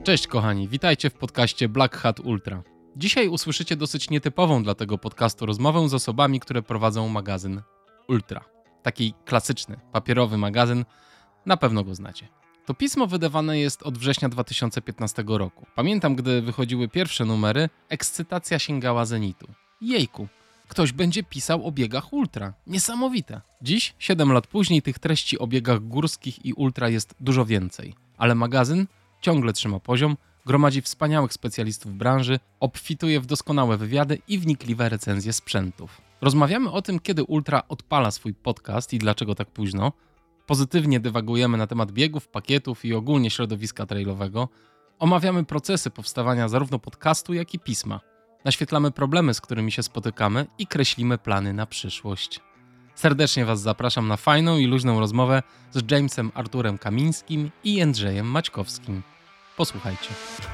Cześć kochani, witajcie w podcaście Black Hat Ultra. Dzisiaj usłyszycie dosyć nietypową dla tego podcastu rozmowę z osobami, które prowadzą magazyn Ultra. Taki klasyczny, papierowy magazyn, na pewno go znacie. To pismo wydawane jest od września 2015 roku. Pamiętam, gdy wychodziły pierwsze numery, ekscytacja sięgała zenitu. Jejku, ktoś będzie pisał o biegach ultra. Niesamowite. Dziś, 7 lat później, tych treści o biegach górskich i ultra jest dużo więcej. Ale magazyn ciągle trzyma poziom, gromadzi wspaniałych specjalistów branży, obfituje w doskonałe wywiady i wnikliwe recenzje sprzętów. Rozmawiamy o tym, kiedy Ultra odpala swój podcast i dlaczego tak późno. Pozytywnie dywagujemy na temat biegów, pakietów i ogólnie środowiska trailowego. Omawiamy procesy powstawania zarówno podcastu, jak i pisma. Naświetlamy problemy, z którymi się spotykamy i kreślimy plany na przyszłość. Serdecznie Was zapraszam na fajną i luźną rozmowę z Jamesem Arturem Kamińskim i Jędrzejem Maćkowskim. Posłuchajcie.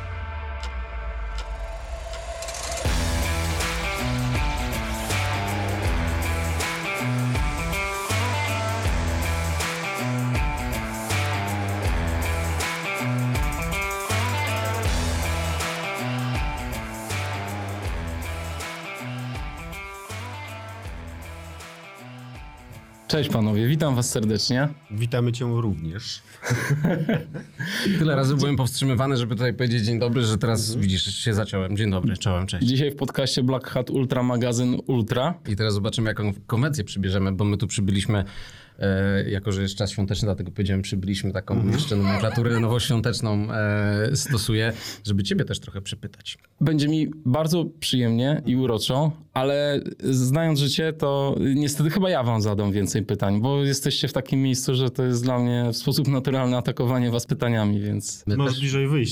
Cześć panowie, witam was serdecznie. Witamy cię również. Tyle razy byłem powstrzymywany, żeby tutaj powiedzieć dzień dobry, że teraz widzisz, się zaciąłem. Dzień dobry, czołem, cześć. Dzisiaj w podcaście Black Hat Ultra, magazyn Ultra. I teraz zobaczymy, jaką konwencję przybierzemy, bo my tu przybyliśmy, jako że jest czas świąteczny, dlatego powiedziałem, przybyliśmy taką jeszcze nomenklaturę nowoświąteczną stosuję, żeby ciebie też trochę przypytać. Będzie mi bardzo przyjemnie i uroczo, ale znając życie, to niestety chyba ja wam zadam więcej pytań, bo jesteście w takim miejscu, że to jest dla mnie w sposób naturalny atakowanie was pytaniami, więc... Masz bliżej wyjść.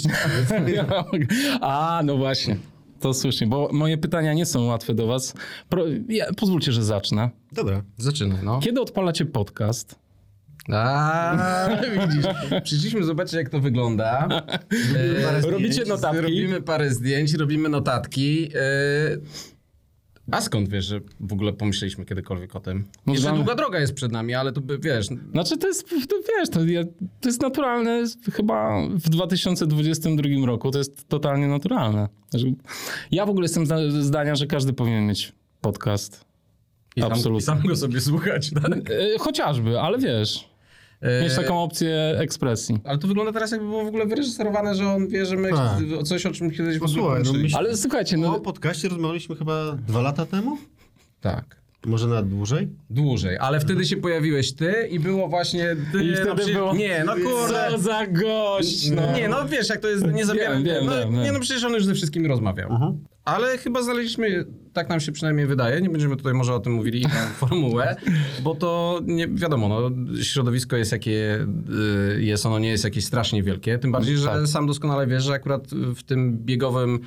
A, no właśnie. To słusznie, bo moje pytania nie są łatwe do was. Pozwólcie, że zacznę. Dobra. Zaczynaj, no. Kiedy odpalacie podcast? Widzisz, przyszliśmy zobaczyć, jak to wygląda. Robicie notatki? Robimy parę zdjęć, robimy notatki. A skąd wiesz, że w ogóle pomyśleliśmy kiedykolwiek o tym? Jeszcze długa droga jest przed nami, ale tu wiesz... Znaczy to jest, to jest naturalne chyba w 2022 roku, to jest totalnie naturalne. Ja w ogóle jestem zdania, że każdy powinien mieć podcast. I sam go sobie słuchać, tak? Chociażby, ale wiesz... Mieć taką opcję ekspresji. Ale to wygląda teraz, jakby było w ogóle wyreżyserowane, że on wie, że my coś, o czym kiedyś w ogóle pomyśleliśmy. Ale słuchajcie... O podcaście rozmawialiśmy chyba 2 lata temu? Tak. Może nawet dłużej? Dłużej, ale wtedy się pojawiłeś ty i było właśnie... Ty, I wtedy było... Nie, no kurde. Co za gość, no. Nie, no wiesz, jak to jest, nie zabieram. Wiem. Nie, no przecież on już ze wszystkimi rozmawiał. Ale chyba znaleźliśmy, tak nam się przynajmniej wydaje, nie będziemy tutaj może o tym mówili, formułę, bo to nie wiadomo, no, środowisko jest jakie jest, ono nie jest jakieś strasznie wielkie, tym bardziej, że sam doskonale wiesz, że akurat w tym biegowym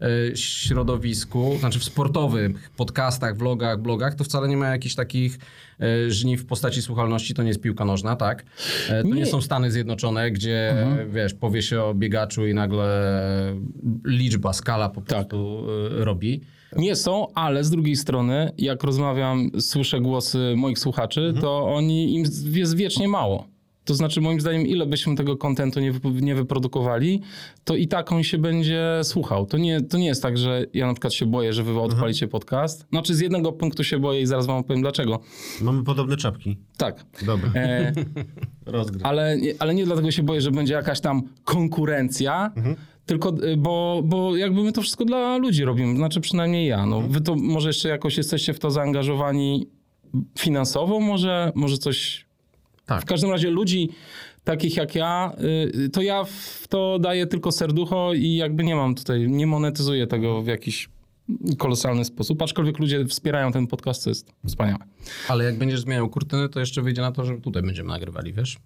środowisku, znaczy w sportowych podcastach, vlogach, blogach, to wcale nie ma jakichś takich żniw w postaci słuchalności, to nie jest piłka nożna, tak? To nie są Stany Zjednoczone, gdzie wiesz, powie się o biegaczu i nagle liczba, skala po prostu robi. Nie są, ale z drugiej strony, jak rozmawiam, słyszę głosy moich słuchaczy, to im jest wiecznie mało. To znaczy, moim zdaniem, ile byśmy tego kontentu nie wyprodukowali, to i tak on się będzie słuchał. To nie jest tak, że ja na przykład się boję, że wy odpalicie podcast. Znaczy, z jednego punktu się boję i zaraz wam opowiem dlaczego. Mamy podobne czapki. Tak. Dobra. Rozgryw. Ale nie dlatego się boję, że będzie jakaś tam konkurencja, tylko bo jakby my to wszystko dla ludzi robimy, znaczy przynajmniej ja. No, wy to może jeszcze jakoś jesteście w to zaangażowani finansowo, może coś... Tak. W każdym razie ludzi takich jak ja, to ja w to daję tylko serducho i jakby nie monetyzuję tego w jakiś kolosalny sposób, aczkolwiek ludzie wspierają ten podcast, co jest wspaniałe. Ale jak będziesz zmieniał kurtyny, to jeszcze wyjdzie na to, że tutaj będziemy nagrywali, wiesz?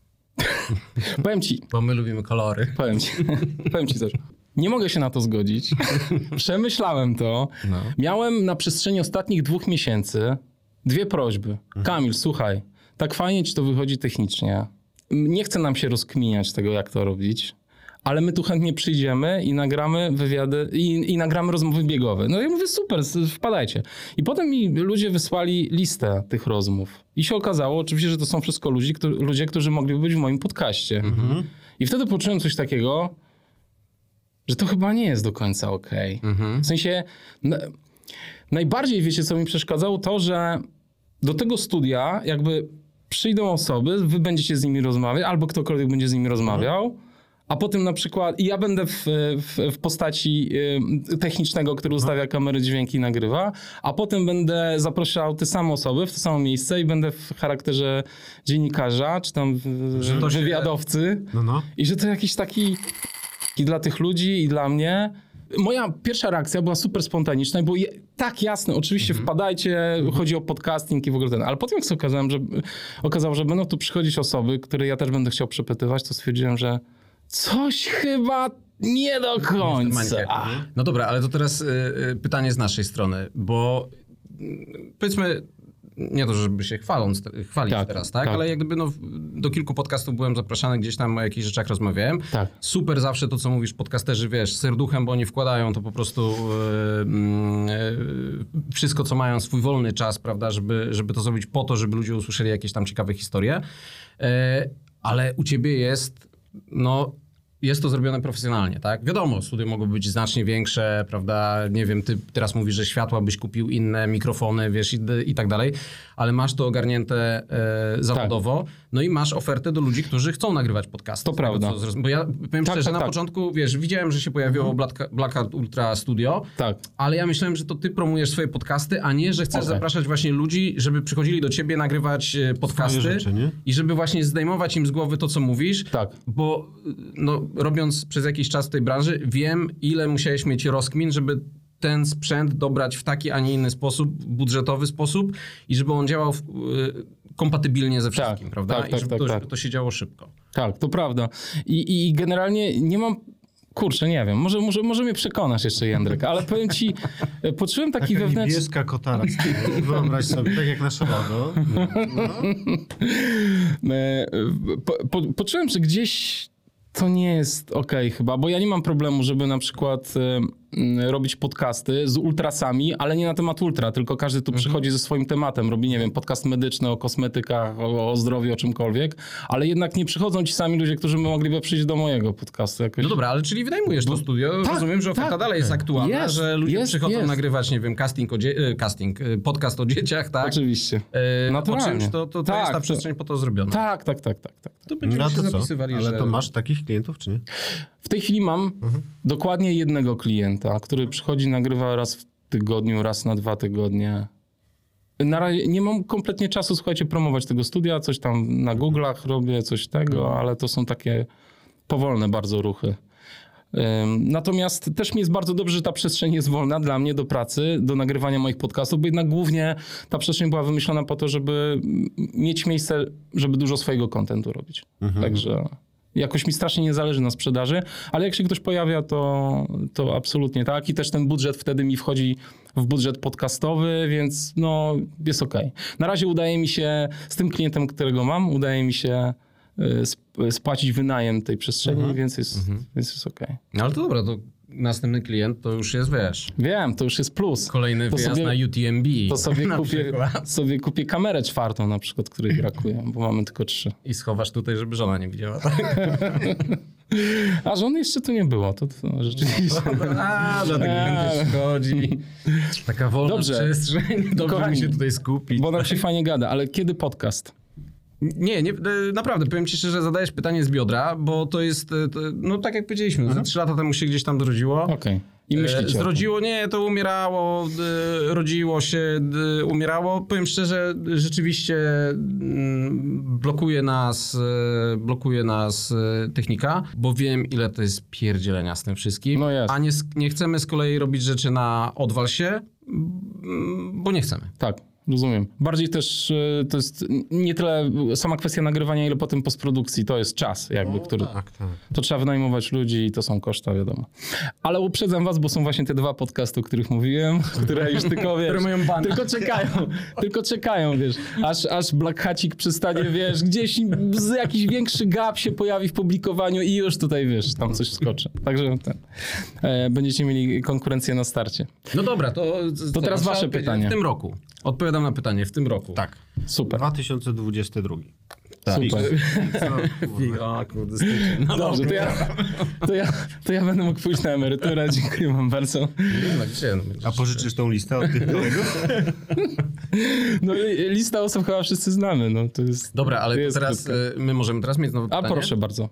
Powiem ci. Bo my lubimy kolory. Powiem ci coś. Nie mogę się na to zgodzić. Przemyślałem to. No. Miałem na przestrzeni ostatnich 2 miesięcy 2 prośby. Kamil, słuchaj, tak fajnie ci to wychodzi technicznie. Nie chce nam się rozkminiać tego, jak to robić, ale my tu chętnie przyjdziemy i nagramy wywiady i nagramy rozmowy biegowe. No ja mówię, super, wpadajcie. I potem mi ludzie wysłali listę tych rozmów. I się okazało oczywiście, że to są wszystko ludzie, którzy mogliby być w moim podcaście. I wtedy poczułem coś takiego, że to chyba nie jest do końca okej. W sensie, najbardziej, wiecie, co mi przeszkadzało, to, że do tego studia jakby przyjdą osoby, wy będziecie z nimi rozmawiać, albo ktokolwiek będzie z nimi rozmawiał, a potem na przykład, i ja będę w postaci technicznego, który ustawia kamery, dźwięki i nagrywa, a potem będę zapraszał te same osoby w to samo miejsce i będę w charakterze dziennikarza, czy tam wywiadowcy. I że to jakiś taki i dla tych ludzi, i dla mnie. Moja pierwsza reakcja była super spontaniczna, bo tak jasne, oczywiście wpadajcie, chodzi o podcasting i w ogóle ten, ale potem jak się okazało, że będą tu przychodzić osoby, które ja też będę chciał przepytywać, to stwierdziłem, że coś chyba nie do końca. No dobra, ale to teraz pytanie z naszej strony, bo powiedzmy, nie to, żeby się chwalić teraz, tak? Ale jak gdyby do kilku podcastów byłem zapraszany, gdzieś tam o jakichś rzeczach rozmawiałem. Tak. Super zawsze to, co mówisz, podcasterzy, wiesz, serduchem, bo oni wkładają to po prostu wszystko, co mają, swój wolny czas, prawda, żeby to zrobić po to, żeby ludzie usłyszeli jakieś tam ciekawe historie. Ale u ciebie jest to zrobione profesjonalnie, tak? Wiadomo, studia mogą być znacznie większe, prawda? Nie wiem, ty teraz mówisz, że światła byś kupił inne, mikrofony, wiesz, i tak dalej, ale masz to ogarnięte zawodowo, no i masz ofertę do ludzi, którzy chcą nagrywać podcasty. To prawda. Bo ja powiem szczerze, na początku, wiesz, widziałem, że się pojawiło Black Hat Ultra Studio, ale ja myślałem, że to ty promujesz swoje podcasty, a nie, że chcesz zapraszać właśnie ludzi, żeby przychodzili do ciebie nagrywać podcasty rzeczy, i żeby właśnie zdejmować im z głowy to, co mówisz, bo robiąc przez jakiś czas w tej branży, wiem, ile musiałeś mieć rozkmin, żeby ten sprzęt dobrać w taki, a nie inny sposób, budżetowy sposób i żeby on działał kompatybilnie ze wszystkim, prawda? I żeby to się działo szybko. Tak, to prawda. I generalnie nie mam... Kurczę, nie wiem, może mnie przekonasz jeszcze, Jędrek, ale powiem ci, poczułem taki Taka wewnętrzny... niebieska kotara, wyobraź sobie, tak jak nasze logo. Poczułem, że gdzieś to nie jest okej chyba, bo ja nie mam problemu, żeby na przykład robić podcasty z ultrasami, ale nie na temat ultra, tylko każdy tu przychodzi ze swoim tematem, robi, nie wiem, podcast medyczny o kosmetykach, o zdrowiu, o czymkolwiek, ale jednak nie przychodzą ci sami ludzie, którzy mogliby przyjść do mojego podcastu jakoś. No dobra, ale czyli wynajmujesz to studio, rozumiem, że oferta dalej jest aktualna, że ludzie przychodzą nagrywać, nie wiem, podcast o dzieciach, tak? Oczywiście. Naturalnie. To jest ta przestrzeń po to zrobiona. Tak. To będziemy się zapisywali, ale to masz takich klientów, czy nie? W tej chwili mam dokładnie jednego klienta, który przychodzi, nagrywa raz w tygodniu, raz na 2 tygodnie. Na razie nie mam kompletnie czasu, słuchajcie, promować tego studia, coś tam na Google'ach robię, coś tego, ale to są takie powolne bardzo ruchy. Natomiast też mi jest bardzo dobrze, że ta przestrzeń jest wolna dla mnie do pracy, do nagrywania moich podcastów, bo jednak głównie ta przestrzeń była wymyślona po to, żeby mieć miejsce, żeby dużo swojego kontentu robić. Także jakoś mi strasznie nie zależy na sprzedaży, ale jak się ktoś pojawia, to absolutnie tak. I też ten budżet wtedy mi wchodzi w budżet podcastowy, więc jest okej. Na razie udaje mi się, z tym klientem, którego mam, udaje mi się spłacić wynajem tej przestrzeni, więc jest okej. No ale to dobra, to następny klient to już jest, wiesz... Wiem, to już jest plus. Kolejny wyjazd na UTMB. To sobie kupię kamerę 4 na przykład, której brakuje, bo mamy tylko 3. I schowasz tutaj, żeby żona nie widziała, tak? A żony jeszcze tu nie było, to rzeczywiście. Dlatego będziesz chodzi. Taka wolna przestrzeń, dobrze mi się tutaj skupić. Bo nam się fajnie gada, ale kiedy podcast? Nie, naprawdę, powiem ci szczerze, zadajesz pytanie z biodra, bo to jest, tak jak powiedzieliśmy, za 3 lata temu się gdzieś tam zrodziło. Okej. I myślicie zrodziło, nie, to umierało, rodziło się, umierało. Powiem szczerze, rzeczywiście blokuje nas technika, bo wiem, ile to jest pierdzielenia z tym wszystkim. Jest. A nie chcemy z kolei robić rzeczy na odwal się, bo nie chcemy. Tak. Rozumiem. Bardziej też to jest nie tyle sama kwestia nagrywania, ile potem postprodukcji. To jest czas jakby, który... Tak. To trzeba wynajmować ludzi i to są koszta, wiadomo. Ale uprzedzam was, bo są właśnie te 2 podcasty, o których mówiłem, które już tylko, wiesz... które mają bana. Tylko czekają, wiesz. Aż Black Hacik przestanie, wiesz, gdzieś jakiś większy gap się pojawi w publikowaniu i już tutaj, wiesz, tam coś skoczy. Także będziecie mieli konkurencję na starcie. No dobra, to teraz wasze pytanie. W tym roku. Odpowiadam na pytanie, w tym roku. Tak. Super. 2022. Tak. Super. O kurde, styczeń. No Dobrze, to ja będę mógł pójść na emeryturę. Dziękuję wam bardzo. No, gdzie? A pożyczysz tą listę od tych kolegów? No lista osób chyba wszyscy znamy. No, to jest, Dobra, ale to to jest teraz krótka. my możemy teraz mieć nowe A pytanie? proszę bardzo.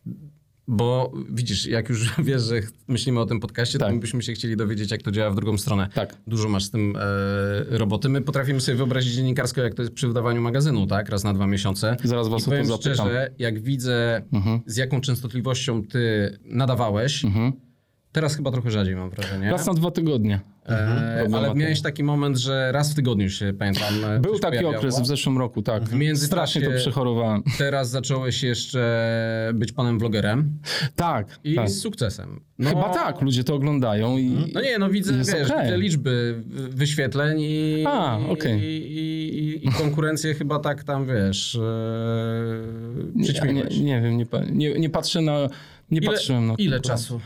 Bo widzisz, jak już wiesz, że myślimy o tym podcaście, Tak. to my byśmy się chcieli dowiedzieć, jak to działa w drugą stronę. Tak. Dużo masz z tym roboty. My potrafimy sobie wyobrazić dziennikarsko, jak to jest przy wydawaniu magazynu, tak? Raz na 2 miesiące. Zaraz was I o to powiem zapytam. szczerze, jak widzę, z jaką częstotliwością ty nadawałeś, teraz chyba trochę rzadziej mam wrażenie. Raz na 2 tygodnie. Ale miałeś taki moment, że raz w tygodniu się, pamiętam, Był coś taki pojawiało. okres w zeszłym roku, tak. W międzyczasie Strasznie to przechorowałem. Teraz zacząłeś jeszcze być panem vlogerem Tak, i tak. z sukcesem. No, Chyba tak, ludzie to oglądają i... No nie, no widzę, Jest wiesz, okej. widzę liczby wyświetleń i, okej. i konkurencję chyba tak tam, wiesz, przyćmiłeś. Nie wiem, nie patrzę na... Nie patrzyłem na Ile to. czasu?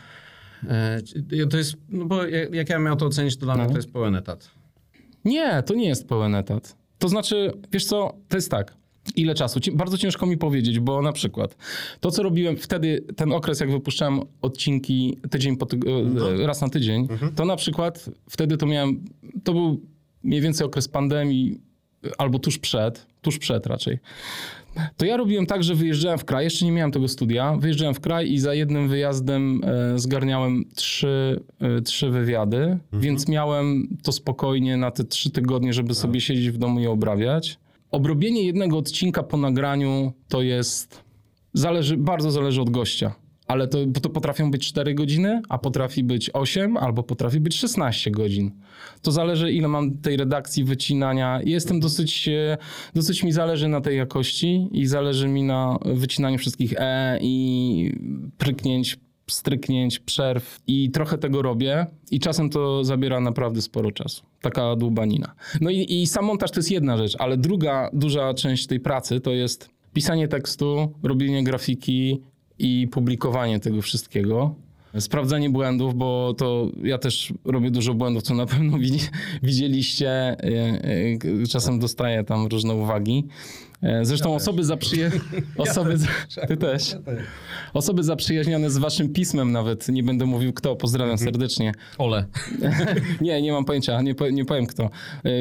To jest, no bo jak ja miał to ocenić, to dla mnie to jest pełen etat. Nie, to nie jest pełen etat. To znaczy, wiesz co, to jest tak. Ile czasu? Bardzo ciężko mi powiedzieć, bo na przykład to, co robiłem wtedy, ten okres, jak wypuszczałem odcinki raz na tydzień, to na przykład wtedy to był mniej więcej okres pandemii albo tuż przed raczej. To ja robiłem tak, że wyjeżdżałem w kraj, jeszcze nie miałem tego studia, wyjeżdżałem w kraj i za jednym wyjazdem zgarniałem trzy wywiady, więc miałem to spokojnie na te 3 tygodnie, żeby sobie siedzieć w domu i obrabiać. Obrobienie jednego odcinka po nagraniu to jest, bardzo zależy od gościa. Ale to potrafią być 4 godziny, a potrafi być 8, albo potrafi być 16 godzin. To zależy, ile mam tej redakcji, wycinania. Jestem dosyć mi zależy na tej jakości i zależy mi na wycinaniu wszystkich i pryknięć, stryknięć, przerw i trochę tego robię i czasem to zabiera naprawdę sporo czasu. Taka dłubanina. No i sam montaż to jest jedna rzecz, ale druga duża część tej pracy to jest pisanie tekstu, robienie grafiki, i publikowanie tego wszystkiego. Sprawdzanie błędów, bo to ja też robię dużo błędów, co na pewno widzieliście. Czasem dostaję tam różne uwagi. Zresztą ty też. Osoby zaprzyjaźnione z waszym pismem nawet, nie będę mówił kto, pozdrawiam serdecznie. Ole. Nie mam pojęcia, nie powiem kto.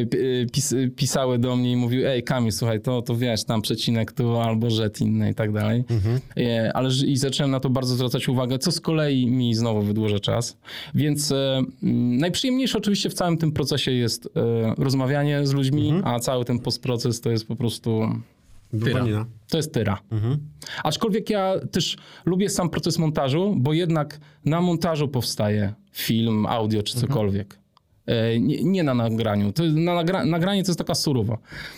Pisały do mnie i mówił, ej Kamil, słuchaj, to wiesz, tam przecinek tu albo rzet inny i tak dalej. Ale i zacząłem na to bardzo zwracać uwagę, co z kolei mi znowu wydłuża czas. Więc najprzyjemniejsze oczywiście w całym tym procesie jest rozmawianie z ludźmi, a cały ten postproces to jest po prostu... Dupanina. To jest tyra. Aczkolwiek ja też lubię sam proces montażu, bo jednak na montażu powstaje film, audio czy cokolwiek. Nie na nagraniu. Nagranie to jest taka surowa.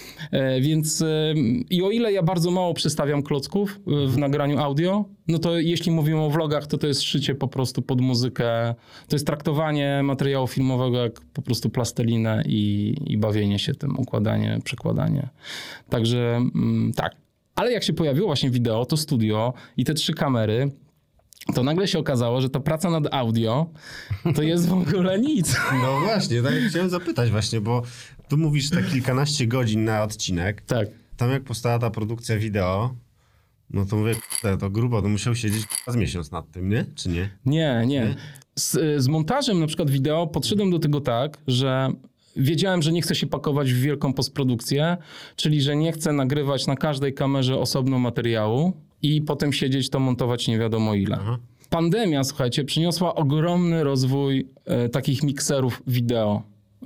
Więc i o ile ja bardzo mało przestawiam klocków w nagraniu audio, no to jeśli mówimy o vlogach, to jest szycie po prostu pod muzykę. To jest traktowanie materiału filmowego jak po prostu plastelinę i bawienie się tym, układanie, przekładanie. Także tak. Ale jak się pojawiło właśnie wideo, to studio i te 3 kamery, to nagle się okazało, że ta praca nad audio to jest w ogóle nic. No właśnie, tak chciałem zapytać właśnie, bo tu mówisz te kilkanaście godzin na odcinek. Tak. Tam jak powstała ta produkcja wideo, no to mówię, to grubo, to musiał siedzieć z miesiąc nad tym, nie? Czy nie? Nie. Z montażem na przykład wideo podszedłem do tego tak, że wiedziałem, że nie chcę się pakować w wielką postprodukcję, czyli że nie chcę nagrywać na każdej kamerze osobno materiału i potem siedzieć to montować nie wiadomo ile. Pandemia, słuchajcie, przyniosła ogromny rozwój takich mikserów wideo.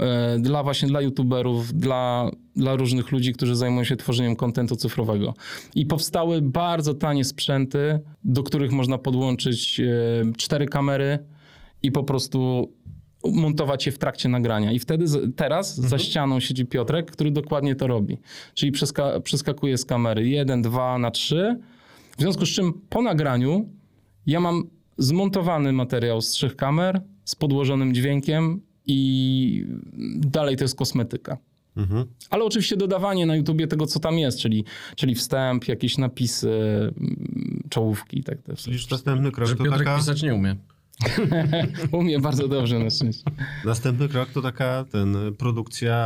Dla youtuberów, dla różnych ludzi, którzy zajmują się tworzeniem kontentu cyfrowego. I powstały bardzo tanie sprzęty, do których można podłączyć 4 kamery i po prostu montować je w trakcie nagrania. I wtedy teraz za ścianą siedzi Piotrek, który dokładnie to robi. Czyli przeskakuje z kamery 1, 2 na 3. W związku z czym po nagraniu ja mam zmontowany materiał z 3 kamer, z podłożonym dźwiękiem i dalej to jest kosmetyka. Ale oczywiście dodawanie na YouTubie tego, co tam jest, czyli wstęp, jakieś napisy, czołówki. Tak, Już następny krok Że to Piotrek taka... pisać nie umie. Umie bardzo dobrze na szczęście. Następny krok to taka produkcja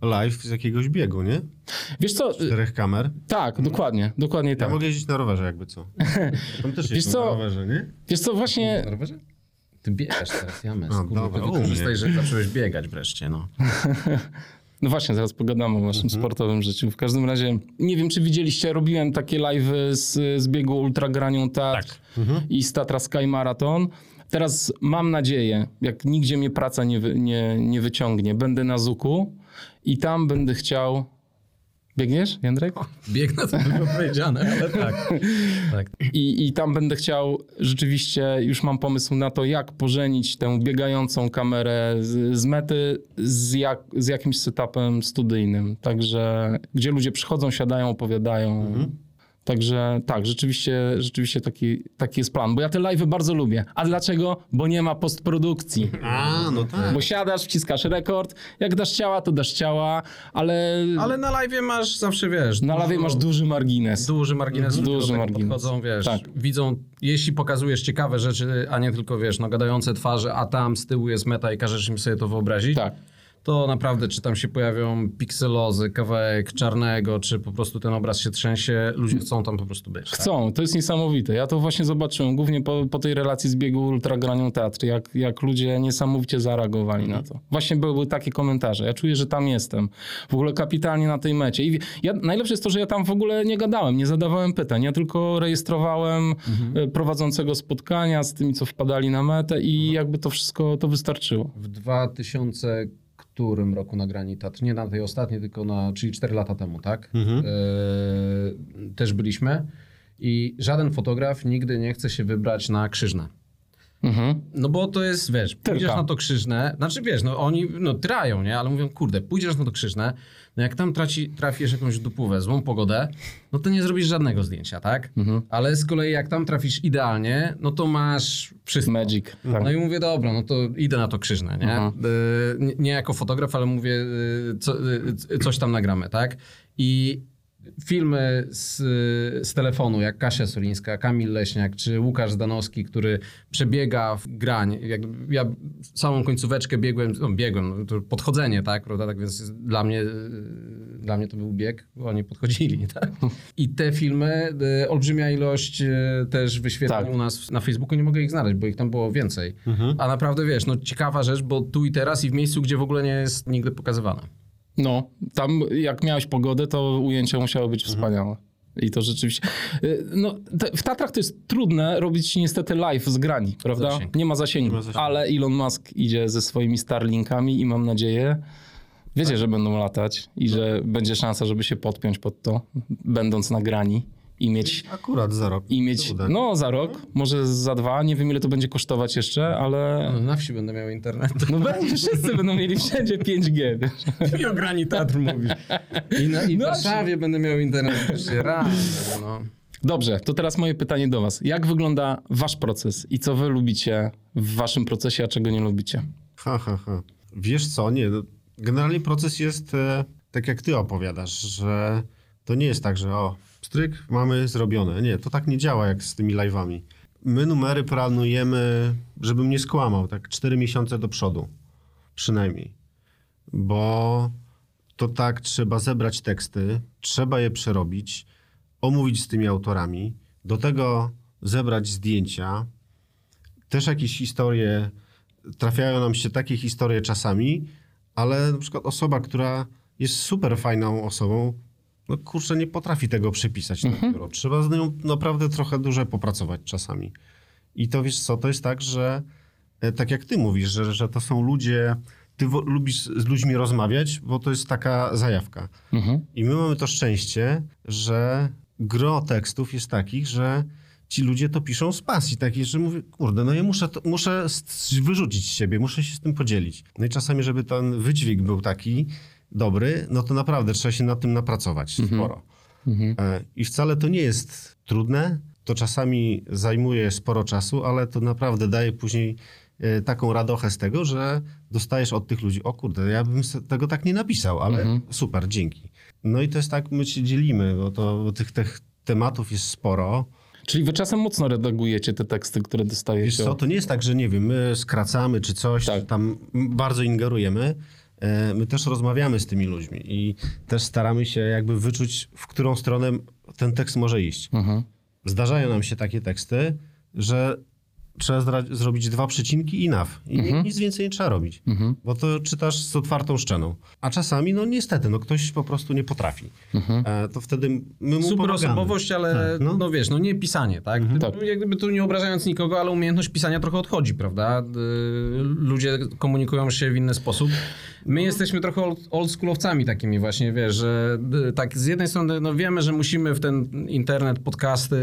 live z jakiegoś biegu, nie? Wiesz co? 4 kamer. Tak, dokładnie Ja tak. mogę jeździć na rowerze jakby co. Tam też jeździ na rowerze, nie? Wiesz co, właśnie... Na rowerze? Ty biegasz teraz, James. No, Kurde, dobra, ty wykorzystaj, że zacząłeś biegać wreszcie, no. No właśnie, zaraz pogadamy o waszym sportowym życiu. W każdym razie, nie wiem, czy widzieliście, robiłem takie live'y z biegu Ultragranią Teatr i z Tatra Sky Marathon. Teraz mam nadzieję, jak nigdzie mnie praca nie wyciągnie, będę na Zuku i tam będę chciał... Biegniesz, Jędrek? Biegnę, to było powiedziane, ale tak. Tak. I tam będę chciał, rzeczywiście już mam pomysł na to, jak pożenić tę biegającą kamerę z mety z jakimś setupem studyjnym. Także, gdzie ludzie przychodzą, siadają, opowiadają. Także tak, rzeczywiście taki jest plan. Bo ja te live'y bardzo lubię. A dlaczego? Bo nie ma postprodukcji. A, no tak. Bo siadasz, wciskasz rekord. Jak dasz ciała, to dasz ciała, ale Ale na live'ie masz zawsze, wiesz... na live'ie masz duży margines. Duży margines. Ludzie Duży do tego margines. podchodzą, wiesz, Tak. widzą, jeśli pokazujesz ciekawe rzeczy, a nie tylko, wiesz, no gadające twarze, a tam z tyłu jest meta i każesz im sobie to wyobrazić. Tak. To naprawdę, czy tam się pojawią pikselozy, kawałek czarnego, czy po prostu ten obraz się trzęsie, ludzie chcą tam po prostu być. Tak? Chcą, to jest niesamowite. Ja to właśnie zobaczyłem, głównie po tej relacji z biegu Ultragranią Teatr, jak ludzie niesamowicie zareagowali na to. Właśnie były takie komentarze. Ja czuję, że tam jestem. W ogóle kapitalnie na tej mecie. I najlepsze jest to, że ja tam w ogóle nie gadałem, nie zadawałem pytań. Ja tylko rejestrowałem prowadzącego spotkania z tymi, co wpadali na metę i jakby to wszystko, to wystarczyło. W 2000 którym roku nagrani teatr? Nie na tej ostatniej, tylko czyli 4 lata temu, tak? Też byliśmy i żaden fotograf nigdy nie chce się wybrać na Krzyżne. No bo to jest, wiesz, pójdziesz na to Krzyżne, znaczy wiesz, no oni trają, nie? Ale mówią, kurde, pójdziesz na to Krzyżne, no jak tam trafisz jakąś dupówę, złą pogodę, no to nie zrobisz żadnego zdjęcia, tak? Ale z kolei jak tam trafisz idealnie, no to masz wszystko. Magic. Tak. No i mówię, dobra, no to idę na to Krzyżne, nie? Nie jako fotograf, ale mówię, coś tam nagramy, tak? I filmy z telefonu, jak Kasia Solińska, Kamil Leśniak, czy Łukasz Zdanowski, który przebiega w grań. Ja całą końcóweczkę biegłem, to podchodzenie, tak, prawda? Tak więc dla mnie to był bieg, bo oni podchodzili, tak? I te filmy, olbrzymia ilość też wyświetleń u nas na Facebooku, nie mogę ich znaleźć, bo ich tam było więcej. A naprawdę, wiesz, no ciekawa rzecz, bo tu i teraz i w miejscu, gdzie w ogóle nie jest nigdy pokazywane. No, tam jak miałeś pogodę, to ujęcia musiały być wspaniałe. I to rzeczywiście... No, w Tatrach to jest trudne robić niestety live z grani, prawda? Nie ma zasięgu. Ale Elon Musk idzie ze swoimi Starlinkami i mam nadzieję, wiecie, że będą latać i że będzie szansa, żeby się podpiąć pod to, będąc na grani. I mieć... Akurat za rok. No, za rok, może za 2, nie wiem ile to będzie kosztować jeszcze, ale... No, na wsi będę miał internet. No wszyscy będą mieli wszędzie 5G, wiesz. Ty mi o grani Tatr mówisz. I w Warszawie będę miał internet jeszcze raz. No. Dobrze, to teraz moje pytanie do was. Jak wygląda wasz proces i co wy lubicie w waszym procesie, a czego nie lubicie? Wiesz co, nie, generalnie proces jest tak jak ty opowiadasz, że to nie jest tak, że stryk, mamy zrobione. Nie, to tak nie działa jak z tymi live'ami. My numery planujemy, żebym nie skłamał, tak 4 miesiące do przodu. Przynajmniej. Bo to tak trzeba zebrać teksty, trzeba je przerobić, omówić z tymi autorami, do tego zebrać zdjęcia, też jakieś historie, trafiają nam się takie historie czasami, ale na przykład osoba, która jest super fajną osobą, no kurczę, nie potrafi tego przepisać. Trzeba z nią naprawdę trochę dłużej popracować czasami. I to wiesz co, to jest tak, że tak jak ty mówisz, że to są ludzie, ty lubisz z ludźmi rozmawiać, bo to jest taka zajawka. I my mamy to szczęście, że gro tekstów jest takich, że ci ludzie to piszą z pasji, takiej, że mówię, kurde, no ja muszę wyrzucić z siebie, muszę się z tym podzielić. No i czasami, żeby ten wydźwięk był taki dobry, no to naprawdę trzeba się nad tym napracować sporo. I wcale to nie jest trudne, to czasami zajmuje sporo czasu, ale to naprawdę daje później taką radochę z tego, że dostajesz od tych ludzi, o kurde, ja bym tego tak nie napisał, ale super, dzięki. No i to jest tak, my się dzielimy, bo tych tematów jest sporo. Czyli wy czasem mocno redagujecie te teksty, które dostajecie? Wiesz co, to nie jest tak, że nie wiem, my skracamy czy coś, tam bardzo ingerujemy. my też rozmawiamy z tymi ludźmi i też staramy się jakby wyczuć, w którą stronę ten tekst może iść. Zdarzają nam się takie teksty, że trzeba zrobić 2 przecinki i enough. I nic więcej nie trzeba robić. Bo to czytasz z otwartą szczeną. A czasami, no niestety, ktoś po prostu nie potrafi. To wtedy my mu Super pomagamy. osobowość, ale no wiesz, nie pisanie, tak? Jak gdyby tu nie obrażając nikogo, ale umiejętność pisania trochę odchodzi, prawda? Ludzie komunikują się w inny sposób. My jesteśmy trochę oldschoolowcami takimi właśnie, wiesz, że tak z jednej strony wiemy, że musimy w ten internet, podcasty,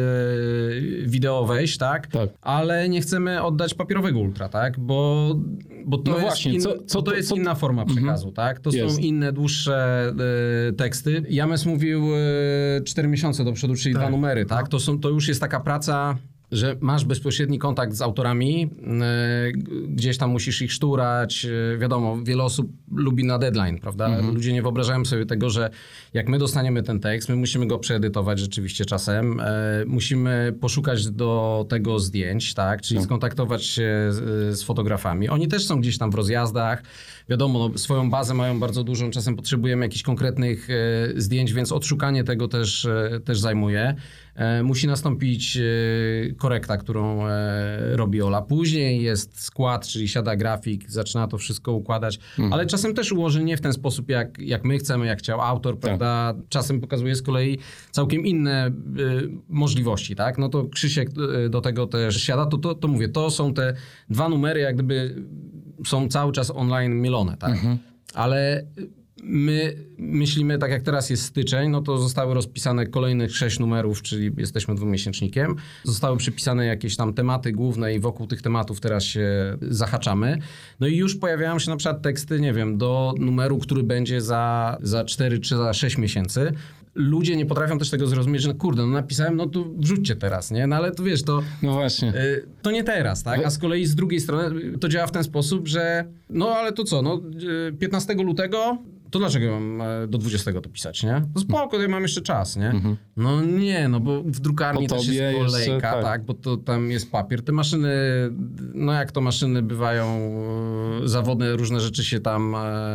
wideo wejść, tak? Ale nie chcemy oddać papierowego ultra, tak? Bo to jest, właśnie, to jest inna forma przekazu, tak? To są inne, dłuższe teksty. James mówił 4 miesiące do przodu, czyli 2 numery, tak? To już jest taka praca, że masz bezpośredni kontakt z autorami, gdzieś tam musisz ich szturać, wiadomo, wiele osób lubi na deadline, prawda? Ludzie nie wyobrażają sobie tego, że jak my dostaniemy ten tekst, my musimy go przeedytować rzeczywiście czasem, musimy poszukać do tego zdjęć, tak? Czyli skontaktować się z fotografami. Oni też są gdzieś tam w rozjazdach, wiadomo, swoją bazę mają bardzo dużą, czasem potrzebujemy jakichś konkretnych zdjęć, więc odszukanie tego też zajmuje. Musi nastąpić korekta, którą robi Ola. Później jest skład, czyli siada grafik, zaczyna to wszystko układać, ale czasem też ułoży nie w ten sposób, jak my chcemy, jak chciał autor, prawda? Czasem pokazuje z kolei całkiem inne możliwości, tak? No to Krzysiek do tego też siada. To mówię, to są te 2 numery, jak gdyby są cały czas online mielone, tak? Ale my myślimy, tak jak teraz jest styczeń, no to zostały rozpisane kolejnych 6 numerów, czyli jesteśmy 2-miesięcznikiem. Zostały przypisane jakieś tam tematy główne i wokół tych tematów teraz się zahaczamy. No i już pojawiają się na przykład teksty, nie wiem, do numeru, który będzie za 4 czy za 6 miesięcy. Ludzie nie potrafią też tego zrozumieć, że kurde, napisałem, no to wrzućcie teraz, nie? No ale to wiesz, to... No właśnie. To nie teraz, tak? A z kolei z drugiej strony to działa w ten sposób, że no ale to co, 15 lutego... To dlaczego mam do 20 to pisać, nie? No spoko, ja mam jeszcze czas, nie? No nie, bo w drukarni też jest kolejka, tak, bo to tam jest papier. Te maszyny, jak to maszyny bywają zawodne, różne rzeczy się tam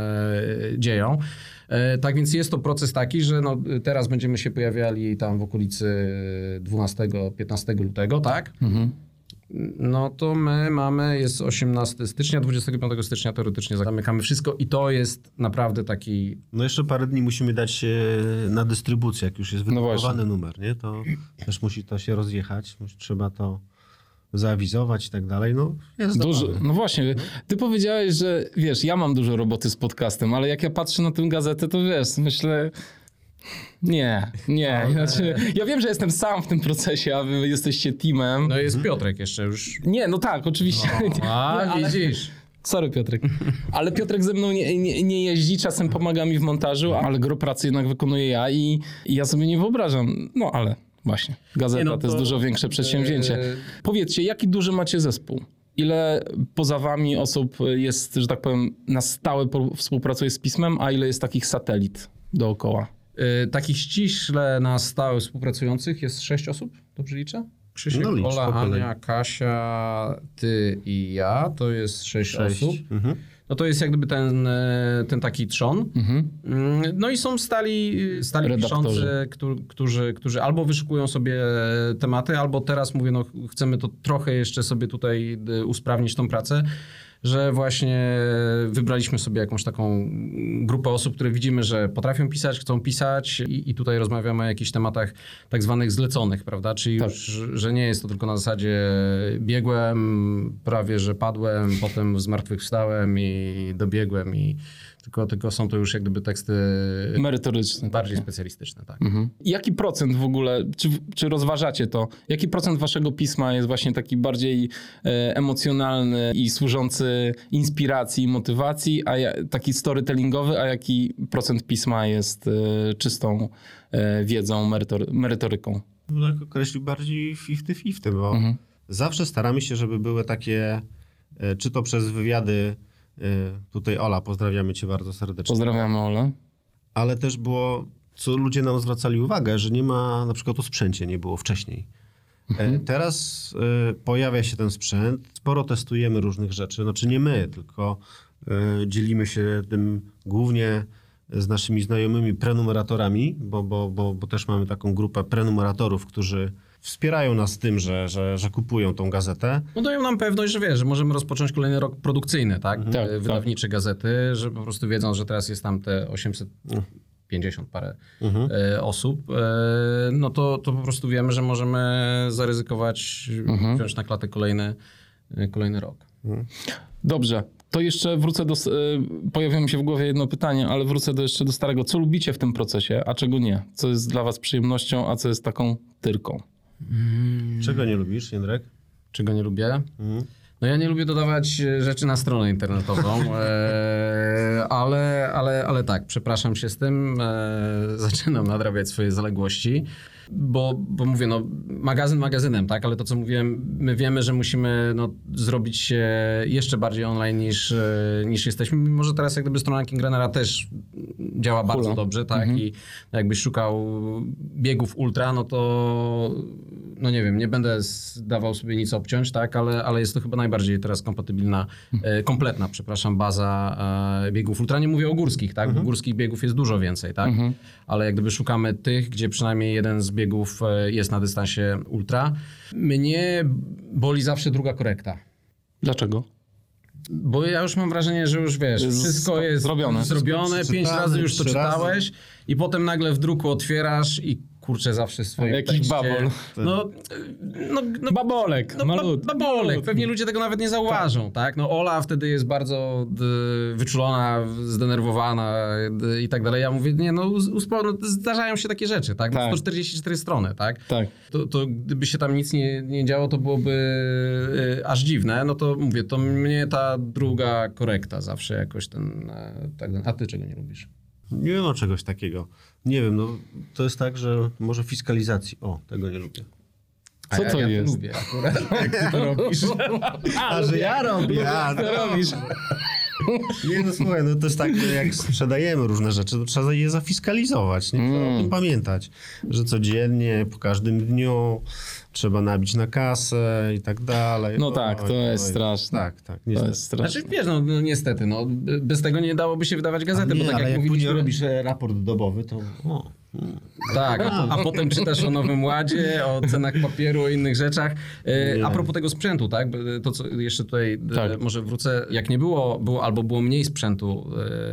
dzieją. Tak więc jest to proces taki, że teraz będziemy się pojawiali tam w okolicy 12-15 lutego, tak? No to my jest 18 stycznia, 25 stycznia teoretycznie zamykamy wszystko i to jest naprawdę taki... No jeszcze parę dni musimy dać na dystrybucję, jak już jest wydrukowany numer, nie? To też musi to się rozjechać, trzeba to zaawizować i tak dalej, jest dużo. No właśnie, ty powiedziałeś, że wiesz, ja mam dużo roboty z podcastem, ale jak ja patrzę na tę gazetę, to wiesz, myślę... Nie. Znaczy, ja wiem, że jestem sam w tym procesie, a wy jesteście teamem. No jest Piotrek jeszcze już. Nie, tak, oczywiście. Widzisz. Sorry, Piotrek. Ale Piotrek ze mną nie jeździ, czasem pomaga mi w montażu, ale gro pracy jednak wykonuję ja i ja sobie nie wyobrażam. No ale właśnie, gazeta to jest dużo większe przedsięwzięcie. Powiedzcie, jaki duży macie zespół? Ile poza wami osób jest, że tak powiem, na stałe współpracuje z pismem, a ile jest takich satelit dookoła? Takich ściśle na stałe współpracujących jest 6 osób, dobrze liczę? Krzysiek, Ola, Ania, Kasia, ty i ja, to jest 6 osób. No to jest jak gdyby ten taki trzon. No i są stali piszący, którzy albo wyszukują sobie tematy, albo teraz mówię, chcemy to trochę jeszcze sobie tutaj usprawnić tą pracę, że właśnie wybraliśmy sobie jakąś taką grupę osób, które widzimy, że potrafią pisać, chcą pisać i tutaj rozmawiamy o jakichś tematach tak zwanych zleconych, prawda? Czyli już, że nie jest to tylko na zasadzie biegłem, prawie że padłem, potem zmartwychwstałem i dobiegłem tylko są to już jak gdyby teksty merytoryczne, bardziej specjalistyczne, tak. Jaki procent w ogóle, czy rozważacie to, jaki procent waszego pisma jest właśnie taki bardziej emocjonalny i służący inspiracji i motywacji, taki storytellingowy, a jaki procent pisma jest czystą wiedzą, merytoryką? Tak określił bardziej 50-50, bo zawsze staramy się, żeby były takie, czy to przez wywiady. Tutaj Ola, pozdrawiamy cię bardzo serdecznie. Pozdrawiamy Olę. Ale też było, co ludzie nam zwracali uwagę, że nie ma, na przykład o sprzęcie nie było wcześniej. Teraz pojawia się ten sprzęt, sporo testujemy różnych rzeczy, znaczy nie my, tylko dzielimy się tym głównie z naszymi znajomymi prenumeratorami, bo też mamy taką grupę prenumeratorów, którzy wspierają nas tym, że kupują tą gazetę. No dają nam pewność, że wiesz, że możemy rozpocząć kolejny rok produkcyjny, tak? Tak, Wydawniczy gazety, że po prostu wiedzą, że teraz jest tam te 850 parę osób, no to po prostu wiemy, że możemy zaryzykować, wziąć na klatę kolejny rok. Dobrze. To jeszcze wrócę pojawia mi się w głowie jedno pytanie, ale wrócę jeszcze do starego. Co lubicie w tym procesie, a czego nie? Co jest dla was przyjemnością, a co jest taką tyrką? Czego nie lubisz, Jędrek? Czego nie lubię? No ja nie lubię dodawać rzeczy na stronę internetową, ale tak, przepraszam się z tym, zaczynam nadrabiać swoje zaległości, bo mówię, no magazyn magazynem, tak, ale to co mówiłem, my wiemy, że musimy zrobić się jeszcze bardziej online niż jesteśmy, mimo że teraz jak gdyby strona Kingrenera też działa bardzo dobrze, tak, i jakbyś szukał biegów ultra, no to no nie wiem, nie będę dawał sobie nic obciąć, tak, ale jest to chyba najbardziej teraz kompletna, baza biegów ultra. Nie mówię o górskich, tak, bo górskich biegów jest dużo więcej, tak, ale jak gdyby szukamy tych, gdzie przynajmniej jeden z biegów jest na dystansie ultra. Mnie boli zawsze druga korekta. Dlaczego? Bo ja już mam wrażenie, że już wiesz, wszystko jest zrobione 5 razy już to czytałeś i potem nagle w druku otwierasz i kurczę zawsze swoje jakiś babol. No, babolek, babolek. Pewnie ludzie tego nawet nie zauważą, tak? No Ola wtedy jest bardzo wyczulona, zdenerwowana i tak dalej. Ja mówię, nie, zdarzają się takie rzeczy, tak? 144 strony, tak? Tak. To gdyby się tam nic nie działo, to byłoby aż dziwne. No to mówię, to mnie ta druga korekta zawsze jakoś a ty czego nie lubisz? Nie ma czegoś takiego. Nie wiem, to jest tak, że może fiskalizacji. O, tego nie lubię. Co to ja jest? To lubię akurat, jak ty to robisz. A że ja robię, to robisz. Nie, słuchaj, to jest tak, że jak sprzedajemy różne rzeczy, to trzeba je zafiskalizować. Nie trzeba o tym pamiętać, że codziennie, po każdym dniu trzeba nabić na kasę i tak dalej. No tak, to jest straszne. Tak, niestety. To jest straszne. Znaczy wiesz, niestety, bez tego nie dałoby się wydawać gazety, bo tak ale jak mówiliśmy... później robisz raport dobowy, to... Tak, a potem czytasz o Nowym Ładzie, o cenach papieru, o innych rzeczach. A propos tego sprzętu, tak? To co jeszcze tutaj może wrócę. Jak nie było albo było mniej sprzętu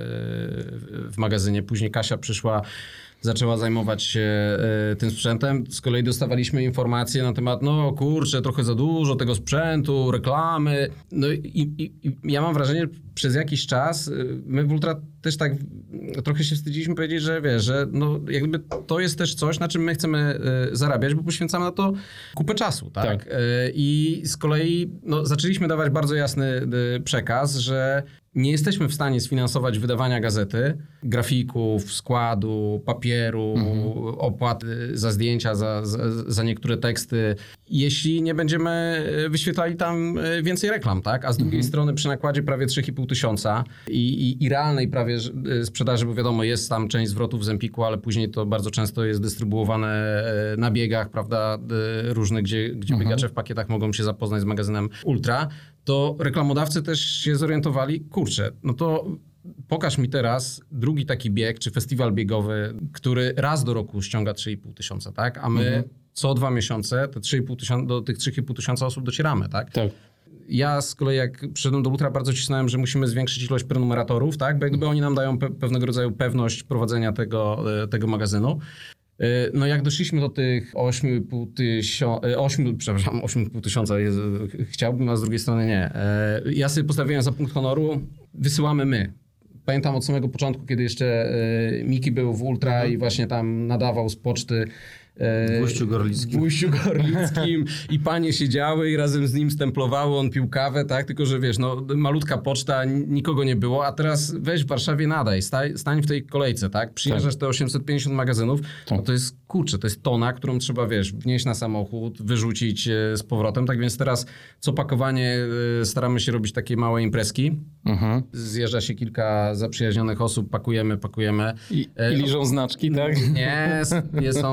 w magazynie, później Kasia przyszła, zaczęła zajmować się tym sprzętem. Z kolei dostawaliśmy informacje na temat, kurczę, trochę za dużo tego sprzętu, reklamy. No i ja mam wrażenie, że przez jakiś czas my w Ultra też tak trochę się wstydziliśmy powiedzieć, że wiesz, że jakby to jest też coś, na czym my chcemy zarabiać, bo poświęcamy na to kupę czasu, tak? I z kolei zaczęliśmy dawać bardzo jasny przekaz, że nie jesteśmy w stanie sfinansować wydawania gazety, grafików, składu, papieru, opłat za zdjęcia, za niektóre teksty, jeśli nie będziemy wyświetlali tam więcej reklam, tak? A z drugiej strony przy nakładzie prawie 3,5 tysiąca i realnej prawie sprzedaży, bo wiadomo, jest tam część zwrotów z Empiku, ale później to bardzo często jest dystrybuowane na biegach, prawda, różne, gdzie biegacze w pakietach mogą się zapoznać z magazynem Ultra, to reklamodawcy też się zorientowali, kurczę, to pokaż mi teraz drugi taki bieg, czy festiwal biegowy, który raz do roku ściąga 3,5 tysiąca, tak? A my co 2 miesiące do tych 3,5 tysiąca osób docieramy, tak? Tak. Ja z kolei jak przyszedłem do Ultra, bardzo cisnąłem, że musimy zwiększyć ilość prenumeratorów, tak? Bo jakby oni nam dają pewnego rodzaju pewność prowadzenia tego magazynu. No jak doszliśmy do tych 8,5 tysiąca, chciałbym, a z drugiej strony nie. Ja sobie postawiłem za punkt honoru, wysyłamy my. Pamiętam od samego początku, kiedy jeszcze Miki był w Ultra i właśnie tam nadawał z poczty w Gwóździu Gorlickim i panie siedziały i razem z nim stemplowały, on pił kawę, tak? Tylko że wiesz, malutka poczta, nikogo nie było, a teraz weź w Warszawie nadaj, stań w tej kolejce, tak? Przyjeżdżasz te 850 magazynów, to jest to jest tona, którą trzeba, wiesz, wnieść na samochód, wyrzucić z powrotem, tak więc teraz co pakowanie staramy się robić takie małe imprezki. Zjeżdża się kilka zaprzyjaźnionych osób, pakujemy. I liżą znaczki, tak? Nie są te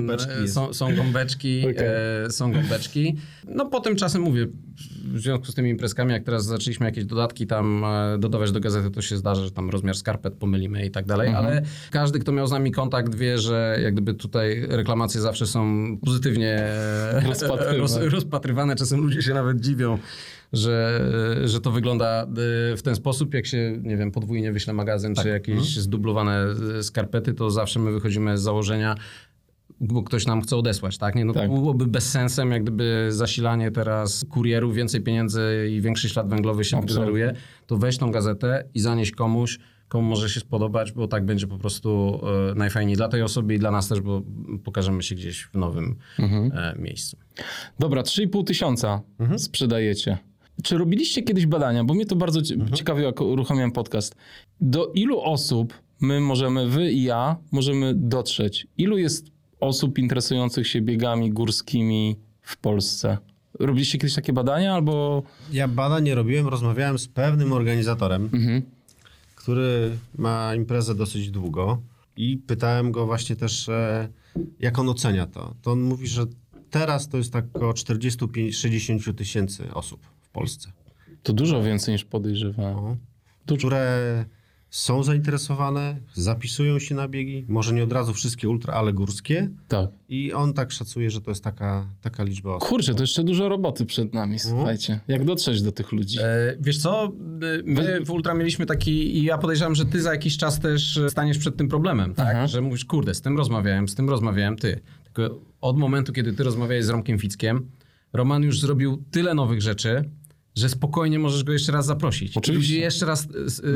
są gąbeczki, Okay. są gąbeczki. No potem czasem mówię, w związku z tymi imprezkami, jak teraz zaczęliśmy jakieś dodatki tam dodawać do gazety, to się zdarza, że tam rozmiar skarpet pomylimy i tak dalej, ale każdy, kto miał z nami kontakt, wie, że jak gdyby tutaj reklamacje zawsze są pozytywnie rozpatrywane. Czasem ludzie się nawet dziwią, że to wygląda w ten sposób. Jak się, nie wiem, podwójnie wyśle magazyn, czy jakieś zdublowane skarpety, to zawsze my wychodzimy z założenia, bo ktoś nam chce odesłać, tak? Nie, no to byłoby bezsensem, jak gdyby zasilanie teraz kurierów, więcej pieniędzy i większy ślad węglowy się generuje, to weź tą gazetę i zanieś komuś, komu może się spodobać, bo tak będzie po prostu najfajniej dla tej osoby i dla nas też, bo pokażemy się gdzieś w nowym miejscu. Dobra, 3,5 tysiąca sprzedajecie. Czy robiliście kiedyś badania? Bo mnie to bardzo ciekawiło, jak uruchomiłem podcast. Do ilu osób wy i ja możemy dotrzeć? Ilu jest osób interesujących się biegami górskimi w Polsce? Robiliście kiedyś takie badania albo... Ja badań nie robiłem, rozmawiałem z pewnym organizatorem, który ma imprezę dosyć długo i pytałem go właśnie też, jak on ocenia to. To on mówi, że teraz to jest tak około 45-60 tysięcy osób w Polsce. To dużo więcej niż podejrzewałem. Które są zainteresowane, zapisują się na biegi, może nie od razu wszystkie ultra, ale górskie. Tak. I on tak szacuje, że to jest taka liczba osób. Kurczę, to jeszcze dużo roboty przed nami, słuchajcie. Jak dotrzeć do tych ludzi? Wiesz co, my w Ultra mieliśmy taki, i ja podejrzewam, że ty za jakiś czas też staniesz przed tym problemem, tak? Że mówisz, kurde, z tym rozmawiałem, ty. Tylko od momentu, kiedy ty rozmawiałeś z Romkiem Fickiem, Roman już zrobił tyle nowych rzeczy, że spokojnie możesz go jeszcze raz zaprosić. Oczywiście. Ludzie jeszcze raz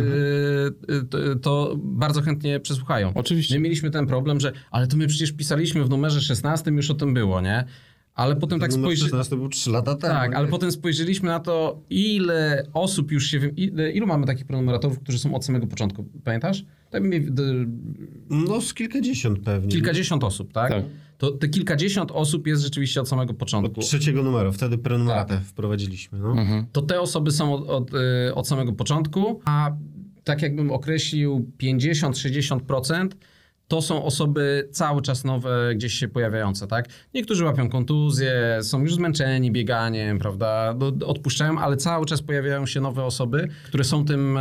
to bardzo chętnie przesłuchają. Oczywiście. My mieliśmy ten problem, że ale to my przecież pisaliśmy w numerze 16, już o tym było, nie? Ale potem tak Numer 16 był 3 lata temu. Tak, ale potem spojrzeliśmy na to, ile osób już się... Ilu mamy takich prenumeratorów, którzy są od samego początku, pamiętasz? Tak, no z kilkadziesiąt pewnie. Kilkadziesiąt osób, tak? Tak. To te kilkadziesiąt osób jest rzeczywiście od samego początku. Od 3 numeru, wtedy prenumeratę wprowadziliśmy. No. To te osoby są od samego początku, a tak jakbym określił 50-60%, to są osoby cały czas nowe, gdzieś się pojawiające, tak? Niektórzy łapią kontuzje, są już zmęczeni bieganiem, prawda? Odpuszczają, ale cały czas pojawiają się nowe osoby, które są tym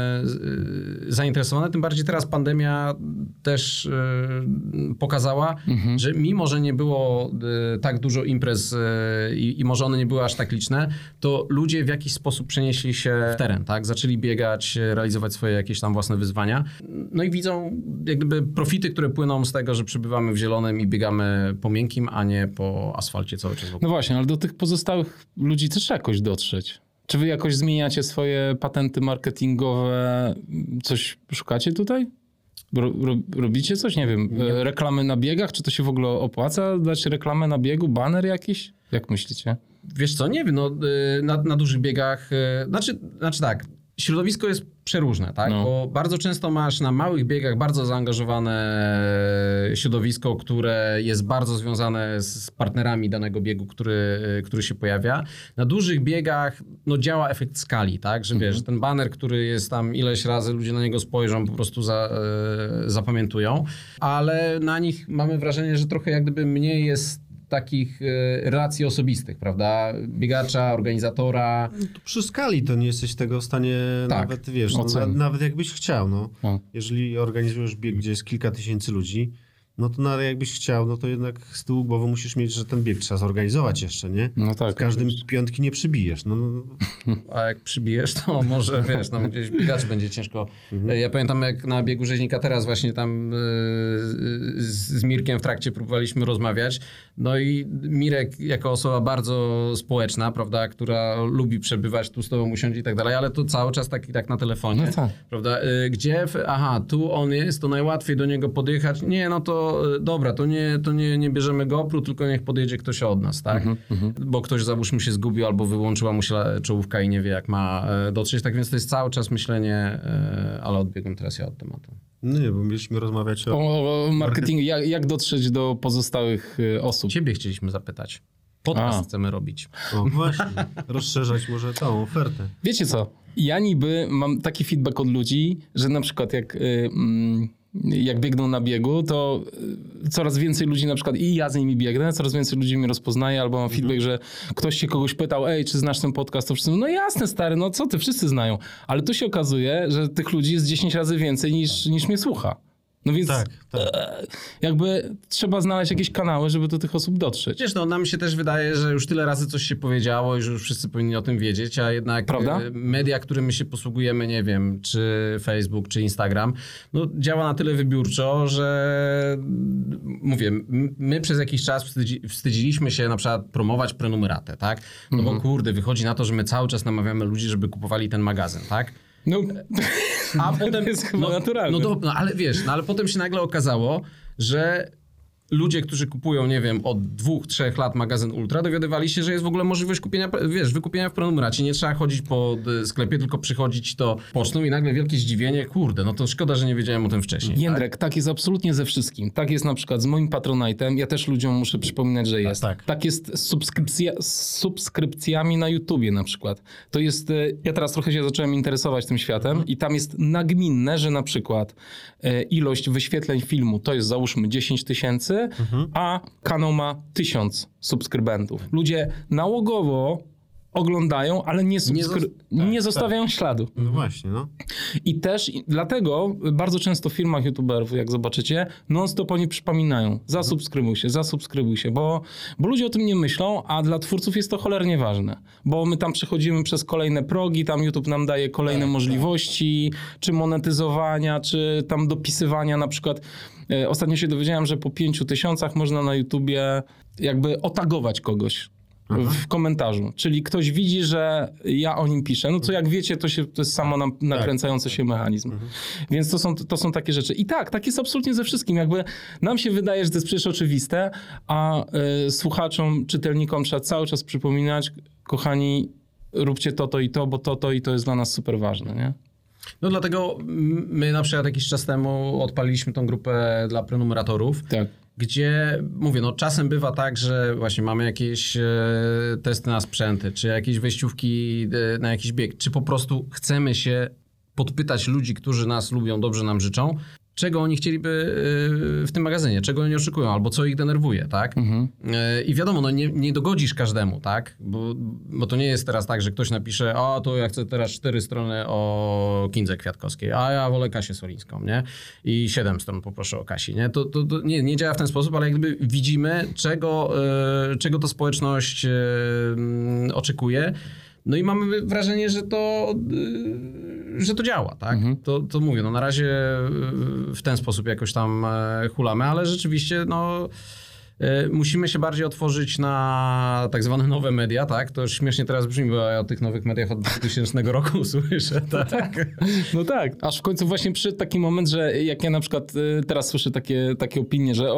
zainteresowane. Tym bardziej teraz pandemia też pokazała, że mimo, że nie było tak dużo imprez i może one nie były aż tak liczne, to ludzie w jakiś sposób przenieśli się w teren, tak? Zaczęli biegać, realizować swoje jakieś tam własne wyzwania. No i widzą jak gdyby profity, które płyną z tego, że przebywamy w zielonym i biegamy po miękkim, a nie po asfalcie cały czas. No właśnie, ale do tych pozostałych ludzi też jakoś dotrzeć. Czy wy jakoś zmieniacie swoje patenty marketingowe? Coś szukacie tutaj? Robicie coś? Nie wiem, reklamy na biegach? Czy to się w ogóle opłaca dać reklamę na biegu? Baner jakiś? Jak myślicie? Wiesz co, nie wiem, no, na dużych biegach, znaczy tak, środowisko jest przeróżne, tak? No. Bo bardzo często masz na małych biegach bardzo zaangażowane środowisko, które jest bardzo związane z partnerami danego biegu, który się pojawia. Na dużych biegach no, działa efekt skali, tak? Że wiesz, ten baner, który jest tam ileś razy, ludzie na niego spojrzą, po prostu zapamiętują, ale na nich mamy wrażenie, że trochę jak gdyby mniej jest takich relacji osobistych, prawda? Biegacza, organizatora. No to przy skali to nie jesteś tego w stanie nawet, wiesz, nawet jakbyś chciał, no. Jeżeli organizujesz bieg, gdzie jest kilka tysięcy ludzi, no to nawet jakbyś chciał, no to jednak z tyłu głowy musisz mieć, że ten bieg trzeba zorganizować jeszcze, nie? No tak. W każdym piątki nie przybijesz, no. A jak przybijesz, to może, wiesz, tam gdzieś biegaczy będzie ciężko. Ja pamiętam, jak na biegu Rzeźnika teraz właśnie tam z Mirkiem w trakcie próbowaliśmy rozmawiać, no i Mirek jako osoba bardzo społeczna, prawda, która lubi przebywać, tu z tobą usiąść i tak dalej, ale to cały czas tak na telefonie, No tak. prawda? Gdzie? Tu on jest, to najłatwiej do niego podjechać. Nie, no to dobra, to nie bierzemy GoPro, tylko niech podjedzie ktoś od nas, tak? Bo ktoś, załóżmy, się zgubił albo wyłączyła mu się czołówka i nie wie, jak ma dotrzeć. Tak więc to jest cały czas myślenie, ale odbiegłem teraz ja od tematu. No nie, bo mieliśmy rozmawiać O marketingu. Jak dotrzeć do pozostałych osób? Ciebie chcieliśmy zapytać. Podcast chcemy robić. O, właśnie. Rozszerzać może tą ofertę. Wiecie co? Ja niby mam taki feedback od ludzi, że na przykład jak jak biegną na biegu, to coraz więcej ludzi na przykład i ja z nimi biegnę, coraz więcej ludzi mnie rozpoznaje, albo mam feedback, że ktoś się kogoś pytał, ej, czy znasz ten podcast, to wszyscy mówią, no jasne stary, no co ty, wszyscy znają. Ale tu się okazuje, że tych ludzi jest 10 razy więcej niż mnie słucha. No więc jakby trzeba znaleźć jakieś kanały, żeby do tych osób dotrzeć. Wiesz, no nam się też wydaje, że już tyle razy coś się powiedziało i że już wszyscy powinni o tym wiedzieć, a jednak media, którymi się posługujemy, nie wiem, czy Facebook, czy Instagram, no działa na tyle wybiórczo, że mówię, my przez jakiś czas wstydziliśmy się na przykład promować prenumeratę, tak? No bo kurde, wychodzi na to, że my cały czas namawiamy ludzi, żeby kupowali ten magazyn, tak? No, a potem to jest chyba naturalne. Ale wiesz, ale potem się nagle okazało, że ludzie, którzy kupują, nie wiem, od 2-3 lat magazyn Ultra, dowiadywali się, że jest w ogóle możliwość kupienia, wykupienia w prenumeracie. Nie trzeba chodzić po sklepie, tylko przychodzić to pocztą i nagle wielkie zdziwienie, kurde, no to szkoda, że nie wiedziałem o tym wcześniej. Jędrek, tak jest absolutnie ze wszystkim. Tak jest na przykład z moim Patronite'em. Ja też ludziom muszę przypominać, że jest. Tak jest z subskrypcjami na YouTubie na przykład. To jest, ja teraz trochę się zacząłem interesować tym światem i tam jest nagminne, że na przykład ilość wyświetleń filmu to jest załóżmy 10 000, a kanał ma 1000 subskrybentów. Ludzie nałogowo oglądają, ale nie zostawiają śladu. No właśnie, no. I też dlatego bardzo często w filmach youtuberów, jak zobaczycie, non-stop oni przypominają, zasubskrybuj się, bo ludzie o tym nie myślą, a dla twórców jest to cholernie ważne, bo my tam przechodzimy przez kolejne progi, tam YouTube nam daje kolejne możliwości, czy monetyzowania, czy tam dopisywania na przykład. Ostatnio się dowiedziałem, że po 5000 można na YouTubie jakby otagować kogoś w komentarzu. Czyli ktoś widzi, że ja o nim piszę. No to jak wiecie, to jest samo nakręcający się mechanizm. Więc to są takie rzeczy. I tak jest absolutnie ze wszystkim. Jakby nam się wydaje, że to jest przecież oczywiste, a słuchaczom, czytelnikom trzeba cały czas przypominać, kochani, róbcie to i to, bo to i to jest dla nas super ważne, nie? No dlatego my na przykład jakiś czas temu odpaliliśmy tą grupę dla prenumeratorów, gdzie, mówię, no czasem bywa tak, że właśnie mamy jakieś testy na sprzęty, czy jakieś wejściówki na jakiś bieg, czy po prostu chcemy się podpytać ludzi, którzy nas lubią, dobrze nam życzą, czego oni chcieliby w tym magazynie, czego oni oczekują, albo co ich denerwuje, tak? I wiadomo, no nie dogodzisz każdemu, tak? Bo to nie jest teraz tak, że ktoś napisze, o to ja chcę teraz 4 strony o Kindze Kwiatkowskiej, a ja wolę Kasię Solińską, nie? I 7 stron poproszę o Kasi, nie? To nie działa w ten sposób, ale jak gdyby widzimy, czego ta społeczność oczekuje. No i mamy wrażenie, że to działa, tak? To mówię, no na razie w ten sposób jakoś tam hulamy, ale rzeczywiście no musimy się bardziej otworzyć na tak zwane nowe media, tak? To już śmiesznie teraz brzmi, bo ja o tych nowych mediach od 2000 roku słyszę, tak? No tak, aż w końcu właśnie przyszedł taki moment, że jak ja na przykład teraz słyszę takie opinie, że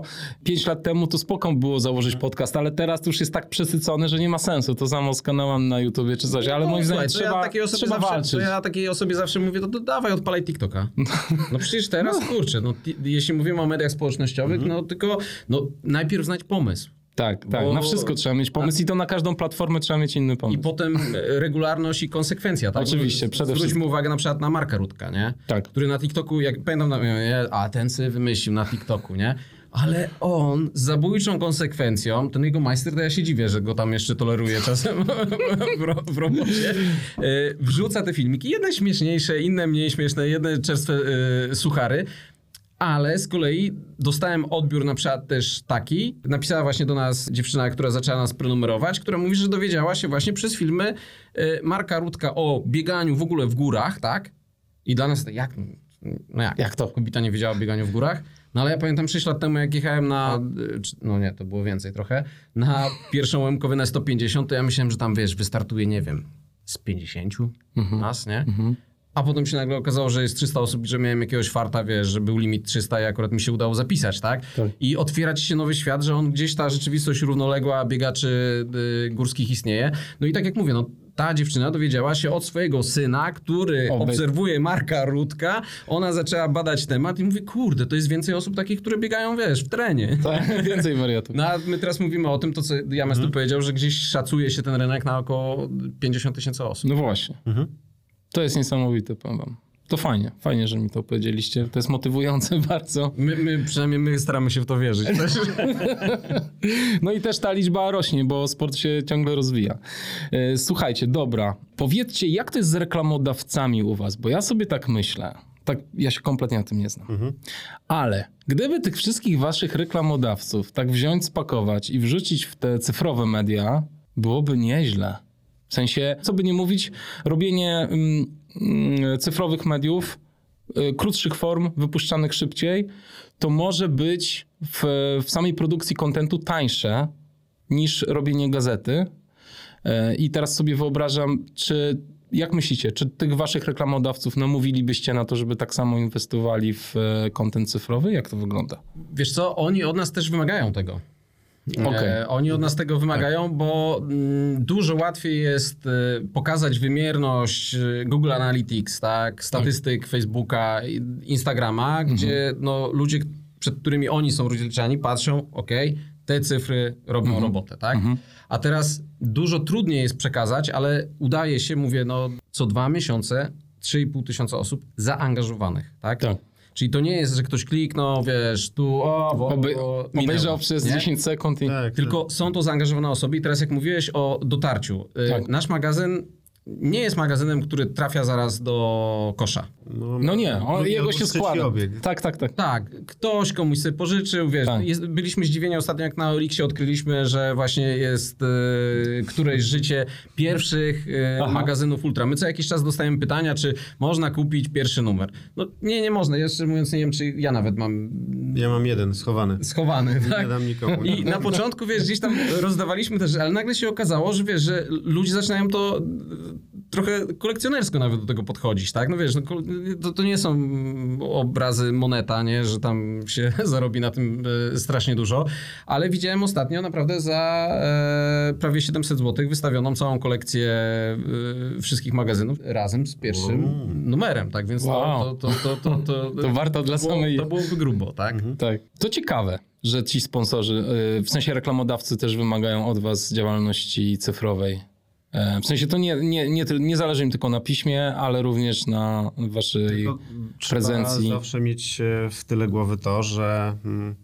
5 lat temu to spoko było założyć podcast, ale teraz to już jest tak przesycony, że nie ma sensu. To samo z kanałem na YouTubie czy coś, ale moim zdaniem trzeba walczyć. To ja takiej osobie zawsze mówię, to dawaj, odpalaj TikToka. No przecież teraz, kurczę, no jeśli mówimy o mediach społecznościowych, no tylko najpierw znać pomysł. Tak, na wszystko trzeba mieć pomysł i to na każdą platformę trzeba mieć inny pomysł. I potem regularność i konsekwencja. Tak? Oczywiście, przede wszystkim. Zwróćmy uwagę na przykład na Marka Rutka, nie? Tak. Który na TikToku, jak pamiętam, ten sobie wymyślił na TikToku, nie? Ale on z zabójczą konsekwencją, ten jego majster, to ja się dziwię, że go tam jeszcze toleruje czasem w robocie, wrzuca te filmiki, jedne śmieszniejsze, inne mniej śmieszne, jedne czerstwe suchary. Ale z kolei dostałem odbiór na przykład też taki. Napisała właśnie do nas dziewczyna, która zaczęła nas prenumerować, która mówi, że dowiedziała się właśnie przez filmy Marka Rutka o bieganiu w ogóle w górach, tak? I dla nas jak to? Kobieta nie wiedziała o bieganiu w górach? No ale ja pamiętam 6 lat temu, jak jechałem to było więcej trochę, na pierwszą Łemkowynę 150, to ja myślałem, że tam, wystartuje, nie wiem, z 50 nas, nie? A potem się nagle okazało, że jest 300 osób, że miałem jakiegoś farta, że był limit 300 i akurat mi się udało zapisać, tak? I otwiera ci się nowy świat, że gdzieś ta rzeczywistość równoległa biegaczy górskich istnieje. No i tak jak mówię, ta dziewczyna dowiedziała się od swojego syna, który obserwuje Marka Rutka. Ona zaczęła badać temat i mówi, kurde, to jest więcej osób takich, które biegają, w terenie. Tak, więcej wariatów. No a my teraz mówimy o tym, to co James tu powiedział, że gdzieś szacuje się ten rynek na około 50 000 osób. No właśnie. To jest niesamowite, powiem wam. To fajnie, że mi to powiedzieliście. To jest motywujące bardzo. Przynajmniej my staramy się w to wierzyć. No i też ta liczba rośnie, bo sport się ciągle rozwija. Słuchajcie, dobra. Powiedzcie, jak to jest z reklamodawcami u was? Bo ja sobie tak myślę. Tak, ja się kompletnie na tym nie znam. Ale gdyby tych wszystkich waszych reklamodawców tak wziąć, spakować i wrzucić w te cyfrowe media, byłoby nieźle. W sensie, co by nie mówić, robienie cyfrowych mediów, krótszych form, wypuszczanych szybciej, to może być w samej produkcji kontentu tańsze niż robienie gazety. I teraz sobie wyobrażam, jak myślicie, czy tych waszych reklamodawców namówilibyście na to, żeby tak samo inwestowali w content cyfrowy? Jak to wygląda? Wiesz co, oni od nas też wymagają tego. Okay. Oni od nas tego wymagają, bo dużo łatwiej jest pokazać wymierność Google Analytics, tak, statystyk Facebooka, Instagrama, gdzie no, ludzie, przed którymi oni są rozliczani, patrzą, te cyfry robią robotę, tak? A teraz dużo trudniej jest przekazać, ale udaje się, mówię, no co 2 miesiące 3,5 tysiąca osób zaangażowanych, tak? Czyli to nie jest, że ktoś kliknął, wiesz, tu, obejrzał przez 10 sekund i... Tylko są to zaangażowane osoby i teraz jak mówiłeś o dotarciu, nasz magazyn nie jest magazynem, który trafia zaraz do kosza. No nie, jego się składa. Tak, ktoś komuś sobie pożyczył, wiesz, byliśmy zdziwieni ostatnio, jak na Olixie odkryliśmy, że właśnie jest któreś życie pierwszych magazynów Ultra. My co jakiś czas dostajemy pytania, czy można kupić pierwszy numer. No nie można, ja szczerze mówiąc nie wiem, czy ja nawet mam... Ja mam jeden, schowany. Tak? Nie dam nikomu. I na początku, wiesz, gdzieś tam rozdawaliśmy też, ale nagle się okazało, że wiesz, że ludzie zaczynają to trochę kolekcjonersko nawet do tego podchodzić, tak? No wiesz, to nie są obrazy Moneta, nie? Że tam się zarobi na tym strasznie dużo, ale widziałem ostatnio naprawdę za prawie 700 zł wystawioną całą kolekcję wszystkich magazynów razem z pierwszym numerem, tak? Więc to warto dla samej... To byłoby grubo, tak? Tak. To ciekawe, że ci sponsorzy, w sensie reklamodawcy też wymagają od was działalności cyfrowej. W sensie to nie zależy im tylko na piśmie, ale również na waszej prezencji. Trzeba zawsze mieć w tyle głowy to, że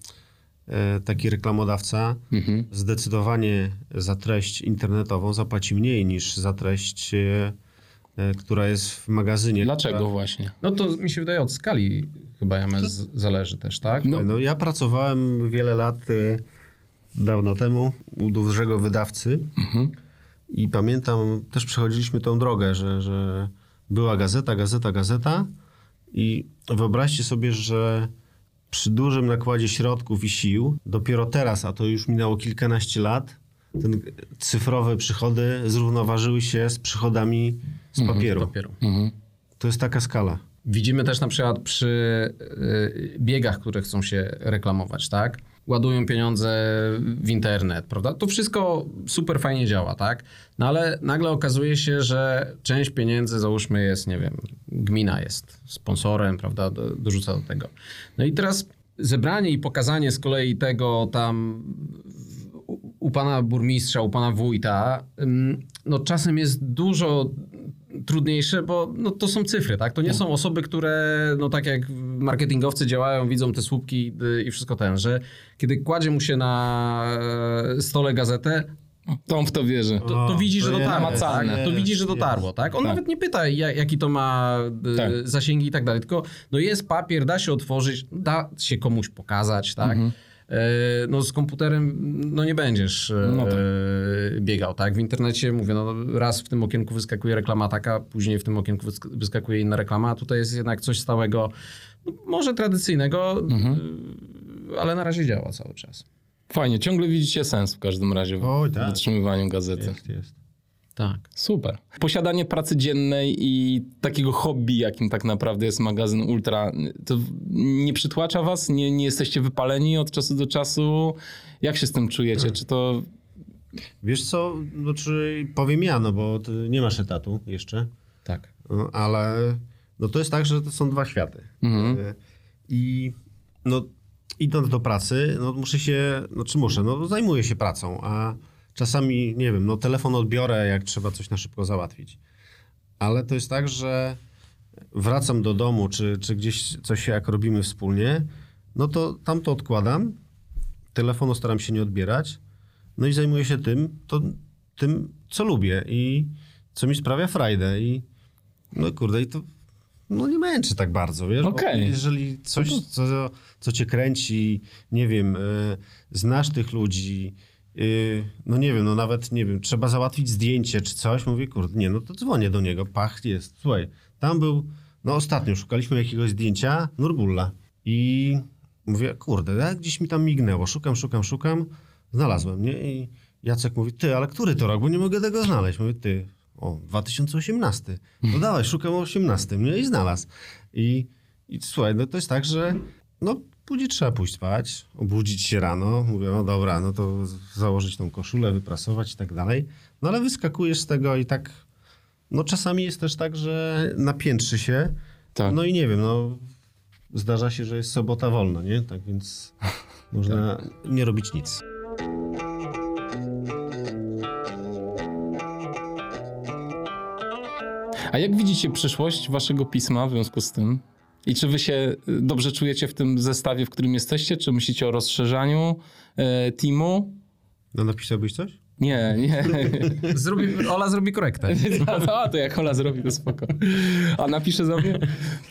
taki reklamodawca zdecydowanie za treść internetową zapłaci mniej niż za treść, która jest w magazynie. Dlaczego właśnie? No to mi się wydaje od skali chyba zależy też, tak? No ja pracowałem wiele lat dawno temu u dużego wydawcy. I pamiętam, też przechodziliśmy tą drogę, że była gazeta i wyobraźcie sobie, że przy dużym nakładzie środków i sił, dopiero teraz, a to już minęło kilkanaście lat, cyfrowe przychody zrównoważyły się z przychodami z papieru. To jest taka skala. Widzimy też na przykład przy biegach, które chcą się reklamować, tak? Ładują pieniądze w internet, prawda? To wszystko super fajnie działa, tak? No ale nagle okazuje się, że część pieniędzy, załóżmy jest, nie wiem, gmina jest sponsorem, prawda? Dorzuca do tego. No i teraz zebranie i pokazanie z kolei tego tam u pana burmistrza, u pana wójta, no czasem jest dużo trudniejsze, bo no, to są cyfry, tak? To nie są osoby, które, no tak jak marketingowcy działają, widzą te słupki i wszystko że kiedy kładzie mu się na stole gazetę, to on w to wierzy. To widzi, że dotarło. Tak? To widzi, że dotarło, tak? On nawet nie pyta, jaki to ma zasięgi i tak dalej, tylko no jest papier, da się otworzyć, da się komuś pokazać, tak? No z komputerem no nie będziesz biegał, tak? W internecie mówię, no raz w tym okienku wyskakuje reklama taka, później w tym okienku wyskakuje inna reklama, a tutaj jest jednak coś stałego, no, może tradycyjnego, ale na razie działa cały czas. Fajnie, ciągle widzicie sens w każdym razie w utrzymywaniu gazety. Jest. Tak. Super. Posiadanie pracy dziennej i takiego hobby, jakim tak naprawdę jest magazyn Ultra, to nie przytłacza was? Nie jesteście wypaleni od czasu do czasu? Jak się z tym czujecie? Czy to... Wiesz co, powiem ja, no bo nie masz etatu jeszcze. Tak. Ale no to jest tak, że to są dwa światy. I no idąc do pracy, no zajmuję się pracą, a czasami, nie wiem, no telefon odbiorę, jak trzeba coś na szybko załatwić. Ale to jest tak, że wracam do domu, czy gdzieś coś jak robimy wspólnie, no to tam to odkładam, telefonu staram się nie odbierać, no i zajmuję się tym, co lubię i co mi sprawia frajdę i no kurde, i to nie męczy tak bardzo, wiesz? Okej. Bo jeżeli coś, co cię kręci, nie wiem, znasz tych ludzi, no nie wiem, no nawet, nie wiem, trzeba załatwić zdjęcie czy coś, mówię, kurde, nie, no to dzwonię do niego, jest, słuchaj, tam był, no ostatnio szukaliśmy jakiegoś zdjęcia Nurbulla i mówię, kurde, gdzieś mi tam mignęło, szukam, znalazłem, nie? I Jacek mówi, ty, ale który to rok, bo nie mogę tego znaleźć. Mówię, 2018. No dawaj, szukam o 18, nie? I znalazł. I słuchaj, no to jest tak, że no później trzeba pójść spać, obudzić się rano, mówię, no dobra, no to założyć tą koszulę, wyprasować i tak dalej. No ale wyskakujesz z tego i tak, no czasami jest też tak, że napiętrzy się, Tak. no i nie wiem, no zdarza się, że jest sobota wolna, nie? Tak więc można nie robić nic. A jak widzicie przyszłość waszego pisma w związku z tym? I czy wy się dobrze czujecie w tym zestawie, w którym jesteście? Czy myślicie o rozszerzaniu teamu? No napisałbyś coś? Nie. Ola zrobi korektę. To jak Ola zrobi, to spoko. A napisze sobie?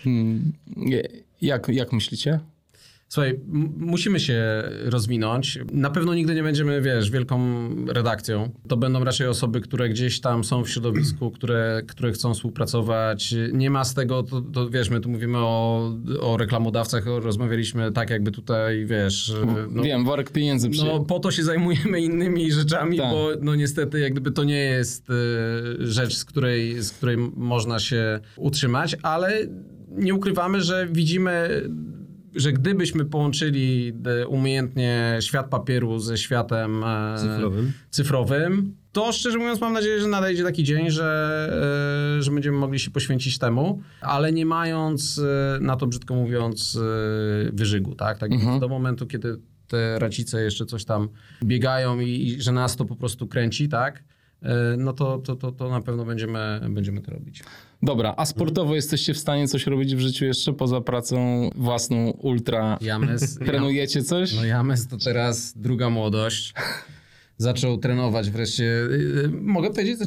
Jak myślicie? Słuchaj, musimy się rozwinąć. Na pewno nigdy nie będziemy, wielką redakcją. To będą raczej osoby, które gdzieś tam są w środowisku, które chcą współpracować. Nie ma z tego, to wiesz, my tu mówimy o reklamodawcach, rozmawialiśmy tak jakby tutaj, wiesz... No, wiem, worek pieniędzy No po to się zajmujemy innymi rzeczami, tak. bo no niestety jak gdyby to nie jest rzecz, z której można się utrzymać, ale nie ukrywamy, że widzimy... że gdybyśmy połączyli umiejętnie świat papieru ze światem cyfrowym, to szczerze mówiąc mam nadzieję, że nadejdzie taki dzień, że będziemy mogli się poświęcić temu, ale nie mając na to, brzydko mówiąc, wyżygu, tak? Do momentu, kiedy te racice jeszcze coś tam biegają i że nas to po prostu kręci, tak? No to na pewno będziemy to robić. Dobra, a sportowo jesteście w stanie coś robić w życiu jeszcze poza pracą własną ultra? Trenujecie coś? No James to teraz druga młodość. Zaczął trenować wreszcie. Mogę powiedzieć,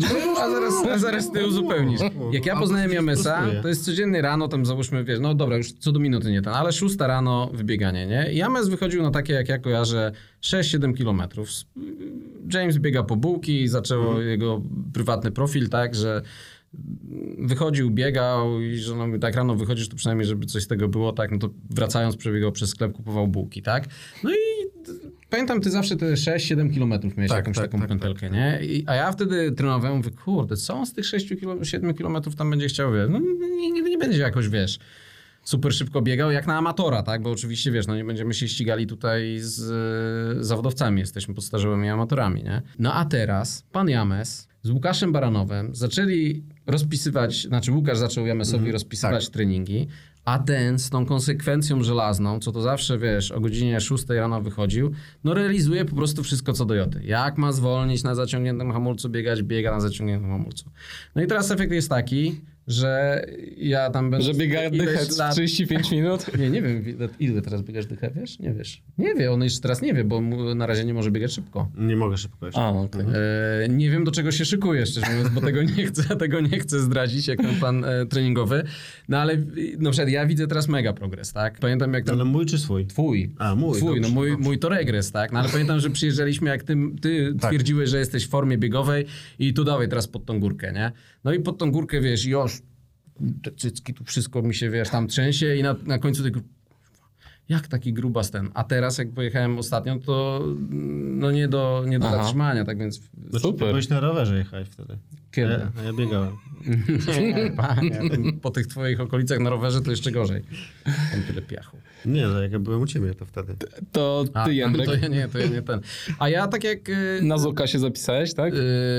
a zaraz ty uzupełnisz. Jak ja poznałem Jamesa, to jest codziennie rano, tam załóżmy, wiesz, no dobra, już co do minuty nie ten, ale 6 rano wybieganie, nie? I James wychodził na takie, jak ja kojarzę, 6-7 kilometrów. James biega po bułki, zaczął jego prywatny profil, tak, że wychodził, biegał i że no, tak rano wychodzisz, to przynajmniej, żeby coś z tego było, tak, no to wracając przebiegał przez sklep, kupował bułki, tak? No i pamiętam, ty zawsze te 6-7 kilometrów miałeś jakąś taką pętelkę, nie? A ja wtedy trenowałem, mówię, kurde, co on z tych 6-7 kilometrów tam będzie chciał, wiesz? No nigdy nie będzie jakoś, wiesz, super szybko biegał, jak na amatora, tak? Bo oczywiście, wiesz, no nie będziemy się ścigali tutaj z zawodowcami, jesteśmy podstarzałymi amatorami, nie? No a teraz pan James z Łukaszem Baranowem zaczęli rozpisywać, znaczy Łukasz zaczął Jamesowi rozpisywać treningi, a ten z tą konsekwencją żelazną, co to zawsze, wiesz, o godzinie 6 rano wychodził, no realizuje po prostu wszystko co do joty. Jak ma zwolnić na zaciągniętym hamulcu, biega na zaciągniętym hamulcu. No i teraz efekt jest taki, że ja tam będę... Że biega dychę 35 minut? Nie wiem, ile teraz biegasz dychę, wiesz? Nie wiesz. Nie wie, on jeszcze teraz nie wie, bo na razie nie może biegać szybko. Nie mogę szybko jeszcze. Okay. Nie wiem, do czego się szykuje, szczerze mówiąc, bo tego nie chcę zdradzić, jak ten plan treningowy. No ale na przykład ja widzę teraz mega progres, tak? Pamiętam jak... Ale mój czy swój? Twój. A, mój. Twój, dobrze, no mój to regres, tak? No ale pamiętam, że przyjeżdżaliśmy, jak ty twierdziłeś, że jesteś w formie biegowej i tu dawaj teraz pod tą górkę, nie? No i pod tą górkę, wiesz, już te cycki, tu wszystko mi się, wiesz, tam trzęsie i na końcu tego... Jak taki grubas ten? A teraz, jak pojechałem ostatnio, to no nie do zatrzymania, tak więc... Super. Byłeś na rowerze jechałeś wtedy. Kiedy? Ja biegałem. Nie, panie, po tych twoich okolicach na rowerze to jeszcze gorzej. Tam tyle piachu. Nie, no jak ja byłem u ciebie, to wtedy. To ty, Jędrek. To ja nie ten. A ja tak jak... Na Zuka się zapisałeś, tak?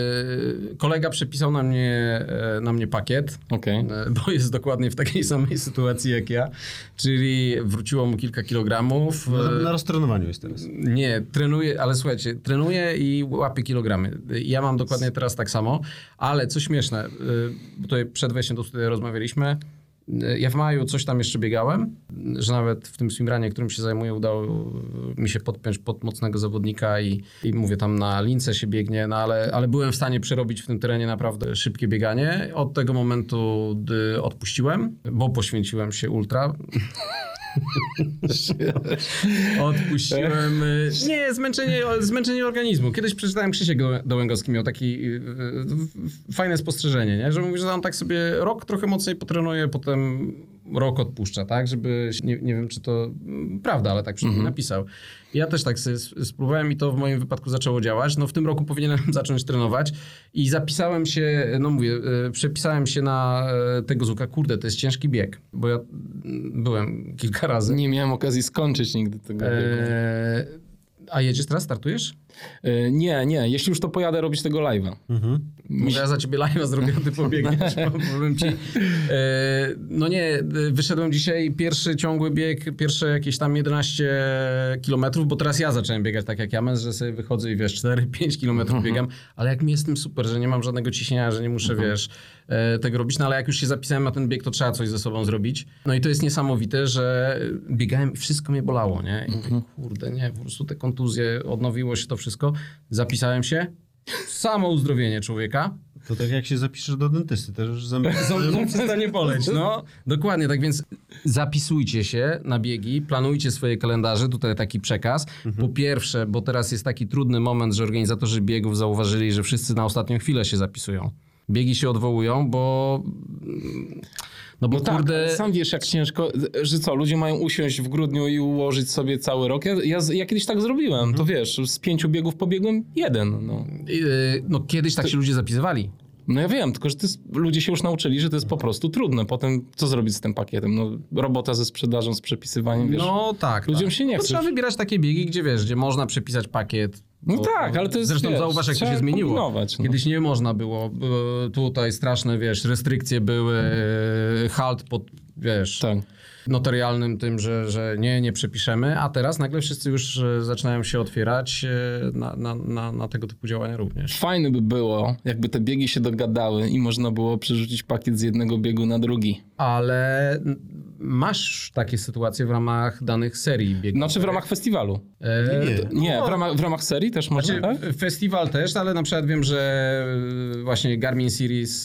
Kolega przepisał na mnie pakiet, bo jest dokładnie w takiej samej sytuacji jak ja, czyli wróciło mu kilka kilogramów. Na roztrenowaniu jest teraz. Nie, trenuję, ale słuchajcie, trenuję i łapię kilogramy. Ja mam dokładnie teraz tak samo, ale co śmieszne, bo tutaj przed wejściem do studia rozmawialiśmy, Ja w maju coś tam jeszcze biegałem, że nawet w tym swimrunie, którym się zajmuję, udało mi się podpiąć pod mocnego zawodnika i mówię, tam na lince się biegnie, no ale byłem w stanie przerobić w tym terenie naprawdę szybkie bieganie. Od tego momentu odpuściłem, bo poświęciłem się ultra. Odpuściłem. Nie, zmęczenie organizmu. Kiedyś przeczytałem, Krzysiek Dołęgowski miał takie fajne spostrzeżenie, nie? Że mówi, że on tak sobie rok trochę mocniej potrenuje, potem rok odpuszcza, tak? Żeby, nie wiem, czy to prawda, ale tak przynajmniej napisał. I ja też tak sobie spróbowałem i to w moim wypadku zaczęło działać. No w tym roku powinienem zacząć trenować i zapisałem się, no mówię, przepisałem się na tego Zuka. Kurde, to jest ciężki bieg, bo ja byłem kilka razy. Nie miałem okazji skończyć nigdy tego biegu. A jedziesz teraz? Startujesz? Nie. Jeśli już to pojadę robić tego live'a. Może ja za ciebie live'a zrobię, ty pobiegniesz, powiem ci. No nie, wyszedłem dzisiaj pierwszy ciągły bieg, pierwsze jakieś tam 11 kilometrów, bo teraz ja zacząłem biegać tak jak ja, że sobie wychodzę i wiesz, 4-5 kilometrów biegam, ale jak mi jest tym super, że nie mam żadnego ciśnienia, że nie muszę, wiesz, tego robić, no ale jak już się zapisałem na ten bieg, to trzeba coś ze sobą zrobić. No i to jest niesamowite, że biegałem i wszystko mnie bolało, nie? I mówię, kurde, nie, po prostu te kontuzje, odnowiło się to wszystko, zapisałem się, samo uzdrowienie człowieka. To tak jak się zapiszesz do dentysty, też Są przestanie boleć, no. Dokładnie, tak więc zapisujcie się na biegi, planujcie swoje kalendarze, tutaj taki przekaz. Po pierwsze, bo teraz jest taki trudny moment, że organizatorzy biegów zauważyli, że wszyscy na ostatnią chwilę się zapisują. Biegi się odwołują, bo... No bo tak, kurde... sam wiesz jak ciężko, że co, ludzie mają usiąść w grudniu i ułożyć sobie cały rok. Ja kiedyś tak zrobiłem, to wiesz, z 5 biegów pobiegłem 1. No, no kiedyś tak się ludzie zapisywali. no ja wiem, tylko że ludzie się już nauczyli, że to jest po prostu trudne. Potem co zrobić z tym pakietem? No robota ze sprzedażą, z przepisywaniem, wiesz. No tak. Ludziom tak. się nie No, chce. trzeba wybierać takie biegi, gdzie wiesz, gdzie można przepisać pakiet. No tak, ale to jest, Zresztą wiesz, zauważ, jak to trzeba się zmieniło. kombinować, no. Kiedyś nie można było. Tutaj straszne, wiesz, restrykcje były, halt pod, wiesz, Tak. notarialnym tym, że nie przepiszemy, a teraz nagle wszyscy już zaczynają się otwierać na tego typu działania również. Fajne by było, jakby te biegi się dogadały i można było przerzucić pakiet z jednego biegu na drugi. Ale masz takie sytuacje w ramach danych serii biegów. Znaczy w ramach festiwalu. Nie. W ramach serii też można, Znaczy, tak? festiwal też, ale na przykład wiem, że właśnie Garmin Series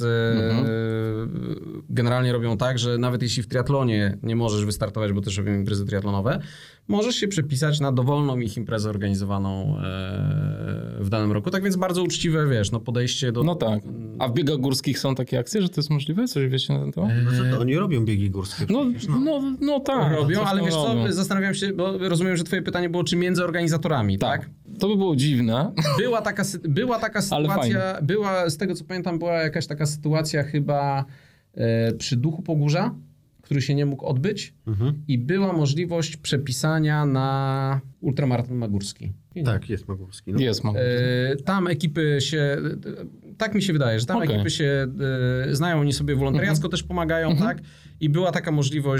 generalnie robią tak, że nawet jeśli w triatlonie nie możesz wystartować, bo też robią imprezy triatlonowe, możesz się przepisać na dowolną ich imprezę organizowaną w danym roku. Tak więc bardzo uczciwe, wiesz, no podejście do... No tak. A w biegach górskich są takie akcje, że to jest możliwe? Coś wiecie na ten temat? No co to, oni robią biegi górskie. No tak. robią, coś ale tam wiesz co, robią. zastanawiam się, bo rozumiem, że twoje pytanie było, czy między organizatorami, tak? To by było dziwne. Była taka Ale sytuacja, z tego co pamiętam, była jakaś taka sytuacja chyba przy Duchu Pogórza, który się nie mógł odbyć i była możliwość przepisania na ultramaraton magórski. Tak, jest Magórski. No. Jest, Tam ekipy się, tak mi się wydaje, że tam ekipy się znają, oni sobie wolontariacko też pomagają, tak? I była taka możliwość,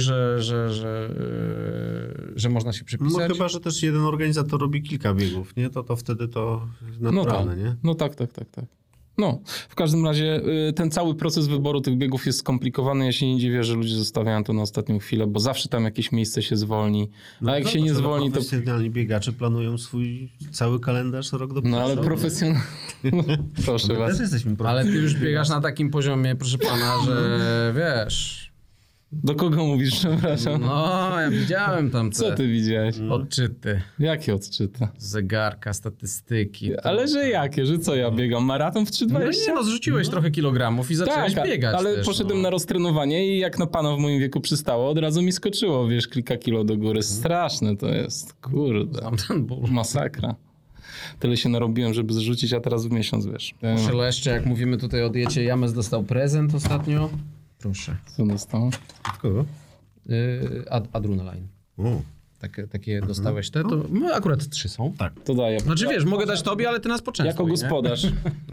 że można się przepisać. No chyba, że też jeden organizator robi kilka biegów, nie? To wtedy to naturalne, nie? No tak. No, w każdym razie ten cały proces wyboru tych biegów jest skomplikowany. Ja się nie dziwię, że ludzie zostawiają to na ostatnią chwilę, bo zawsze tam jakieś miejsce się zwolni. A jak się nie zwolni, to... Profesjonalni biegacze planują swój cały kalendarz rok do przodu. No ale profesjonalnie... Proszę Też was. jesteśmy Ale ty już biegasz na takim poziomie, proszę pana, że wiesz... Do kogo mówisz, przepraszam? No, ja widziałem tam te Co ty widziałeś? odczyty, Jakie odczyty? zegarka, statystyki. Ale że jakie? Że co, ja biegam maraton w 3,20? No nie, no zrzuciłeś trochę kilogramów i zacząłeś biegać ale też, poszedłem na roztrenowanie i jak na pana w moim wieku przystało, od razu mi skoczyło, wiesz, kilka kilo do góry. Straszne to jest, kurde. Tam ten ból. Masakra. Tyle się narobiłem, żeby zrzucić, a teraz w miesiąc, wiesz. Szeleszcze, jak mówimy tutaj o diecie, James dostał prezent ostatnio. Proszę. Co dostał? Od kogo? Adrenaline. O. Takie dostałeś te, to no, akurat 3 są. Tak. To daję. Znaczy wiesz, mogę dać tobie, ale ty nas poczęstuj, Jako nie? gospodarz.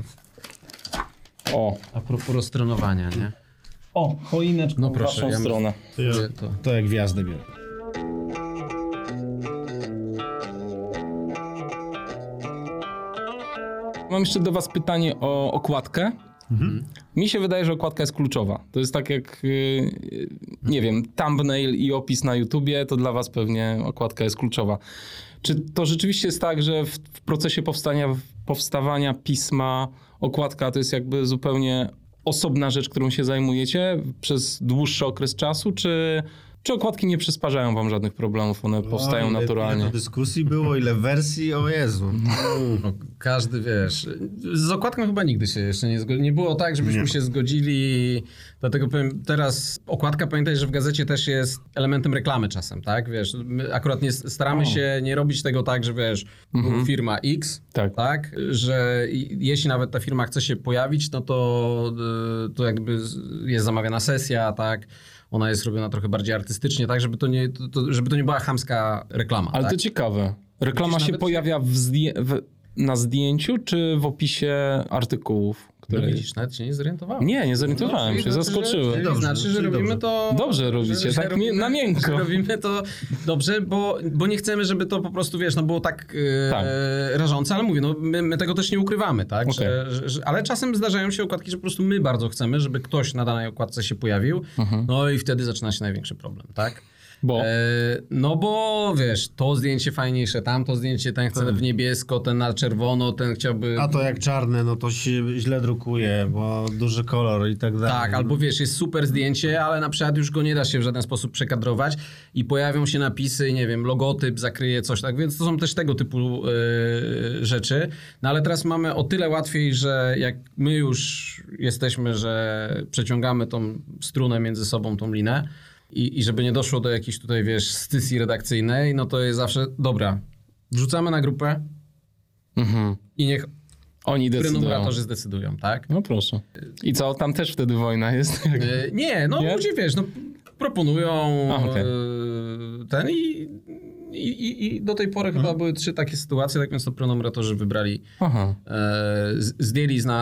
O. A propos roztrenowania, nie? O, choineczka No w proszę, waszą ja stronę. To jak gwiazdę biorę. Mam jeszcze do was pytanie o okładkę. Mi się wydaje, że okładka jest kluczowa. To jest tak jak, nie wiem, thumbnail i opis na YouTubie, to dla was pewnie okładka jest kluczowa. Czy to rzeczywiście jest tak, że w procesie powstawania pisma okładka to jest jakby zupełnie osobna rzecz, którą się zajmujecie przez dłuższy okres czasu, czy okładki nie przysparzają wam żadnych problemów, one powstają naturalnie? Ile to dyskusji było, ile wersji, o Jezu. No, każdy, wiesz, z okładką chyba nigdy się jeszcze nie zgodzili. Nie było tak, żebyśmy się zgodzili, dlatego powiem, teraz okładka, pamiętaj, że w gazecie też jest elementem reklamy czasem, tak? Wiesz, my akurat staramy się nie robić tego tak, że wiesz, firma X, tak? Że jeśli nawet ta firma chce się pojawić, no to jakby jest zamawiana sesja, tak? Ona jest robiona trochę bardziej artystycznie, tak, żeby to nie była chamska reklama. Ale tak? to ciekawe. Reklama się pojawia na zdjęciu, czy w opisie artykułów? No widzisz, nawet się nie zorientowałem. Nie zorientowałem się, zaskoczyłem. To znaczy, że robimy to... Dobrze robicie, tak na miękko. Że robimy to dobrze, bo nie chcemy, żeby to po prostu, wiesz, no było tak, rażące, ale mówię, no my tego też nie ukrywamy, tak? Okay. Ale czasem zdarzają się okładki, że po prostu my bardzo chcemy, żeby ktoś na danej okładce się pojawił, no i wtedy zaczyna się największy problem, tak? Bo? No bo wiesz, to zdjęcie fajniejsze, tamto zdjęcie, ten chce w niebiesko, ten na czerwono, ten chciałby... A to jak czarne, no to się źle drukuje, bo duży kolor i tak dalej. Tak, albo wiesz, jest super zdjęcie, ale na przykład już go nie da się w żaden sposób przekadrować i pojawią się napisy, nie wiem, logotyp zakryje coś, tak, więc to są też tego typu rzeczy. No ale teraz mamy o tyle łatwiej, że jak my już jesteśmy, że przeciągamy tą strunę między sobą, tą linę, i żeby nie doszło do jakiejś tutaj, wiesz, scysji redakcyjnej, no to jest zawsze, dobra, wrzucamy na grupę i niech oni prenumeratorzy zdecydują, tak? No proszę. I co, tam też wtedy wojna jest? Nie, no ludzie, wiesz, no proponują ten i do tej pory chyba były 3 takie sytuacje, tak więc to prenumeratorzy wybrali, zdjęli z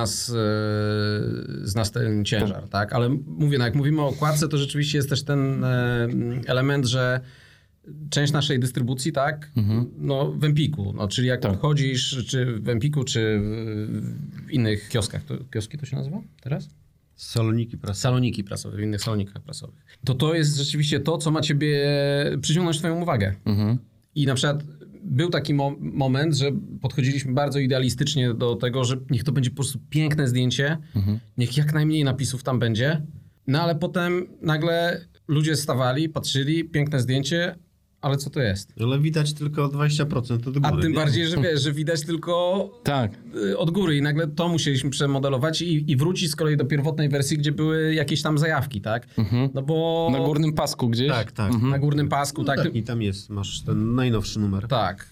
nas ten ciężar, tak? Ale mówię, no jak mówimy o okładce, to rzeczywiście jest też ten element, że część naszej dystrybucji, tak, no w Empiku, no czyli jak chodzisz, czy w Empiku, czy w innych kioskach, kioski to się nazywa teraz? Saloniki prasowe, w innych salonikach prasowych. To jest rzeczywiście to, co ma ciebie przyciągnąć twoją uwagę. I na przykład był taki moment, że podchodziliśmy bardzo idealistycznie do tego, że niech to będzie po prostu piękne zdjęcie, niech jak najmniej napisów tam będzie, no ale potem nagle ludzie stawali, patrzyli, piękne zdjęcie, ale co to jest? Ale widać tylko 20% od góry. A tym bardziej, że wiesz, że widać tylko od góry i nagle to musieliśmy przemodelować i wrócić z kolei do pierwotnej wersji, gdzie były jakieś tam zajawki, tak? No bo... Na górnym pasku gdzieś? Tak. Na górnym pasku, tak. I tam jest, masz ten najnowszy numer. Tak.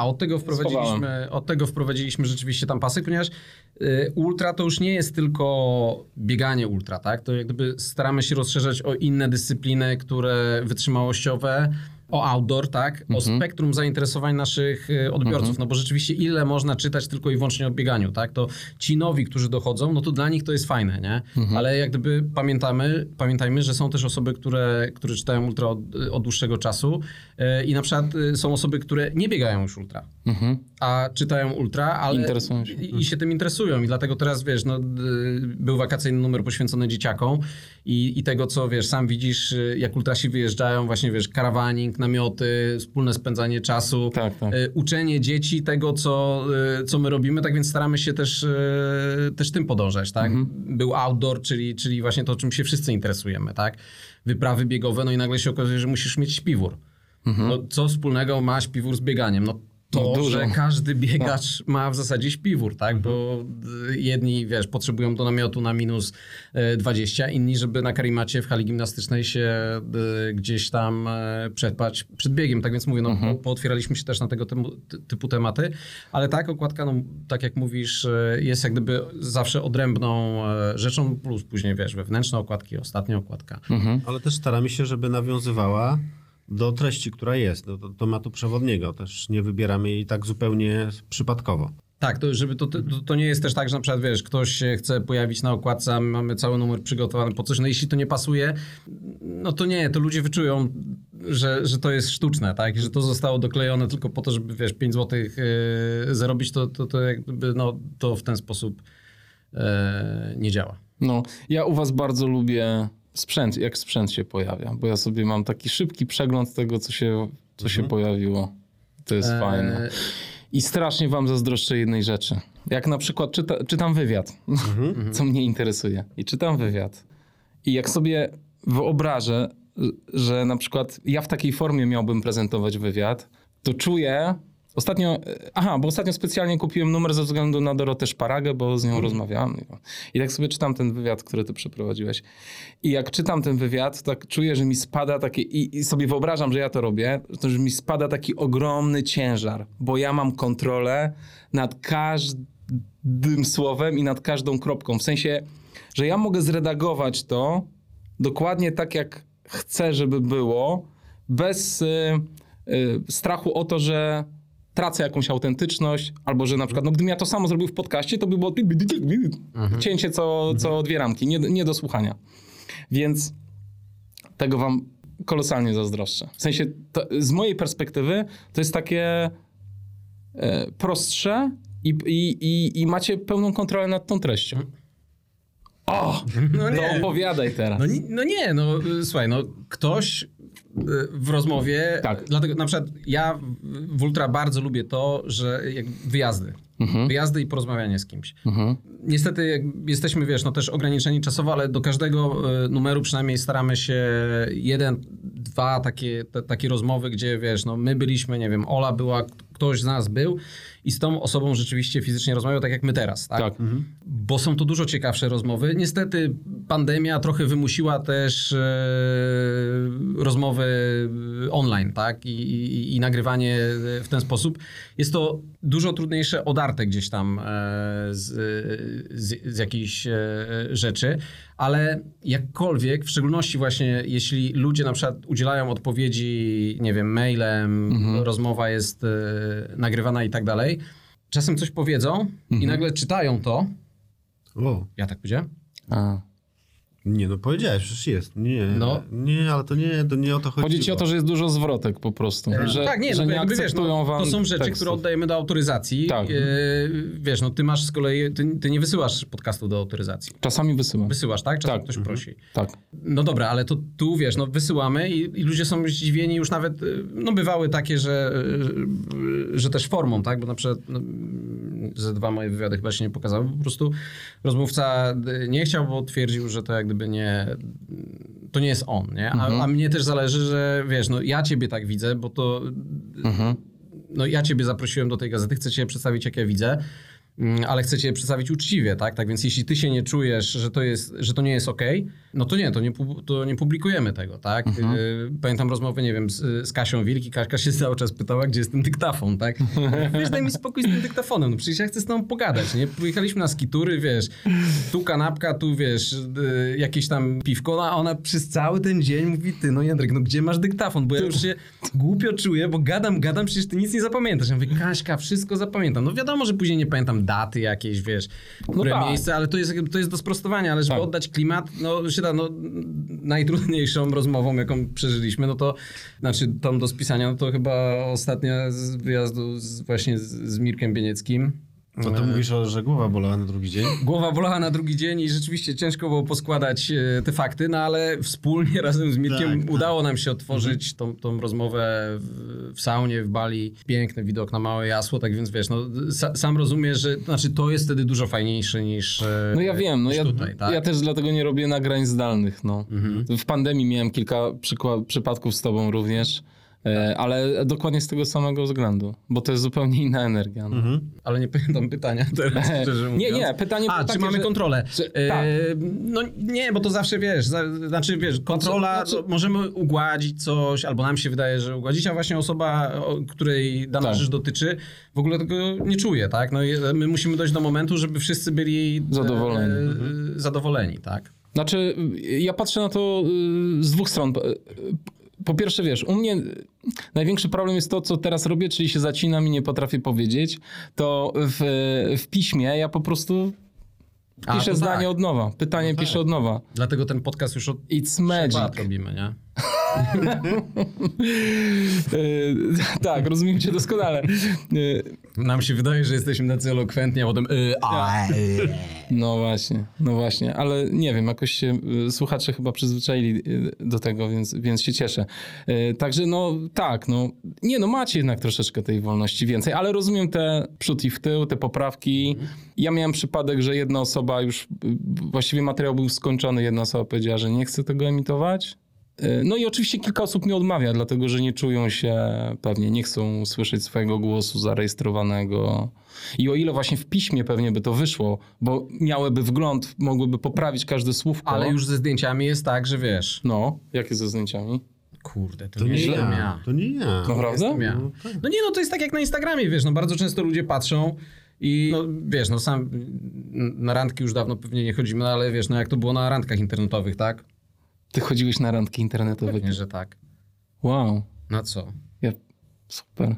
Od tego wprowadziliśmy rzeczywiście tam pasek, ponieważ ultra to już nie jest tylko bieganie ultra, tak? To jak gdyby staramy się rozszerzać o inne dyscypliny, które wytrzymałościowe, o outdoor, tak? O spektrum zainteresowań naszych odbiorców, no bo rzeczywiście ile można czytać tylko i wyłącznie o bieganiu, tak? To ci nowi, którzy dochodzą, no to dla nich to jest fajne, nie? Ale jak gdyby pamiętajmy, że są też osoby, które czytają ultra od dłuższego czasu i na przykład są osoby, które nie biegają już ultra, a czytają ultra, ale interesują się. I się tym interesują i dlatego teraz, wiesz, no, był wakacyjny numer poświęcony dzieciakom i tego, co, wiesz, sam widzisz, jak ultrasi wyjeżdżają, właśnie, wiesz, karawaning, namioty, wspólne spędzanie czasu, uczenie dzieci tego, co my robimy, tak więc staramy się też tym podążać, tak? Był outdoor, czyli właśnie to, czym się wszyscy interesujemy, tak? Wyprawy biegowe, no i nagle się okazuje, że musisz mieć śpiwór. No, co wspólnego ma śpiwór z bieganiem? No to, że każdy biegacz ma w zasadzie śpiwór, tak? Bo jedni, wiesz, potrzebują do namiotu na minus 20, inni, żeby na karimacie w hali gimnastycznej się gdzieś tam przetrwać przed biegiem. Tak więc mówię, no pootwieraliśmy się też na tego typu tematy, ale tak, okładka, no tak jak mówisz, jest jak gdyby zawsze odrębną rzeczą, plus później, wiesz, wewnętrzne okładki, ostatnia okładka. Ale też staramy się, żeby nawiązywała do treści, która jest, do tematu przewodniego. Też nie wybieramy jej tak zupełnie przypadkowo. Tak, to żeby to nie jest też tak, że na przykład, wiesz, ktoś się chce pojawić na okładce, a my mamy cały numer przygotowany po coś, no jeśli to nie pasuje, no to nie, to ludzie wyczują, że to jest sztuczne, tak, że to zostało doklejone tylko po to, żeby, wiesz, 5 zł zarobić, to jakby, no, to w ten sposób nie działa. No, ja u was bardzo lubię sprzęt, jak sprzęt się pojawia, bo ja sobie mam taki szybki przegląd tego, co się pojawiło. To jest fajne. I strasznie wam zazdroszczę jednej rzeczy. Jak na przykład czytam wywiad, co mnie interesuje. I czytam wywiad. I jak sobie wyobrażę, że na przykład ja w takiej formie miałbym prezentować wywiad, to czuję... Bo ostatnio specjalnie kupiłem numer ze względu na Dorotę Szparagę, bo z nią rozmawiałem. I tak sobie czytam ten wywiad, który ty przeprowadziłeś. I jak czytam ten wywiad, tak czuję, że mi spada takie... I sobie wyobrażam, że ja to robię, to że mi spada taki ogromny ciężar, bo ja mam kontrolę nad każdym słowem i nad każdą kropką. W sensie, że ja mogę zredagować to dokładnie tak, jak chcę, żeby było, bez strachu o to, że tracę jakąś autentyczność, albo że na przykład, gdybym ja to samo zrobił w podcaście, to by było cięcie co 2 ramki, nie do słuchania. Więc tego wam kolosalnie zazdroszczę. W sensie, z mojej perspektywy, to jest takie prostsze i macie pełną kontrolę nad tą treścią. No nie. Opowiadaj teraz. Słuchaj, ktoś w rozmowie, dlatego na przykład ja w Ultra bardzo lubię to, że wyjazdy i porozmawianie z kimś. Niestety jesteśmy, też ograniczeni czasowo, ale do każdego numeru przynajmniej staramy się 1, 2 takie rozmowy, gdzie my byliśmy, nie wiem, Ola była, ktoś z nas był i z tą osobą rzeczywiście fizycznie rozmawiał, tak jak my teraz, tak? Bo są to dużo ciekawsze rozmowy. Niestety pandemia trochę wymusiła też rozmowy online, tak? I nagrywanie w ten sposób. Jest to dużo trudniejsze, odarte gdzieś tam z jakichś rzeczy, ale jakkolwiek, w szczególności właśnie jeśli ludzie na przykład udzielają odpowiedzi, nie wiem, mailem, rozmowa jest nagrywana i tak dalej, czasem coś powiedzą i nagle czytają to. Ja tak powiedziałem? Nie, powiedziałeś, przecież jest. Nie, ale to nie o to chodzi. Chodzi ci o to, że jest dużo zwrotek po prostu. Że nie akceptują wam to są rzeczy, tekstów, które oddajemy do autoryzacji. Tak. Ty masz z kolei, ty nie wysyłasz podcastu do autoryzacji. Czasami wysyłam. Wysyłasz, tak? Czasem ktoś prosi. Tak. No dobra, ale to tu wysyłamy i ludzie są zdziwieni już nawet, bywały takie, że też formą, tak? Bo na przykład ze 2 moje wywiady chyba się nie pokazały. Po prostu rozmówca nie chciał, bo twierdził, że to jak gdyby to nie jest on, nie? A mnie też zależy, że ja ciebie tak widzę, bo to ja ciebie zaprosiłem do tej gazety, chcę cię przedstawić, jak ja widzę, ale chcę cię przedstawić uczciwie, tak? Tak więc jeśli ty się nie czujesz, że to nie jest okej, to nie publikujemy tego, tak? Pamiętam rozmowę, nie wiem, z Kasią Wilk i Kaśka się cały czas pytała, gdzie jest ten dyktafon, tak? Daj mi spokój z tym dyktafonem, no przecież ja chcę z tobą pogadać, nie? Pojechaliśmy na skitury, tu kanapka, tu jakieś tam piwko, a ona przez cały ten dzień mówi, Jędrek, gdzie masz dyktafon? Bo ja już się głupio czuję, bo gadam, przecież ty nic nie zapamiętasz. Ja mówię, Kaśka, wszystko zapamiętam. No wiadomo, że później nie pamiętam daty jakieś, miejsce, ale to jest do sprostowania, ale żeby oddać klimat, najtrudniejszą rozmową, jaką przeżyliśmy, tą do spisania, to chyba ostatnia z wyjazdu właśnie z Mirkiem Bienieckim. Co ty mówisz, że głowa bolała na drugi dzień? Głowa bolała na drugi dzień i rzeczywiście ciężko było poskładać te fakty, ale wspólnie razem z Mirkiem udało nam się otworzyć tą rozmowę w saunie w Bali. Piękny widok na Małe Jasło, tak więc sam rozumiesz, że to jest wtedy dużo fajniejsze niż ja wiem, tutaj, tak? Ja też dlatego nie robię nagrań zdalnych, W pandemii miałem kilka przypadków z tobą również. Ale dokładnie z tego samego względu, bo to jest zupełnie inna energia. Ale nie pamiętam pytania teraz, szczerze mówiąc. Nie, pytanie było takie, czy mamy kontrolę? Tak. Nie, bo to zawsze kontrola, możemy ugładzić coś, albo nam się wydaje, że ugładzić, a właśnie osoba, której dana rzecz dotyczy, w ogóle tego nie czuje, tak? My musimy dojść do momentu, żeby wszyscy byli zadowoleni, tak? Znaczy, ja patrzę na to z 2 stron. Po pierwsze, u mnie największy problem jest to, co teraz robię, czyli się zacinam i nie potrafię powiedzieć. To w piśmie ja po prostu piszę zdanie od nowa. Pytanie piszę od nowa. Dlatego ten podcast już od 3 lat robimy, nie? Tak, rozumiem cię doskonale. Nam się wydaje, że jesteśmy tacy elokwentni, a potem No właśnie, ale nie wiem, jakoś się słuchacze chyba przyzwyczaili do tego, więc się cieszę. Także no tak, macie jednak troszeczkę tej wolności więcej, ale rozumiem te przód i w tył, te poprawki. Ja miałem przypadek, że jedna osoba już, właściwie materiał był skończony, jedna osoba powiedziała, że nie chce tego emitować. No i oczywiście kilka osób mi odmawia, dlatego że nie czują się pewnie, nie chcą słyszeć swojego głosu zarejestrowanego. I o ile właśnie w piśmie pewnie by to wyszło, bo miałyby wgląd, mogłyby poprawić każde słówko. ale już ze zdjęciami jest tak, że wiesz. No, jakie ze zdjęciami? Kurde, To nie ja. To nie ja. Naprawdę? No nie, to jest tak jak na Instagramie, wiesz, bardzo często ludzie patrzą i wiesz, sam na randki już dawno pewnie nie chodzimy, ale wiesz, jak to było na randkach internetowych, tak? Ty chodziłeś na randki internetowe? Pewnie, że tak. Wow. Na co? Super.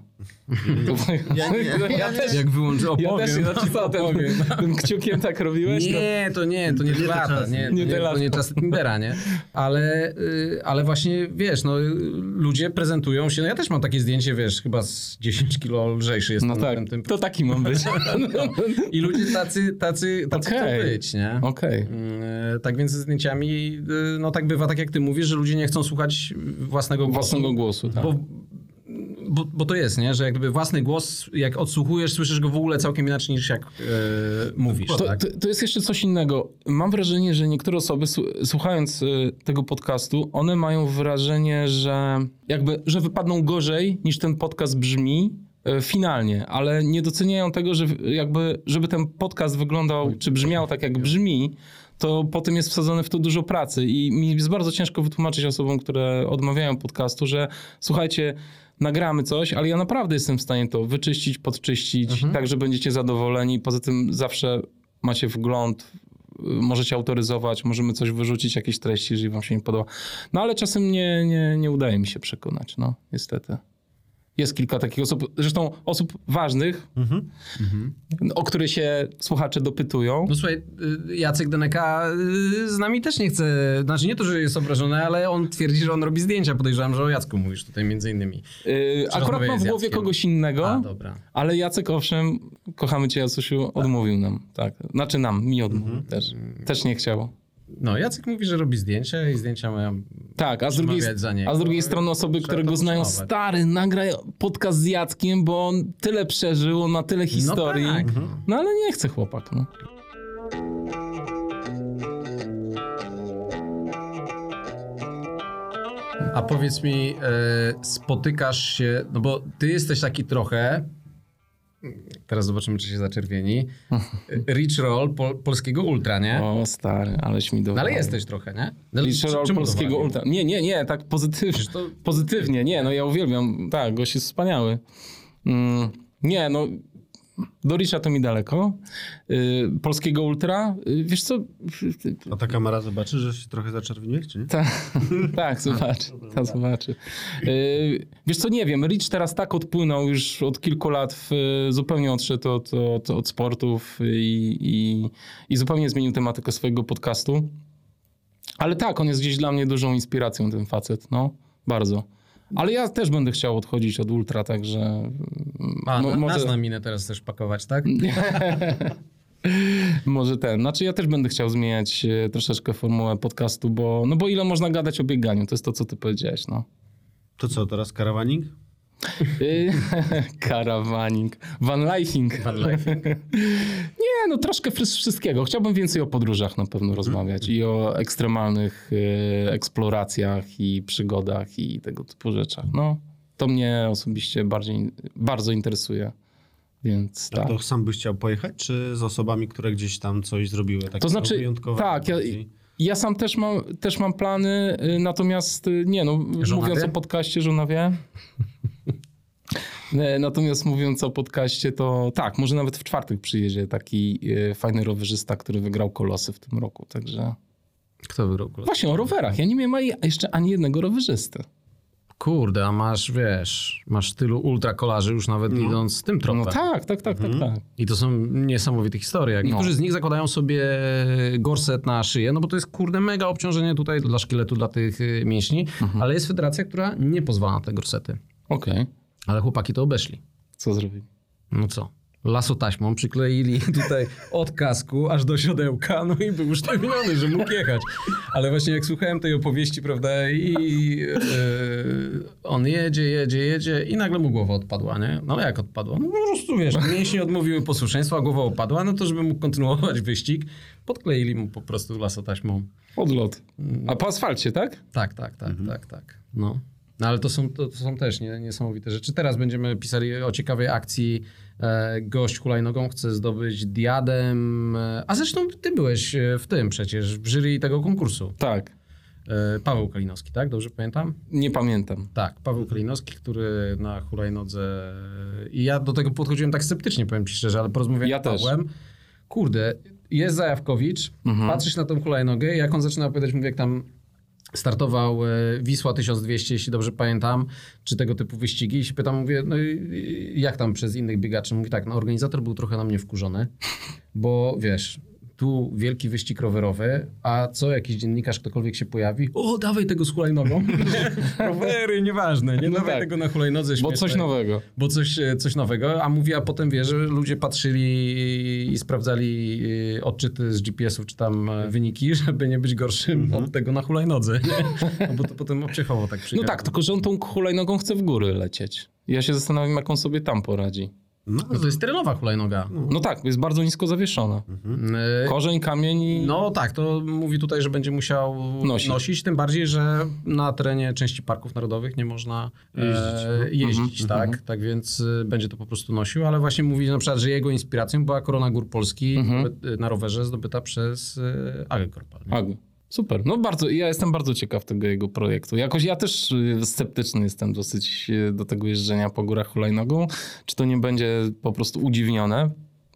Ja też jak wyłączę, tym kciukiem tak robiłeś? To nie te lata, to nie czasy Tindera, nie? Ale właśnie, wiesz, ludzie prezentują się, ja też mam takie zdjęcie, wiesz, chyba z 10 kilo lżejszy jestem. No tak, to taki mam być. I ludzie tacy chcą być, nie? Okej. Tak więc ze zdjęciami, tak bywa, tak jak ty mówisz, że ludzie nie chcą słuchać własnego głosu. Tak. Bo to jest, nie? Że jakby własny głos, jak odsłuchujesz, słyszysz go w ogóle całkiem inaczej niż jak mówisz. To jest jeszcze coś innego. Mam wrażenie, że niektóre osoby słuchając tego podcastu, one mają wrażenie, że wypadną gorzej niż ten podcast brzmi finalnie, ale nie doceniają tego, że żeby ten podcast wyglądał, czy brzmiał tak jak brzmi, to potem jest wsadzone w to dużo pracy i mi jest bardzo ciężko wytłumaczyć osobom, które odmawiają podcastu, że słuchajcie, nagramy coś, ale ja naprawdę jestem w stanie to wyczyścić, podczyścić, tak, że będziecie zadowoleni. Poza tym zawsze macie wgląd, możecie autoryzować, możemy coś wyrzucić, jakieś treści, jeżeli wam się nie podoba. No ale czasem nie udaje mi się przekonać, niestety. Jest kilka takich osób, zresztą osób ważnych, o które się słuchacze dopytują. No słuchaj, Jacek Deneka z nami też nie chce, znaczy nie to, że jest obrażony, ale on twierdzi, że on robi zdjęcia. Podejrzewam, że o Jacku mówisz tutaj między innymi. Akurat mam w głowie kogoś innego, dobra. Ale Jacek, owszem, kochamy cię, Jacusiu, odmówił nam. Tak. Znaczy mi odmówił też. Też nie chciał. No, Jacek mówi, że robi zdjęcia i zdjęcia mają tak, a z drugiej strony osoby, które go znają, stary, nagraj podcast z Jackiem, bo on tyle przeżył, on ma tyle historii. Tak. No ale nie chce chłopak, A powiedz mi, spotykasz się, bo ty jesteś taki trochę, teraz zobaczymy, czy się zaczerwieni, Rich Roll polskiego ultra, nie? O stary, aleś mi dowalił. No ale jesteś trochę, nie? Rich Roll polskiego ultra. Nie, tak pozytywnie. Nie, ja uwielbiam, tak, gość jest wspaniały. Do Richa to mi daleko. Polskiego ultra, wiesz co? A ta kamera zobaczy, że się trochę zaczerwieniłeś, czy nie? Tak, zobaczy. Wiesz co, nie wiem, Rich teraz tak odpłynął już od kilku lat, zupełnie odszedł od sportów i zupełnie zmienił tematykę swojego podcastu. Ale tak, on jest gdzieś dla mnie dużą inspiracją, ten facet, bardzo. Ale ja też będę chciał odchodzić od ultra, także... Może na minę teraz też pakować, tak? Może ja też będę chciał zmieniać troszeczkę formułę podcastu, bo ile można gadać o bieganiu, to jest to, co ty powiedziałeś, To co, teraz karawaning? Karawaning. Vanlifing. Nie, troszkę wszystkiego. Chciałbym więcej o podróżach na pewno rozmawiać i o ekstremalnych eksploracjach i przygodach i tego typu rzeczach. To mnie osobiście bardzo interesuje. Więc tak. A to sam byś chciał pojechać, czy z osobami, które gdzieś tam coś zrobiły? To znaczy, wyjątkowe? Tak, ja sam też mam plany, natomiast mówiąc o podcaście, żona wie. Natomiast mówiąc o podcaście, to tak, może nawet w czwartek przyjedzie taki fajny rowerzysta, który wygrał Kolosy w tym roku, także... Kto wygrał Kolosy? Właśnie o rowerach. Ja nie miałem jeszcze ani jednego rowerzysty. Kurde, a masz, wiesz, masz tylu ultra kolarzy już nawet idąc tym tropem. No tak. I to są niesamowite historie. Niektórzy z nich zakładają sobie gorset na szyję, no bo to jest kurde mega obciążenie tutaj dla szkieletu, dla tych mięśni, ale jest federacja, która nie pozwala na te gorsety. Okej. Ale chłopaki to obeszli. Co zrobili? No co? Lasotaśmą przykleili tutaj od kasku aż do siodełka, no i był usztywniony, że mógł jechać. Ale właśnie jak słuchałem tej opowieści, prawda, i on jedzie i nagle mu głowa odpadła, nie? No ale jak odpadła? No po prostu, wiesz, mięśnie odmówiły posłuszeństwa, głowa opadła, no to żeby mógł kontynuować wyścig, podkleili mu po prostu lasotaśmą. Odlot. A po asfalcie, tak? Tak. No. No ale to są też niesamowite rzeczy. Teraz będziemy pisali o ciekawej akcji. Gość hulajnogą chce zdobyć diadem. A zresztą ty byłeś w tym przecież, w jury tego konkursu. Tak. Paweł Kalinowski, tak? Dobrze pamiętam? Nie pamiętam. Tak, Paweł Kalinowski, który na hulajnodze... I ja do tego podchodziłem tak sceptycznie, powiem ci szczerze, ale porozmawiałem z Pawłem. Kurde, jest Zajawkowicz, patrzysz na tą hulajnogę i jak on zaczyna opowiadać, mówię, jak tam startował Wisła 1200, jeśli dobrze pamiętam, czy tego typu wyścigi. I się pytam, mówię, no jak tam przez innych biegaczy? Mówi tak, no organizator był trochę na mnie wkurzony, bo wiesz, tu wielki wyścig rowerowy, a co jakiś dziennikarz, ktokolwiek się pojawi, o dawaj tego z hulajnogą. Rowery, nieważne, nie dawaj tego na hulajnodze. Bo coś nowego. Bo coś nowego, a mówi, a potem wie, że ludzie patrzyli i sprawdzali odczyty z GPS-ów, czy tam wyniki, żeby nie być gorszym od tego na hulajnodze. No bo to potem obciechowo tak przyjechał. No tak, tylko że on tą hulajnogą chce w góry lecieć. Ja się zastanawiam, jak on sobie tam poradzi. No to jest terenowa hulajnoga. No tak, jest bardzo nisko zawieszona. Korzeń, kamień i... No tak, to mówi tutaj, że będzie musiał nosić, tym bardziej, że na terenie części parków narodowych nie można jeździć, tak? Tak więc będzie to po prostu nosił, ale właśnie mówi na przykład, że jego inspiracją była Korona Gór Polski na rowerze zdobyta przez Agę Korpal. Super, no bardzo, ja jestem bardzo ciekaw tego jego projektu. Jakoś ja też sceptyczny jestem dosyć do tego jeżdżenia po górach hulajnogą. Czy to nie będzie po prostu udziwnione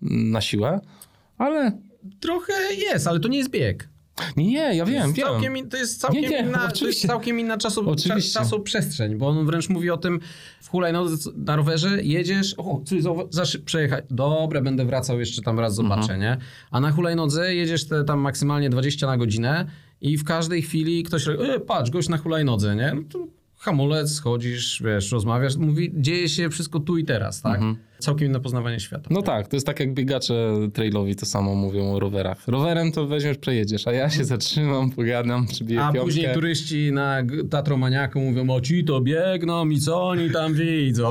na siłę, ale... jest, ale to nie jest bieg. Nie, ja wiem. To jest całkiem inna czasoprzestrzeń, bo on wręcz mówi o tym, w hulajnodze na rowerze jedziesz, przejechać, dobra, będę wracał jeszcze tam raz, zobaczę, nie? A na hulajnodze jedziesz tam maksymalnie 20 na godzinę i w każdej chwili ktoś patrz, gość na hulajnodze, nie? No to hamulec, schodzisz, wiesz, rozmawiasz, mówi, dzieje się wszystko tu i teraz, tak? Całkiem inne poznawanie świata. No tak, to jest tak jak biegacze trailowi to samo mówią o rowerach. Rowerem to weźmiesz, przejedziesz, a ja się zatrzymam, pogadam, przybiję piątkę. A później turyści na Tatromaniaku mówią, o ci to biegną i co oni tam widzą.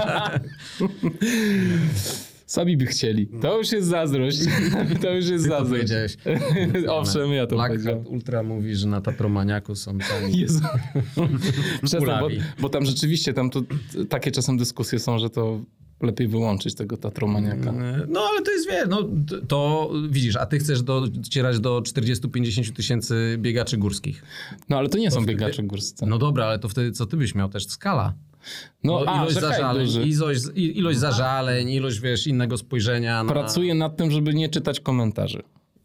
Sami by chcieli. To już jest zazdrość. To już jest zazdrość. Owszem, ja to powiedziałem. Black Hat Ultra mówi, że na Tatromaniaku są sami. Jezu. Przestań, bo tam rzeczywiście takie czasem dyskusje są, że to lepiej wyłączyć tego Tatromaniaka. No ale to jest, to widzisz, a ty chcesz docierać do 40-50 tysięcy biegaczy górskich. No ale to nie są biegacze górscy. No dobra, ale to wtedy co ty byś miał też skala. Ilość zażaleń, ilość, wiesz, innego spojrzenia. Pracuję nad tym, żeby nie czytać komentarzy.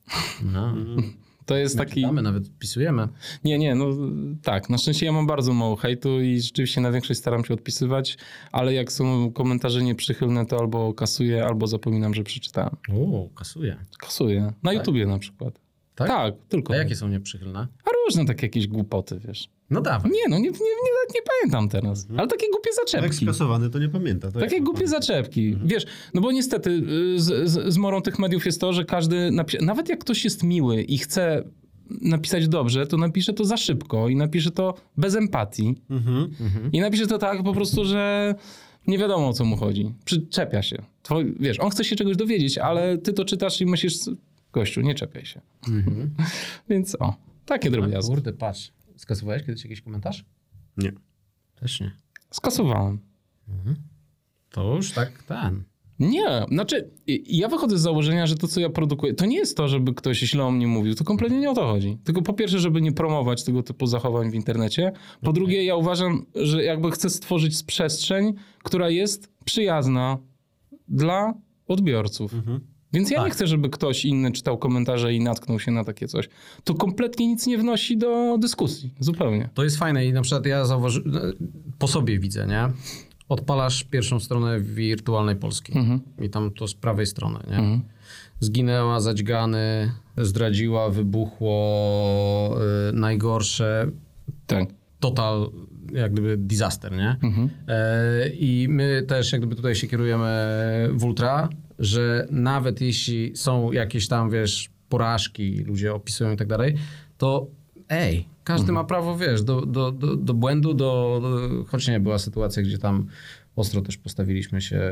To jest taki... Czytamy, nawet wpisujemy. Nie, no tak. Na szczęście ja mam bardzo mało hejtu i rzeczywiście na większość staram się odpisywać, ale jak są komentarze nieprzychylne, to albo kasuję, albo zapominam, że przeczytałem. Kasuję. Kasuję. Na YouTubie na przykład. Tak, tylko. A jakie są nieprzychylne? A różne takie jakieś głupoty, wiesz. No dawaj. Nie pamiętam teraz. Ale takie głupie zaczepki. Jak skasowany, to nie pamięta. To takie głupie zaczepki. Wiesz, no bo niestety zmorą tych mediów jest to, że każdy, nawet jak ktoś jest miły i chce napisać dobrze, to napisze to za szybko i napisze to bez empatii. I napisze to tak po prostu, że nie wiadomo, o co mu chodzi. Przyczepia się. Wiesz, on chce się czegoś dowiedzieć, ale ty to czytasz i myślisz, gościu, nie czepiaj się. Więc takie drobiazgi. Kurde, patrz. Skasowałeś kiedyś jakiś komentarz? Nie. Też nie. Skasowałem. To już tak Nie, znaczy ja wychodzę z założenia, że to, co ja produkuję, to nie jest to, żeby ktoś źle o mnie mówił, to kompletnie nie o to chodzi. Tylko po pierwsze, żeby nie promować tego typu zachowań w internecie. Po drugie, ja uważam, że jakby chcę stworzyć przestrzeń, która jest przyjazna dla odbiorców. Więc ja nie chcę, żeby ktoś inny czytał komentarze i natknął się na takie coś. To kompletnie nic nie wnosi do dyskusji. Zupełnie. To jest fajne i na przykład ja po sobie widzę, nie? Odpalasz pierwszą stronę wirtualnej Polski i tam to z prawej strony, nie? Zginęła, zadźgany, zdradziła, wybuchło, najgorsze. Tak. Total, jak gdyby disaster, nie? I my też jak gdyby tutaj się kierujemy w ultra, że nawet jeśli są jakieś tam, wiesz, porażki, ludzie opisują i tak dalej, to każdy ma prawo, wiesz, do błędu, choć nie, była sytuacja, gdzie tam ostro też postawiliśmy się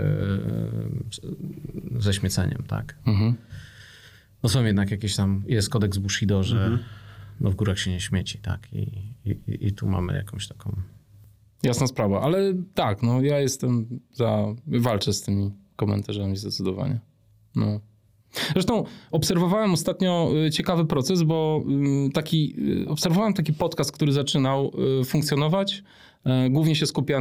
ze śmieceniem, tak? No są jednak jakieś tam, jest kodeks Bushido, że no w górach się nie śmieci, tak? I tu mamy jakąś taką... Jasna sprawa, ale tak, no ja jestem walczę z tymi komentarzami zdecydowanie. No. Zresztą obserwowałem ostatnio ciekawy proces, bo obserwowałem taki podcast, który zaczynał funkcjonować. Głównie się skupia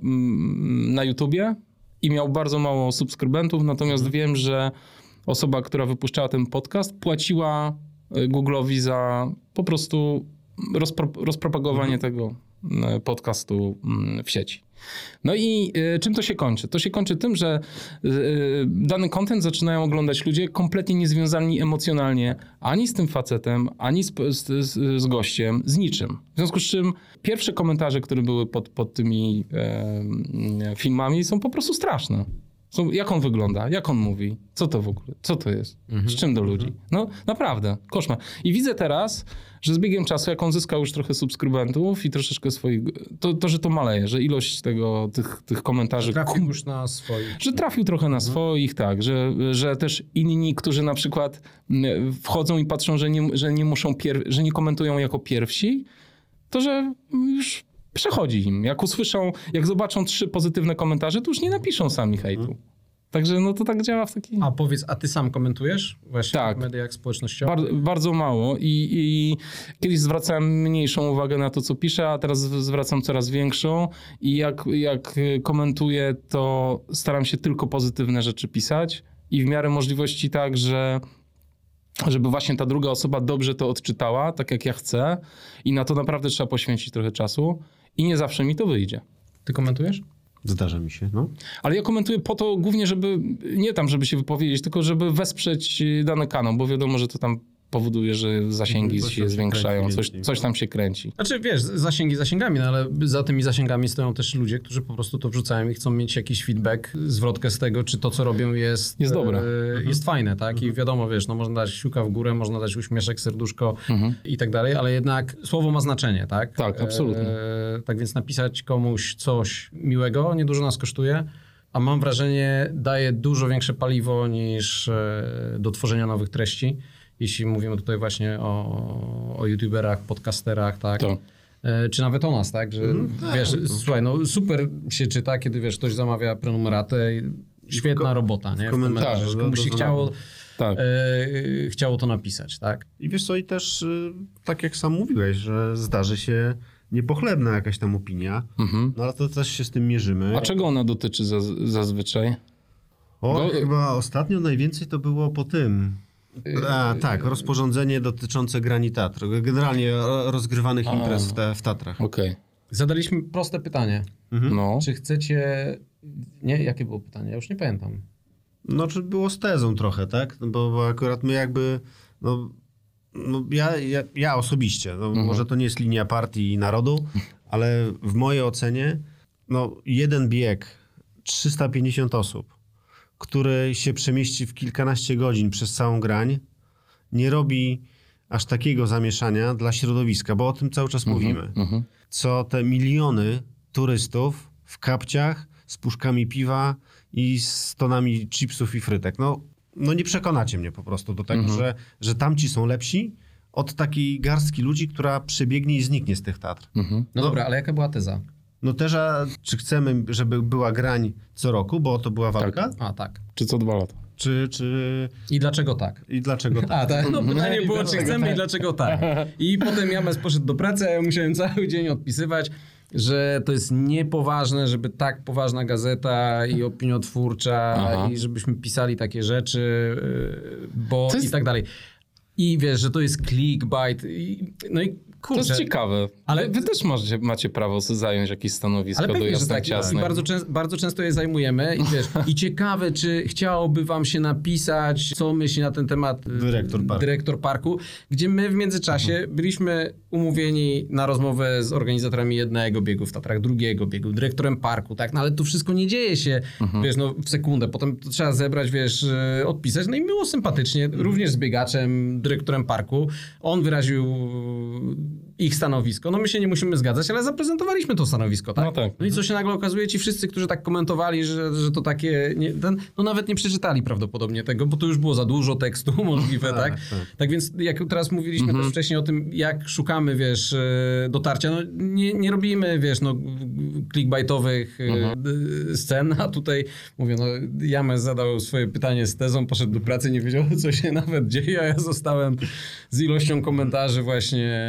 na YouTubie i miał bardzo mało subskrybentów, natomiast wiem, że osoba, która wypuszczała ten podcast, płaciła Google'owi za po prostu rozpropagowanie tego podcastu w sieci. No i czym to się kończy? To się kończy tym, że dany content zaczynają oglądać ludzie kompletnie niezwiązani emocjonalnie ani z tym facetem, ani z gościem, z niczym. W związku z czym pierwsze komentarze, które były pod tymi filmami są po prostu straszne. Jak on wygląda, jak on mówi, co to w ogóle, co to jest, z czym do ludzi. No naprawdę, koszmar. I widzę teraz, że z biegiem czasu, jak on zyskał już trochę subskrybentów i troszeczkę swoich, że to maleje, że ilość tych komentarzy... Trafił już na swoich. Że trafił trochę na swoich, tak, że też inni, którzy na przykład wchodzą i patrzą, że nie muszą, że nie komentują jako pierwsi, to że już... Przechodzi im. Jak zobaczą 3 pozytywne komentarze, to już nie napiszą sami hejtu. Także no to tak działa w taki... A powiedz, a ty sam komentujesz właśnie tak. w mediach społecznościowych? Bardzo mało i kiedyś zwracałem mniejszą uwagę na to, co piszę, a teraz zwracam coraz większą i jak komentuję, to staram się tylko pozytywne rzeczy pisać i w miarę możliwości tak, żeby właśnie ta druga osoba dobrze to odczytała, tak jak ja chcę i na to naprawdę trzeba poświęcić trochę czasu i nie zawsze mi to wyjdzie. Ty komentujesz? Zdarza mi się, no. Ale ja komentuję po to głównie, żeby się wypowiedzieć, tylko żeby wesprzeć dany kanał, bo wiadomo, że to tam powoduje, że zasięgi się zwiększają, coś tam się kręci. Znaczy wiesz, zasięgi zasięgami, no ale za tymi zasięgami stoją też ludzie, którzy po prostu to wrzucają i chcą mieć jakiś feedback, zwrotkę z tego, czy to, co robią jest dobre. Jest fajne, tak? I wiadomo, wiesz, no można dać siuka w górę, można dać uśmieszek, serduszko i tak dalej, ale jednak słowo ma znaczenie, tak? Tak, absolutnie. Tak więc napisać komuś coś miłego niedużo nas kosztuje, a mam wrażenie, daje dużo większe paliwo niż do tworzenia nowych treści. Jeśli mówimy tutaj właśnie o youtuberach, podcasterach, tak? To. Czy nawet o nas, tak? Że wiesz, słuchaj, no super się czyta, kiedy wiesz, ktoś zamawia prenumeratę, świetna robota, nie? W komentarzu, że komuś się chciało to napisać, tak? I wiesz co, i też tak jak sam mówiłeś, że zdarzy się niepochlebna jakaś tam opinia, no ale to też się z tym mierzymy. A czego ona dotyczy zazwyczaj? Chyba ostatnio najwięcej to było po tym. Tak, rozporządzenie dotyczące grani teatru. Generalnie rozgrywanych imprez w Tatrach. Okej. Zadaliśmy proste pytanie. No. Czy chcecie... Nie, jakie było pytanie? Ja już nie pamiętam. No, czy było z tezą trochę, tak? Bo akurat my jakby... Ja osobiście, może to nie jest linia partii i narodu, ale w mojej ocenie jeden bieg, 350 osób, który się przemieści w kilkanaście godzin przez całą grań, nie robi aż takiego zamieszania dla środowiska, bo o tym cały czas mówimy. Co te miliony turystów w kapciach z puszkami piwa i z tonami chipsów i frytek. No nie przekonacie mnie po prostu do tego, że tamci są lepsi od takiej garstki ludzi, która przebiegnie i zniknie z tych Tatr. No dobra, ale jaka była teza? No teza, czy chcemy, żeby była grań co roku, bo to była walka? Tak. Tak. Czy co 2 lata? I dlaczego tak? I dlaczego tak? Tak. No pytanie było, czy chcemy i dlaczego tak. I potem James poszedł do pracy, a ja musiałem cały dzień odpisywać. że to jest niepoważne, żeby tak poważna gazeta i opiniotwórcza i żebyśmy pisali takie rzeczy, bo To jest- i tak dalej. I wiesz, że to jest clickbait. No i To kurczę. jest ciekawe. Ale- Ale wy też macie prawo sobie zająć jakieś stanowisko Ale do pewnie, że jasnej tak. I ciasnej. bardzo często je zajmujemy. I wiesz, i ciekawe, czy chciałoby wam się napisać, co myśli na ten temat dyrektor parku, gdzie my w międzyczasie byliśmy umówieni na rozmowę z organizatorami jednego biegu w Tatrach, drugiego biegu, dyrektorem parku, tak? No ale to wszystko nie dzieje się, wiesz, no w sekundę. Potem to trzeba zebrać, wiesz, odpisać. No i było sympatycznie, również z biegaczem, dyrektorem parku. On wyraził ich stanowisko. No my się nie musimy zgadzać, ale zaprezentowaliśmy to stanowisko, tak? No tak. No i co się nagle okazuje, ci wszyscy, którzy tak komentowali, że to takie... no nawet nie przeczytali prawdopodobnie tego, bo to już było za dużo tekstu możliwe, tak? Tak więc jak teraz mówiliśmy też wcześniej o tym, jak szukamy, wiesz, dotarcia, no nie robimy, wiesz, no clickbaitowych scen, a tutaj mówię, no James zadał swoje pytanie z tezą, poszedł do pracy, nie wiedział, co się nawet dzieje, a ja zostałem z ilością komentarzy właśnie,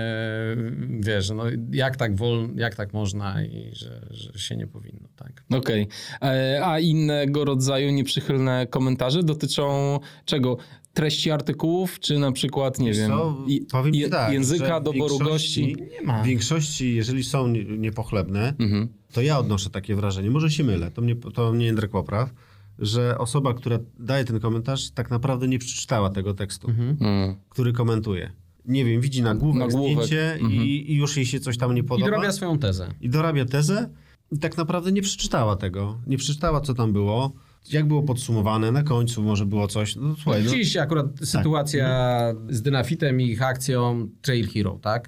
wiesz, no jak tak wolno, jak tak można i że się nie powinno, tak. Okej. A innego rodzaju nieprzychylne komentarze dotyczą czego? Treści artykułów, czy na przykład, nie wiem, powiem ci tak, języka, że w doboru gości? większości- Nie ma. W większości, jeżeli są niepochlebne, to ja odnoszę takie wrażenie, może się mylę, to mnie Jędrek popraw, że osoba, która daje ten komentarz, tak naprawdę nie przeczytała tego tekstu, który komentuje. Nie wiem, widzi nagłówek, zdjęcie i już jej się coś tam nie podoba. I dorabia swoją tezę. I dorabia tezę i tak naprawdę nie przeczytała tego. Nie przeczytała, co tam było, jak było podsumowane, na końcu może było coś. No, słuchaj, Dziś akurat sytuacja z Dynafitem i ich akcją Trail Hero, tak?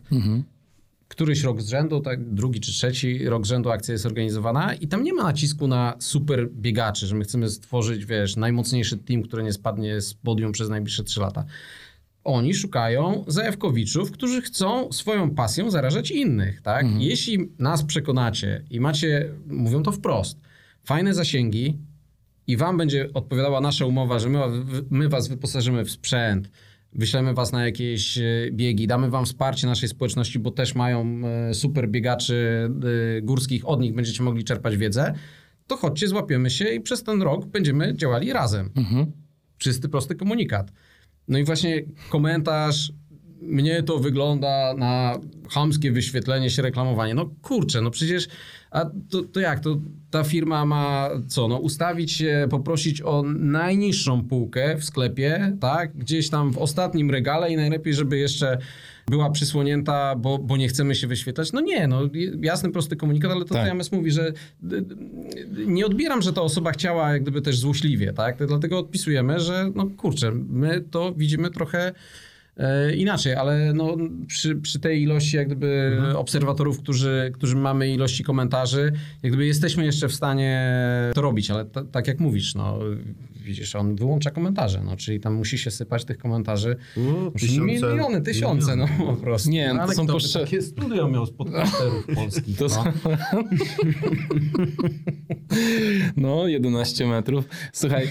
Któryś rok z rzędu, tak, drugi czy trzeci rok z rzędu akcja jest organizowana i tam nie ma nacisku na super biegaczy, że my chcemy stworzyć, wiesz, najmocniejszy team, który nie spadnie z podium przez najbliższe 3 lata. Oni szukają zajawkowiczów, którzy chcą swoją pasją zarażać innych, tak? Jeśli nas przekonacie i macie, mówią to wprost, fajne zasięgi i wam będzie odpowiadała nasza umowa, że my was wyposażymy w sprzęt, wyślemy was na jakieś biegi, damy wam wsparcie naszej społeczności, bo też mają super biegaczy górskich, od nich będziecie mogli czerpać wiedzę, to chodźcie, złapiemy się i przez ten rok będziemy działali razem. Czysty, prosty komunikat. No i właśnie komentarz, mnie to wygląda na chamskie wyświetlenie się, reklamowanie. No kurczę, no przecież, a to jak? To ta firma ma co? No ustawić się, poprosić o najniższą półkę w sklepie, tak? Gdzieś tam w ostatnim regale i najlepiej, żeby jeszcze była przysłonięta, bo nie chcemy się wyświetlać. No nie, no jasny, prosty komunikat, ale to Tak. co James mówi, że nie odbieram, że ta osoba chciała jak gdyby też złośliwie, tak? Dlatego odpisujemy, że no kurczę, my to widzimy trochę inaczej, ale no, przy tej ilości jak gdyby obserwatorów, którzy mamy, ilości komentarzy, jak gdyby jesteśmy jeszcze w stanie to robić, ale tak jak mówisz, no widzisz, on wyłącza komentarze, no, czyli tam musi się sypać tych komentarzy miliony, tysiące, no po prostu. Nie, no, to są takie studio miał z podcasterów polskich. To no, 11 metrów. Słuchaj,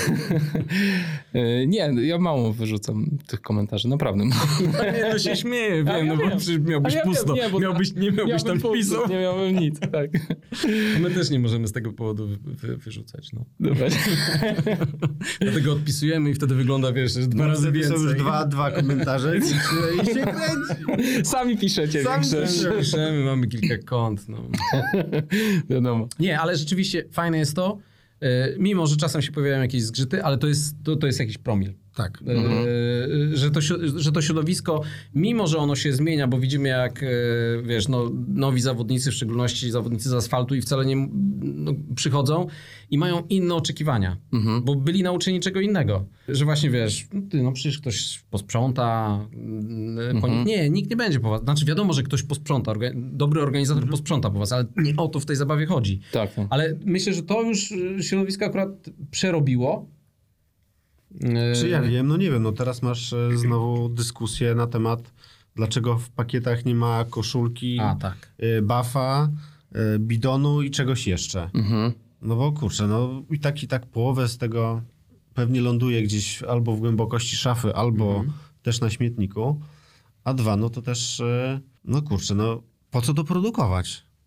nie, ja mało wyrzucam tych komentarzy, naprawdę. Nie, no się śmieję, wiem, no bo przecież miałbyś A ja pusto, wiem, nie, bo nie miałbyś tam wpisów. Nie miałbym nic, tak. My też nie możemy z tego powodu wyrzucać, no. Dobra. Dlatego odpisujemy i wtedy wygląda, wiesz, że 2 razy więcej. Są już dwa komentarze i się kręci. Sami piszecie większość. Piszemy, mamy kilka kont, no. Wiadomo. Nie, ale rzeczywiście fajne jest to, mimo że czasem się pojawiają jakieś zgrzyty, ale to jest jakiś promil. Tak. Że to środowisko, mimo że ono się zmienia, bo widzimy jak, wiesz, no, nowi zawodnicy, w szczególności zawodnicy z asfaltu i wcale nie przychodzą i mają inne oczekiwania, bo byli nauczeni czego innego. Że właśnie, wiesz, no przecież ktoś posprząta, nie, nikt nie będzie po was. Znaczy wiadomo, że ktoś posprząta, dobry organizator posprząta po was, ale nie o to w tej zabawie chodzi. Tak. Ale myślę, że to już środowisko akurat przerobiło. Czy ja wiem? No nie wiem, no teraz masz znowu dyskusję na temat, dlaczego w pakietach nie ma koszulki, buffa, bidonu i czegoś jeszcze. No bo kurczę, no i tak połowę z tego pewnie ląduje gdzieś albo w głębokości szafy, albo też na śmietniku. A 2, no to też, no kurczę, no po co to produkować?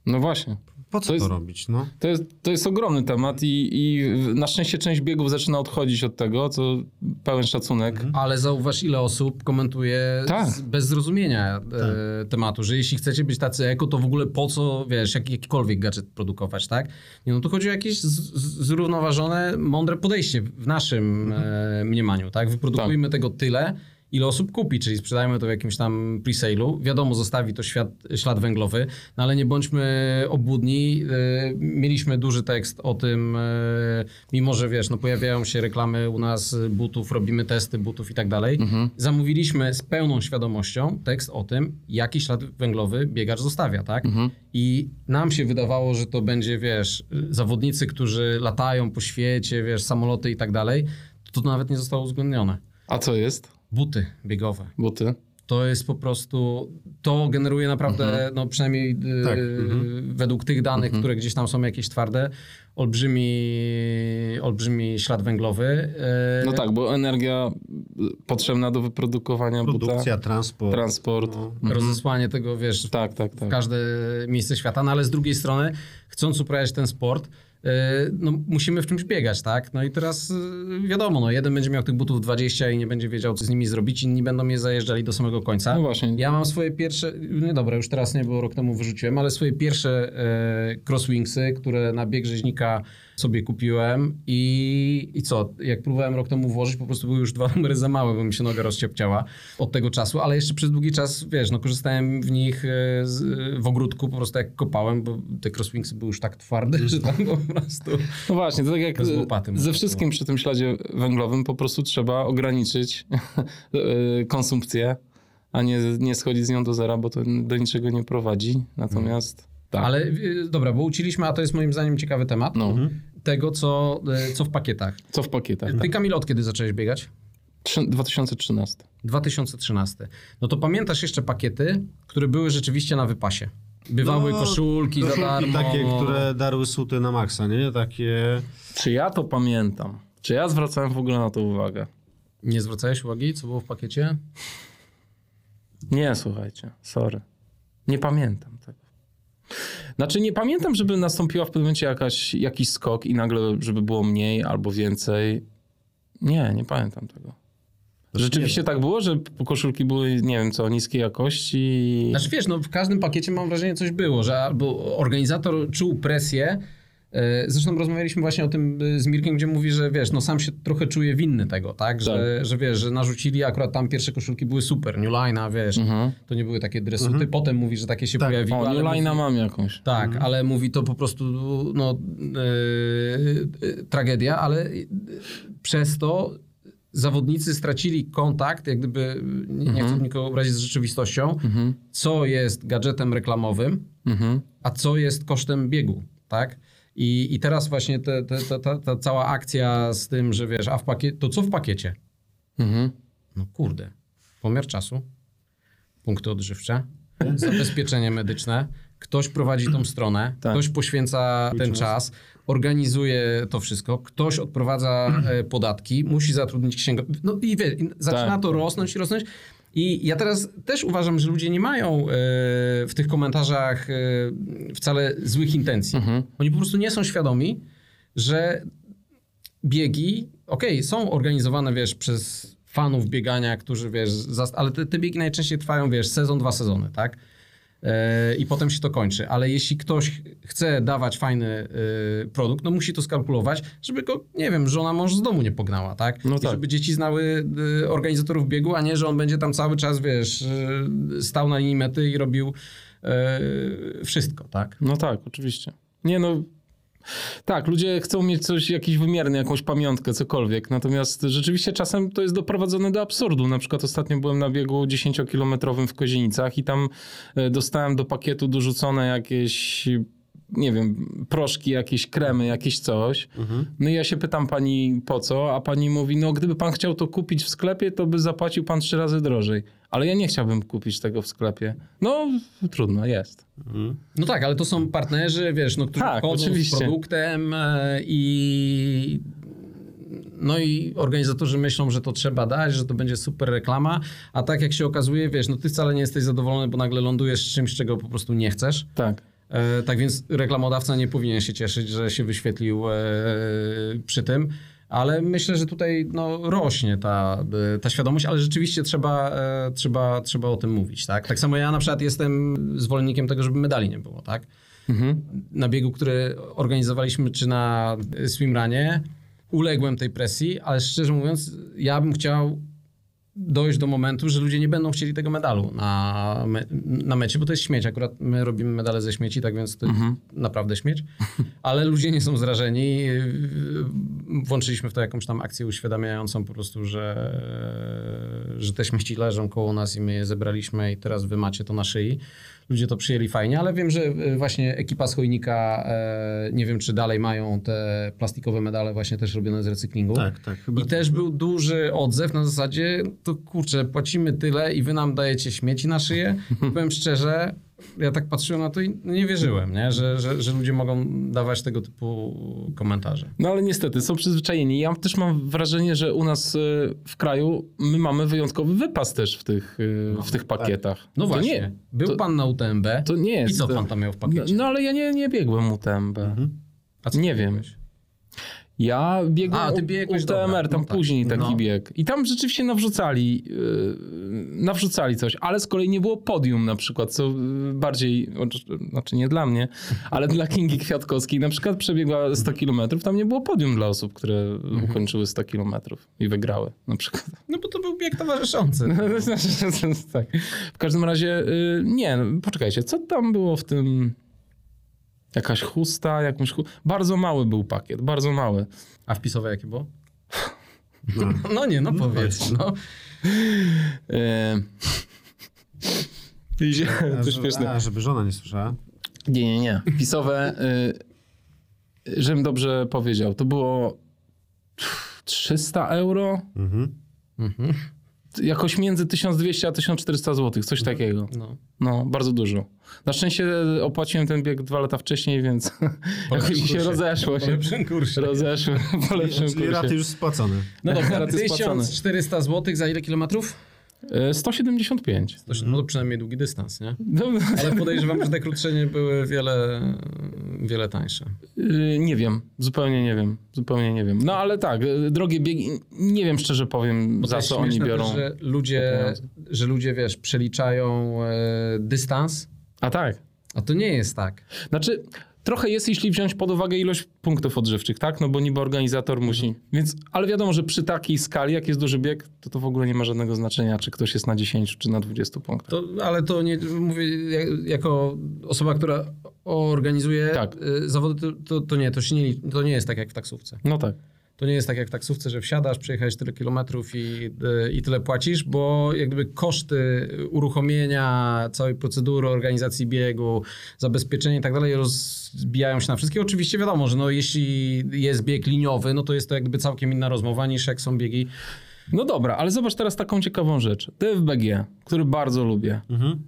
No właśnie. Po co to robić? No? To jest ogromny temat i na szczęście część biegów zaczyna odchodzić od tego, co pełen szacunek. Ale zauważ, ile osób komentuje bez zrozumienia tematu, że jeśli chcecie być tacy eko, to w ogóle po co, wiesz, jakikolwiek gadżet produkować, tak? Nie, no to chodzi o jakieś zrównoważone, mądre podejście w naszym mniemaniu, tak? Wyprodukujmy tego tyle, ile osób kupi, czyli sprzedajmy to w jakimś tam pre-sale'u. Wiadomo, zostawi to ślad węglowy, no ale nie bądźmy obłudni. Mieliśmy duży tekst o tym, mimo że wiesz, no pojawiają się reklamy u nas butów, robimy testy butów i tak dalej. Zamówiliśmy z pełną świadomością tekst o tym, jaki ślad węglowy biegacz zostawia, tak? I nam się wydawało, że to będzie, wiesz, zawodnicy, którzy latają po świecie, wiesz, samoloty i tak dalej. To nawet nie zostało uwzględnione. A co jest? Buty biegowe. Buty. To jest po prostu, to generuje naprawdę, no przynajmniej według tych danych, które gdzieś tam są jakieś twarde, olbrzymi ślad węglowy. No tak, bo energia potrzebna do wyprodukowania Produkcja, buta. transport. Rozesłanie tego, wiesz, w każde miejsce świata, no ale z drugiej strony, chcąc uprawiać ten sport, no musimy w czymś biegać, tak? No i teraz wiadomo, no jeden będzie miał tych butów 20 i nie będzie wiedział, co z nimi zrobić, inni będą je zajeżdżali do samego końca. No właśnie. Ja mam swoje pierwsze, nie dobra, już teraz nie, bo rok temu wyrzuciłem, ale swoje pierwsze crosswingsy, które na bieg rzeźnika sobie kupiłem i co, jak próbowałem rok temu włożyć, po prostu były już 2 numery za małe, bo mi się noga rozciepciała od tego czasu, ale jeszcze przez długi czas, wiesz, no korzystałem w nich w ogródku, po prostu jak kopałem, bo te crosswingsy były już tak twarde, że tam po prostu... No właśnie, to tak jak ze wszystkim przy tym śladzie węglowym po prostu trzeba ograniczyć konsumpcję, a nie schodzić z nią do zera, bo to do niczego nie prowadzi. Natomiast... Tak. Ale dobra, bo uciliśmy, a to jest moim zdaniem ciekawy temat, tego, co w pakietach. Co w pakietach, Ty, Kamil, od kiedy zacząłeś biegać? 2013. 2013. No to pamiętasz jeszcze pakiety, które były rzeczywiście na wypasie? Bywały koszulki za darmo. Takie, które darły suty na maksa, nie? Takie... Czy ja to pamiętam? Czy ja zwracałem w ogóle na to uwagę? Nie zwracałeś uwagi, co było w pakiecie? Nie, słuchajcie, sorry. Nie pamiętam tego. Znaczy nie pamiętam, żeby nastąpiła w pewnym momencie jakiś skok i nagle, żeby było mniej albo więcej. Nie pamiętam tego. Rzeczywiście tak było, że koszulki były, nie wiem co, niskiej jakości. Znaczy wiesz, no w każdym pakiecie mam wrażenie coś było, że albo organizator czuł presję. Zresztą rozmawialiśmy właśnie o tym z Mirkiem, gdzie mówi, że wiesz, no sam się trochę czuje winny tego, tak? Że wiesz, że narzucili, akurat tam pierwsze koszulki były super, New Line'a, wiesz, to nie były takie dresuty. Potem mówi, że takie się pojawiły. New Line'a mam jakąś. Tak, ale mówi to po prostu, no, tragedia, ale przez to zawodnicy stracili kontakt, jak gdyby, nie chcę nikogo obrazić, z rzeczywistością, co jest gadżetem reklamowym, a co jest kosztem biegu, tak? I teraz właśnie ta cała akcja z tym, że wiesz, a w pakiecie, to co w pakiecie? No kurde, pomiar czasu, punkty odżywcze, zabezpieczenie medyczne, ktoś prowadzi tą stronę, ktoś poświęca ten czas, organizuje to wszystko, ktoś odprowadza podatki, musi zatrudnić księgowego, no i wiesz, zaczyna to rosnąć. I ja teraz też uważam, że ludzie nie mają w tych komentarzach wcale złych intencji. Oni po prostu nie są świadomi, że biegi, są organizowane, wiesz, przez fanów biegania, którzy, wiesz, ale te biegi najczęściej trwają, wiesz, sezon, 2 sezony, tak? I potem się to kończy. Ale jeśli ktoś chce dawać fajny produkt, no musi to skalkulować, żeby go, nie wiem, żona mąż z domu nie pognała, tak? No I żeby dzieci znały organizatorów biegu, a nie, że on będzie tam cały czas, wiesz, stał na linii mety i robił wszystko, tak? No tak, oczywiście. Nie no... Tak, ludzie chcą mieć coś, jakiś wymierny, jakąś pamiątkę, cokolwiek. Natomiast rzeczywiście czasem to jest doprowadzone do absurdu. Na przykład ostatnio byłem na biegu 10-kilometrowym w Kozienicach i tam dostałem do pakietu dorzucone jakieś, nie wiem, proszki, jakieś kremy, jakieś coś. No i ja się pytam pani po co, a pani mówi, no gdyby pan chciał to kupić w sklepie, to by zapłacił pan 3 razy drożej. Ale ja nie chciałbym kupić tego w sklepie. No trudno, jest. No tak, ale to są partnerzy, wiesz, no, którzy wchodzą z produktem i organizatorzy myślą, że to trzeba dać, że to będzie super reklama, a tak jak się okazuje, wiesz, no ty wcale nie jesteś zadowolony, bo nagle lądujesz z czymś, czego po prostu nie chcesz. Tak. Tak więc reklamodawca nie powinien się cieszyć, że się wyświetlił przy tym. Ale myślę, że tutaj rośnie ta świadomość, ale rzeczywiście trzeba o tym mówić, tak? Tak samo ja na przykład jestem zwolennikiem tego, żeby medali nie było, tak? Na biegu, który organizowaliśmy, czy na swimrunie, uległem tej presji, ale szczerze mówiąc, ja bym chciał dojść do momentu, że ludzie nie będą chcieli tego medalu na mecie, bo to jest śmieć. Akurat my robimy medale ze śmieci, tak więc to jest naprawdę śmieć. Ale ludzie nie są zrażeni. Włączyliśmy w to jakąś tam akcję uświadamiającą po prostu, że te śmieci leżą koło nas i my je zebraliśmy i teraz wy macie to na szyi. Ludzie to przyjęli fajnie, ale wiem, że właśnie ekipa z Chojnika, nie wiem czy dalej mają te plastikowe medale właśnie też robione z recyklingu. Tak. Chyba I też był duży odzew na zasadzie, to kurczę, płacimy tyle i wy nam dajecie śmieci na szyję. Powiem szczerze, ja tak patrzyłem na to i nie wierzyłem, nie? Że ludzie mogą dawać tego typu komentarze. No ale niestety są przyzwyczajeni. Ja też mam wrażenie, że u nas w kraju my mamy wyjątkowy wypas też w tych pakietach. No to właśnie, nie, był pan na UTMB to nie jest. i co pan tam miał w pakiecie? No ale ja nie biegłem UTMB. A co Nie wiem. robiłeś? Ja biegłem ty biegłeś, UTMR, dobra. tam No tak. później taki bieg. I tam rzeczywiście nawrzucali coś, ale z kolei nie było podium na przykład, co bardziej, znaczy nie dla mnie, ale dla Kingi Kwiatkowskiej na przykład przebiegła 100 km, tam nie było podium dla osób, które ukończyły 100 km i wygrały na przykład. No bo to był bieg towarzyszący. Tak. W każdym razie, nie, poczekajcie, co tam było w tym... Jakaś chusta, bardzo mały był pakiet, bardzo mały. A wpisowe jakie było? Powiedz. No. To śmieszne. Żeby żona nie słyszała. Nie. Wpisowe, żebym dobrze powiedział, to było 300 euro? Jakoś między 1200 a 1400 zł, coś takiego. No, bardzo dużo. Na szczęście opłaciłem ten bieg 2 lata wcześniej, więc jakoś się rozeszło. Po lepszym kursie. Po lepszym Czyli kursie. raty już spłacone. No dobra, Raty spłacone. 1400 zł za ile kilometrów? 175. No to przynajmniej długi dystans, nie? No, Ale podejrzewam, że te krótsze nie były wiele tańsze. nie wiem, zupełnie nie wiem. No ale tak, drogie biegi, nie wiem szczerze powiem, za co oni biorą. Też, że ludzie, wiesz, przeliczają dystans, A tak. a to nie jest tak. Znaczy, trochę jest, jeśli wziąć pod uwagę ilość punktów odżywczych, tak? No bo niby organizator musi. Więc, ale wiadomo, że przy takiej skali, jak jest duży bieg, to w ogóle nie ma żadnego znaczenia, czy ktoś jest na 10 czy na 20 punktach. Ale to nie, mówię, jako osoba, która organizuje zawody, to nie jest tak jak w taksówce. No tak. To nie jest tak jak w taksówce, że wsiadasz, przejechałeś tyle kilometrów i tyle płacisz, bo jak gdyby koszty uruchomienia całej procedury, organizacji biegu, zabezpieczenia i tak dalej rozbijają się na wszystkie. Oczywiście wiadomo, że jeśli jest bieg liniowy, no to jest to jak gdyby całkiem inna rozmowa niż jak są biegi. No dobra, ale zobacz teraz taką ciekawą rzecz. DFBG, który bardzo lubię.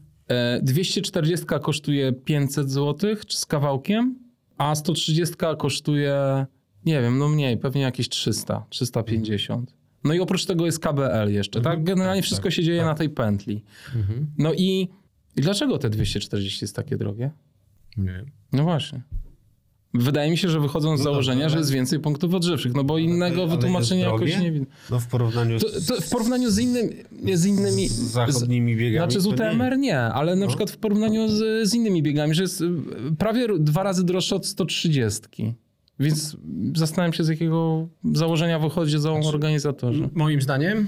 240 kosztuje 500 zł, czy z kawałkiem, a 130 kosztuje... Nie wiem, no mniej, pewnie jakieś 300, 350. No i oprócz tego jest KBL jeszcze, tak? Generalnie wszystko się dzieje na tej pętli. No i dlaczego te 240 jest takie drogie? Nie. No właśnie. Wydaje mi się, że wychodzą z założenia, że jest więcej punktów odżywczych, no bo innego wytłumaczenia jakoś nie widzę. No w porównaniu w porównaniu z innymi... Z zachodnimi biegami. Znaczy z UTMR nie, ale na przykład w porównaniu z innymi biegami, że jest prawie 2 razy droższe od 130. Więc zastanawiam się, z jakiego założenia wychodzą organizatorzy. Moim zdaniem,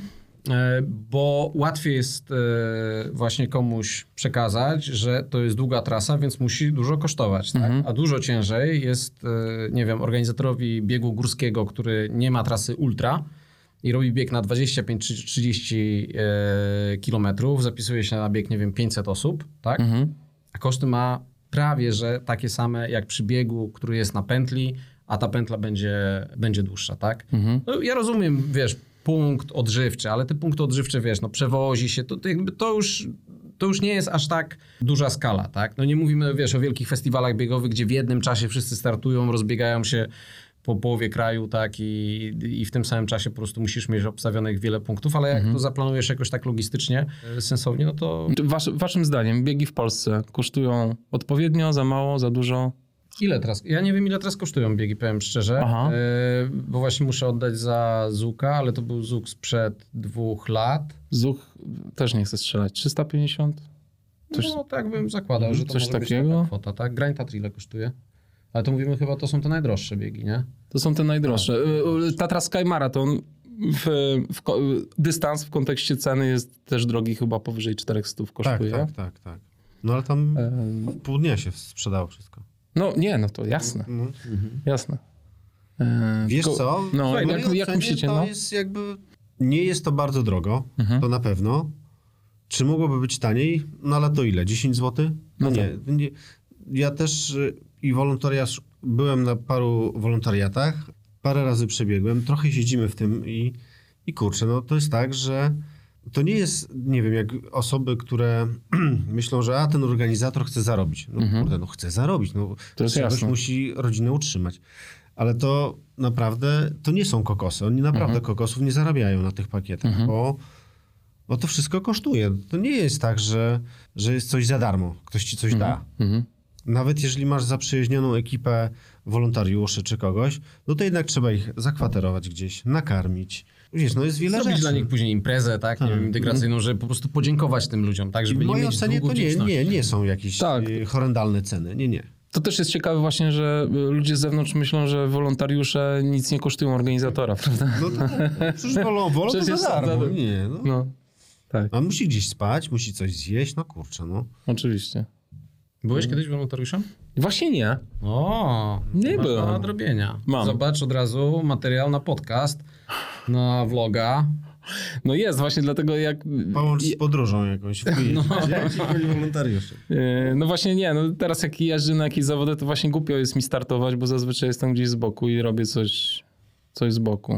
bo łatwiej jest właśnie komuś przekazać, że to jest długa trasa, więc musi dużo kosztować. Tak? A dużo ciężej jest, nie wiem, organizatorowi biegu górskiego, który nie ma trasy ultra i robi bieg na 25 czy 30 kilometrów, zapisuje się na bieg, nie wiem, 500 osób, tak? A koszty ma prawie, że takie same jak przy biegu, który jest na pętli, a ta pętla będzie dłuższa, tak? No, ja rozumiem, wiesz, punkt odżywczy, ale te punkty odżywcze, wiesz, no przewozi się, to już nie jest aż tak duża skala, tak? No nie mówimy, wiesz, o wielkich festiwalach biegowych, gdzie w jednym czasie wszyscy startują, rozbiegają się po połowie kraju, tak, i w tym samym czasie po prostu musisz mieć obstawionych wiele punktów, ale jak to zaplanujesz jakoś tak logistycznie, sensownie, no to... Waszym zdaniem biegi w Polsce kosztują odpowiednio, za mało, za dużo? Ile teraz? Ja nie wiem, ile teraz kosztują biegi, powiem szczerze, bo właśnie muszę oddać za Zuka, ale to był Zuk sprzed 2 lat. Zuk też nie chcę strzelać. 350? No tak bym zakładał, że to coś może być takiego? taka kwota, tak? Grand Tatry ile kosztuje? Ale to mówimy chyba, to są te najdroższe biegi, nie? To są te najdroższe. Tatra Sky Marathon, dystans w kontekście ceny jest też drogi, chyba powyżej 400 kosztuje. Tak. No ale tam pół dnia się sprzedało wszystko. No nie, no to jasne. Jasne. Wiesz co? No, Słuchaj, jak myślicie? To No? jest jakby... Nie jest to bardzo drogo, to na pewno. Czy mogłoby być taniej? No ale to ile? 10 zł? No nie. Ja też i wolontariat, byłem na paru wolontariatach, parę razy przebiegłem, trochę siedzimy w tym i kurczę, no to jest tak, że to nie jest, nie wiem, jak osoby, które myślą, że ten organizator chce zarobić. No kurde, no chce zarobić, no To jest czegoś jasne. musi rodzinę utrzymać. Ale to naprawdę, to nie są kokosy. Oni naprawdę kokosów nie zarabiają na tych pakietach, bo to wszystko kosztuje. To nie jest tak, że jest coś za darmo. Ktoś ci coś da. Nawet jeżeli masz zaprzyjaźnioną ekipę wolontariuszy czy kogoś, no to jednak trzeba ich zakwaterować gdzieś, nakarmić. Wiesz, no jest wiele Zrobić rzeczy. dla nich później imprezę, tak? Nie wiem, integracyjną, żeby po prostu podziękować tym ludziom, tak? Żeby W nie mojej mieć ocenie długu to wdzięczności. nie są jakieś Tak. horrendalne ceny. Nie. To też jest ciekawe właśnie, że ludzie z zewnątrz myślą, że wolontariusze nic nie kosztują organizatora, prawda? No to przecież wolą Przecież to jest za darmo. za- Nie, no. No, tak, A musi gdzieś spać, musi coś zjeść, no kurczę, no. oczywiście. Byłeś kiedyś wolontariuszem? Właśnie nie. O, Nie masz byłem. do nadrobienia. Mam. Zobacz od razu materiał na podcast, na vloga. No jest, właśnie dlatego jak... Połącz z podróżą jakąś. Dzieci byli wolontariusze. No właśnie nie, no teraz jak jeżdżę na jakieś zawody, to właśnie głupio jest mi startować, bo zazwyczaj jestem gdzieś z boku i robię coś z boku.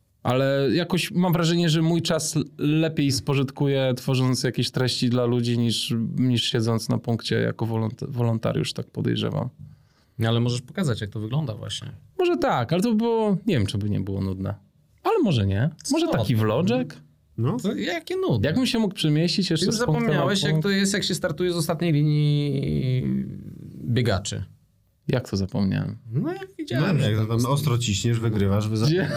Ale jakoś mam wrażenie, że mój czas lepiej spożytkuję tworząc jakieś treści dla ludzi niż siedząc na punkcie jako wolontariusz, tak podejrzewam. Ale możesz pokazać, jak to wygląda właśnie. Może tak, ale to by było, nie wiem, czy by nie było nudne. Ale może nie. Może Co taki ty? vlogek? No. To jakie nudy. Jakbym się mógł przemieścić jeszcze Ty już z punktu na zapomniałeś, jak punkt? to jest, jak się startuje z ostatniej linii biegaczy. Jak to zapomniałem? No jak No, widziałem. że jak tam ostro ciśniesz, wygrywasz, Gdzie?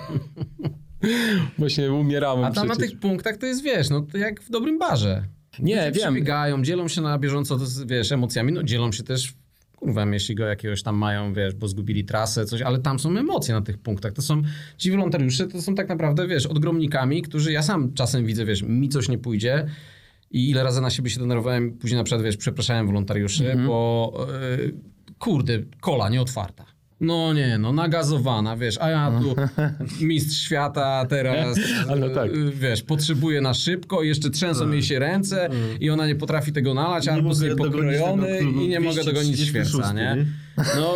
Właśnie umieramy A tam na przecież. tych punktach to jest, wiesz, no to jak w dobrym barze. Nie, Ludzie wiem. przebiegają, dzielą się na bieżąco, wiesz, emocjami, no dzielą się też, kurwa, jeśli go jakiegoś tam mają, wiesz, bo zgubili trasę, coś, ale tam są emocje na tych punktach. To są, ci wolontariusze to są tak naprawdę, wiesz, odgromnikami, którzy ja sam czasem widzę, wiesz, mi coś nie pójdzie i ile razy na siebie się denerwowałem, później na przykład, wiesz, przepraszałem wolontariuszy, bo kurde, kola nieotwarta. No nie, no nagazowana, wiesz, a ja tu mistrz świata teraz, Ale tak. wiesz, potrzebuje na szybko, jeszcze trzęsą jej się ręce i ona nie potrafi tego nalać, a Nie albo mogę jest dogonić pokrojony tego i nie mogę dogonić 236, świerca, nie? No,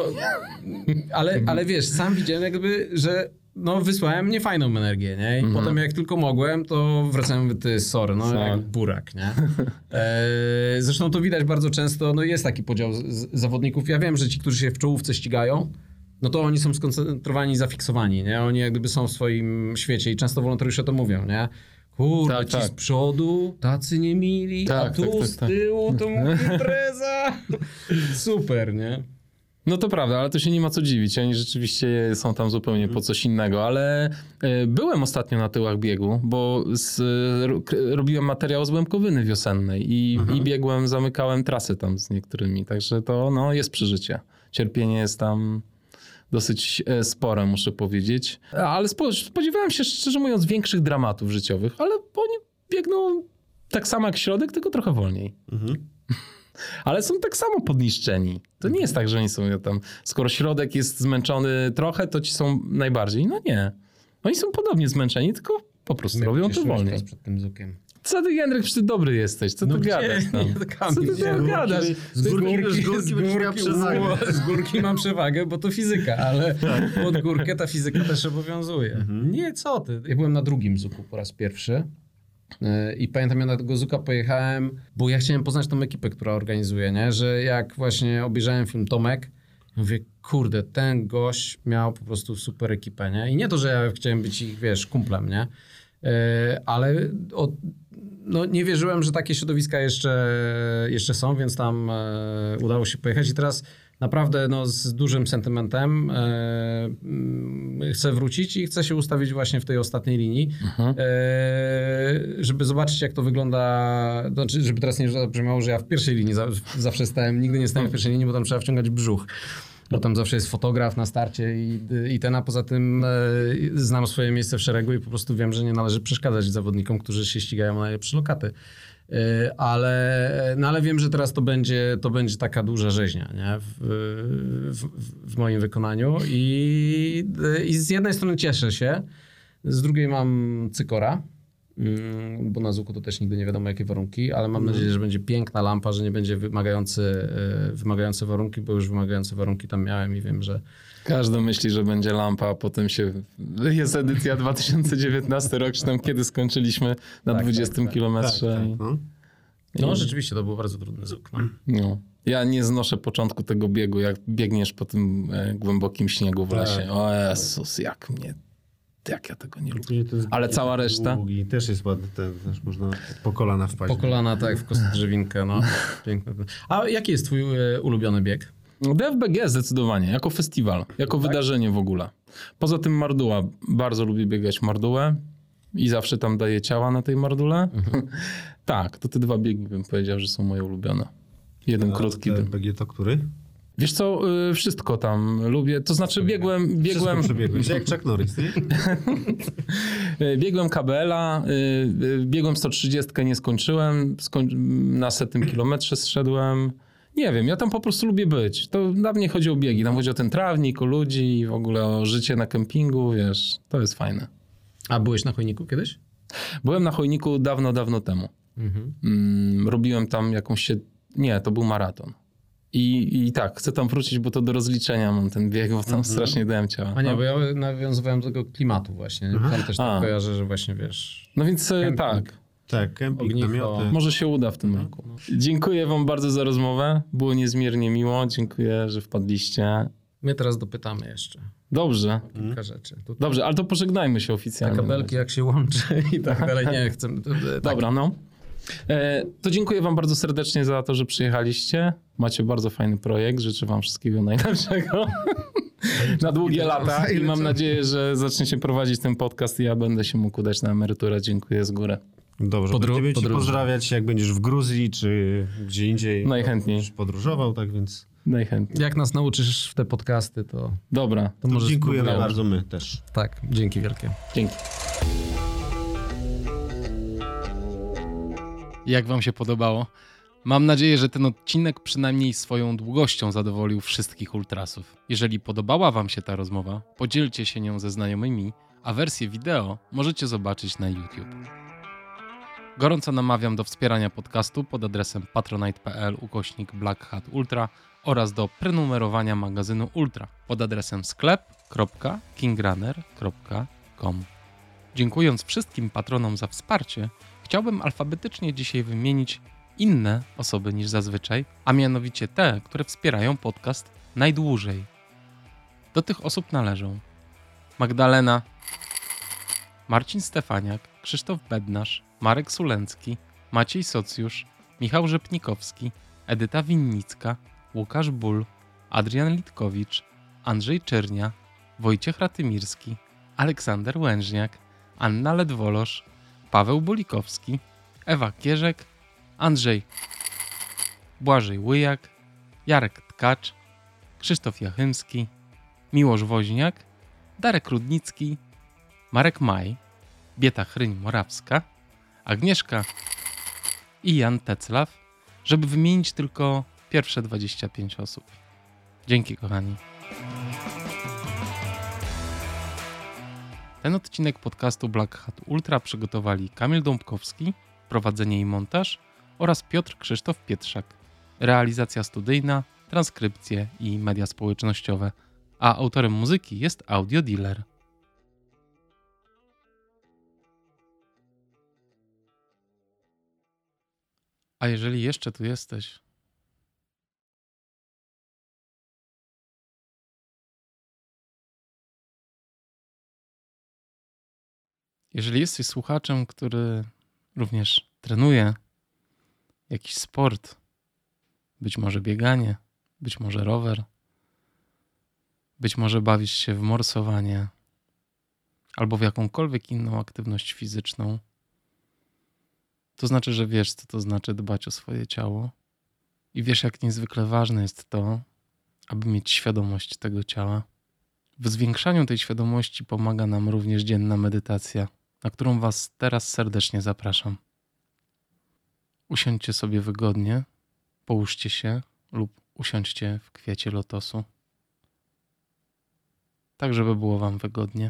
ale wiesz, sam widziałem jakby, że no wysłałem niefajną energię, nie? I potem jak tylko mogłem, to wracałem, mówię, ty, sorry, no jak burak, nie? Zresztą to widać bardzo często, no jest taki podział zawodników. Ja wiem, że ci, którzy się w czołówce ścigają, no to oni są skoncentrowani, zafiksowani, nie? Oni jak gdyby są w swoim świecie i często wolontariusze to mówią, nie? Kurde, Tak, ci tak. z przodu tacy niemili, a Tak, tu tak, tak, z tak. tyłu to mówi impreza. Super, nie? No to prawda, ale to się nie ma co dziwić. Oni rzeczywiście są tam zupełnie po coś innego, ale byłem ostatnio na tyłach biegu, bo robiłem materiał z Łębkowyny wiosennej i biegłem, zamykałem trasy tam z niektórymi, także to no, jest przeżycie. Cierpienie jest tam dosyć spore, muszę powiedzieć. Ale spodziewałem się, szczerze mówiąc, większych dramatów życiowych, ale oni biegną tak samo jak Środek, tylko trochę wolniej. Ale są tak samo podniszczeni. To nie jest tak, że oni są tam... Skoro Środek jest zmęczony trochę, to ci są najbardziej. No nie. Oni są podobnie zmęczeni, tylko po prostu robią to wolniej. Przed tym Zukiem. Co ty, Jędrek, przecież ty dobry jesteś. Co ty gadasz tam? Co ty tam gadasz? Z górki będziesz miał przewagę. Z górki mam przewagę, bo to fizyka, ale pod górkę ta fizyka też obowiązuje. Nie, co ty. Ja byłem na drugim Zuku po raz pierwszy. I pamiętam, ja na tego Zuka pojechałem, bo ja chciałem poznać tą ekipę, która organizuje, nie? Że jak właśnie obejrzałem film Tomek Mówię, kurde, ten gość miał po prostu super ekipę, nie? I nie to, że ja chciałem być ich, wiesz, kumplem, nie? Ale no, nie wierzyłem, że takie środowiska jeszcze są, więc tam udało się pojechać i teraz naprawdę no, z dużym sentymentem chcę wrócić i chcę się ustawić właśnie w tej ostatniej linii, żeby zobaczyć, jak to wygląda, znaczy, żeby teraz nie zabrzmiało, że ja w pierwszej linii zawsze stałem, nigdy nie stałem w pierwszej linii, bo tam trzeba wciągać brzuch. Bo tam zawsze jest fotograf na starcie i ten, a poza tym znam swoje miejsce w szeregu i po prostu wiem, że nie należy przeszkadzać zawodnikom, którzy się ścigają na najlepsze lokaty. Ale wiem, że teraz to będzie taka duża rzeźnia, nie? W moim wykonaniu i z jednej strony cieszę się, z drugiej mam cykora, bo na Zuku to też nigdy nie wiadomo jakie warunki, ale mam nadzieję, że będzie piękna lampa, że nie będzie wymagające warunki, bo już wymagające warunki tam miałem i wiem, że Każdy myśli, że będzie lampa, a potem jest edycja 2019 rok, czy tam kiedy skończyliśmy na 20 kilometrze. No rzeczywiście, to był bardzo trudny Zuk. No. Ja nie znoszę początku tego biegu, jak biegniesz po tym głębokim śniegu w lesie. O Jezus, jak ja tego nie lubię. Ale cała reszta? Długi, też jest ładny, też można po kolana wpaść. Po kolana, tak, w kostce drzewinkę, no. Piękne. A jaki jest twój ulubiony bieg? DFBG zdecydowanie, jako festiwal, jako wydarzenie w ogóle. Poza tym Marduła, bardzo lubię biegać Mardułę i zawsze tam daję ciała na tej Mardule. Tak, to te dwa biegi bym powiedział, że są moje ulubione. Jeden krótki. DFBG to który? Wiesz co, wszystko tam lubię, to znaczy biegłem... Przebiegłeś, jak Chuck Norris, nie? Biegłem KBL-a, biegłem 130, nie skończyłem, na 100 kilometrze zszedłem. Nie wiem, ja tam po prostu lubię być. To dla mnie chodzi o biegi, tam chodzi o ten trawnik, o ludzi i w ogóle o życie na kempingu, wiesz, to jest fajne. A byłeś na Chojniku kiedyś? Byłem na Chojniku dawno temu. Robiłem tam Nie, to był maraton. I tak, chcę tam wrócić, bo to do rozliczenia mam ten bieg, bo tam strasznie dałem ciała. A nie, bo ja nawiązywałem do tego klimatu właśnie. Tam też tak kojarzę, że właśnie wiesz... No więc tak. Tak, kemping, Ognicho. namioty. Może się uda w tym roku. Dziękuję wam bardzo za rozmowę. Było niezmiernie miło. Dziękuję, że wpadliście. My teraz dopytamy jeszcze Dobrze. kilka rzeczy. Tutaj Dobrze, ale to pożegnajmy się oficjalnie. kabelki jak się łączy i tak dalej. Nie, chcę... Dobra, no. To dziękuję wam bardzo serdecznie za to, że przyjechaliście. Macie bardzo fajny projekt. Życzę wam wszystkiego najlepszego na długie lata i mam nadzieję, że zaczniecie prowadzić ten podcast i ja będę się mógł udać na emeryturę. Dziękuję z góry. Dobrze, będziemy cię pozdrawiać, jak będziesz w Gruzji czy gdzie indziej. Najchętniej. Będziesz podróżował, tak więc... Najchętniej. Jak nas nauczysz w te podcasty, to... Dobra. To może dziękujemy spróbujemy. bardzo, my też. Tak, dzięki wielkie. Dzięki. Jak wam się podobało? Mam nadzieję, że ten odcinek przynajmniej swoją długością zadowolił wszystkich ultrasów. Jeżeli podobała wam się ta rozmowa, podzielcie się nią ze znajomymi, a wersję wideo możecie zobaczyć na YouTube. Gorąco namawiam do wspierania podcastu pod adresem patronite.pl/Black Hat Ultra oraz do prenumerowania magazynu Ultra pod adresem sklep.kingrunner.com. Dziękując wszystkim patronom za wsparcie, chciałbym alfabetycznie dzisiaj wymienić inne osoby niż zazwyczaj, a mianowicie te, które wspierają podcast najdłużej. Do tych osób należą Magdalena, Marcin Stefaniak, Krzysztof Bednarz, Marek Sulencki, Maciej Socjusz, Michał Rzepnikowski, Edyta Winnicka, Łukasz Ból, Adrian Litkowicz, Andrzej Czernia, Wojciech Ratymirski, Aleksander Łężniak, Anna Ledwolosz, Paweł Bolikowski, Ewa Kierzek, Andrzej Błażej Łyjak, Jarek Tkacz, Krzysztof Jachymski, Miłosz Woźniak, Darek Rudnicki, Marek Maj, Bieta Chryń-Morawska, Agnieszka i Jan Teclaw, żeby wymienić tylko pierwsze 25 osób. Dzięki, kochani. Ten odcinek podcastu Black Hat Ultra przygotowali Kamil Dąbkowski, prowadzenie i montaż oraz Piotr Krzysztof Pietrzak, realizacja studyjna, transkrypcje i media społecznościowe, a autorem muzyki jest Audio Dealer. A jeżeli jeszcze tu jesteś, Jeżeli jesteś słuchaczem, który również trenuje jakiś sport, być może bieganie, być może rower, być może bawisz się w morsowanie albo w jakąkolwiek inną aktywność fizyczną, to znaczy, że wiesz, co to znaczy dbać o swoje ciało i wiesz, jak niezwykle ważne jest to, aby mieć świadomość tego ciała. W zwiększaniu tej świadomości pomaga nam również dzienna medytacja, na którą Was teraz serdecznie zapraszam. Usiądźcie sobie wygodnie, połóżcie się lub usiądźcie w kwiecie lotosu, tak żeby było Wam wygodnie.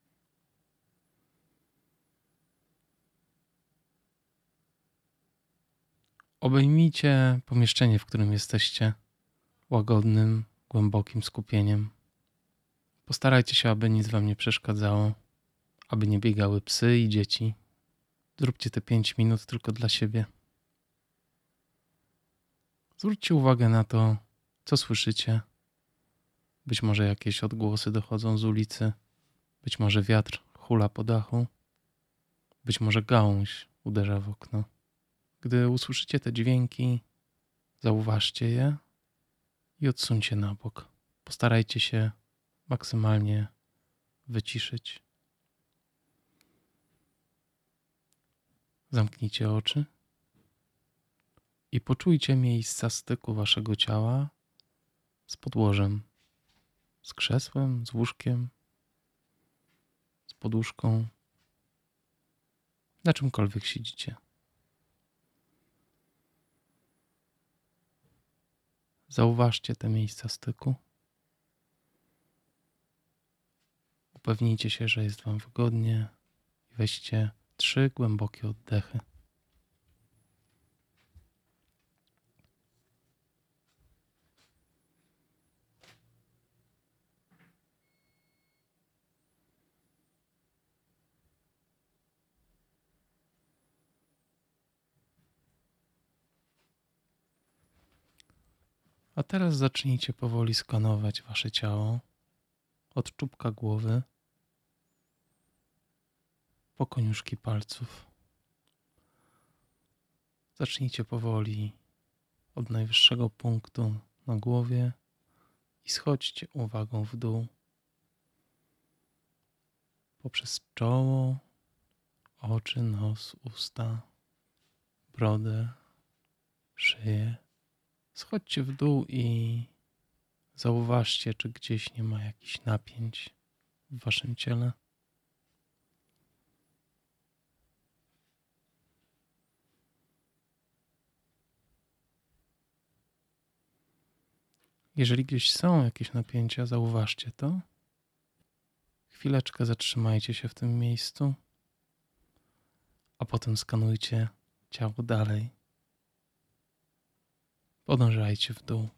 Obejmijcie pomieszczenie, w którym jesteście, łagodnym, głębokim skupieniem. Postarajcie się, aby nic Wam nie przeszkadzało, aby nie biegały psy i dzieci. Zróbcie te 5 minut tylko dla siebie. Zwróćcie uwagę na to, co słyszycie. Być może jakieś odgłosy dochodzą z ulicy, być może wiatr hula po dachu, być może gałąź uderza w okno. Gdy usłyszycie te dźwięki, zauważcie je i odsuńcie na bok. Postarajcie się maksymalnie wyciszyć. Zamknijcie oczy i poczujcie miejsca styku waszego ciała z podłożem, z krzesłem, z łóżkiem, z poduszką, na czymkolwiek siedzicie. Zauważcie te miejsca styku. Upewnijcie się, że jest Wam wygodnie i weźcie 3 głębokie oddechy. A teraz zacznijcie powoli skanować Wasze ciało od czubka głowy po koniuszki palców. Zacznijcie powoli od najwyższego punktu na głowie i schodźcie uwagą w dół poprzez czoło, oczy, nos, usta, brodę, szyję. Schodźcie w dół i zauważcie, czy gdzieś nie ma jakichś napięć w waszym ciele. Jeżeli gdzieś są jakieś napięcia, zauważcie to. Chwileczkę zatrzymajcie się w tym miejscu, a potem skanujcie ciało dalej. Podążajcie w dół.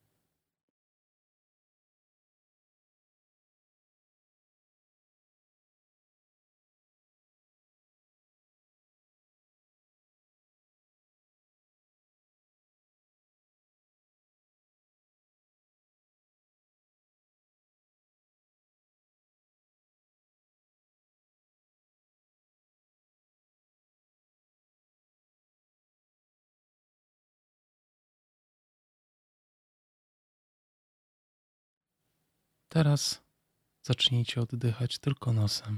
Teraz zacznijcie oddychać tylko nosem.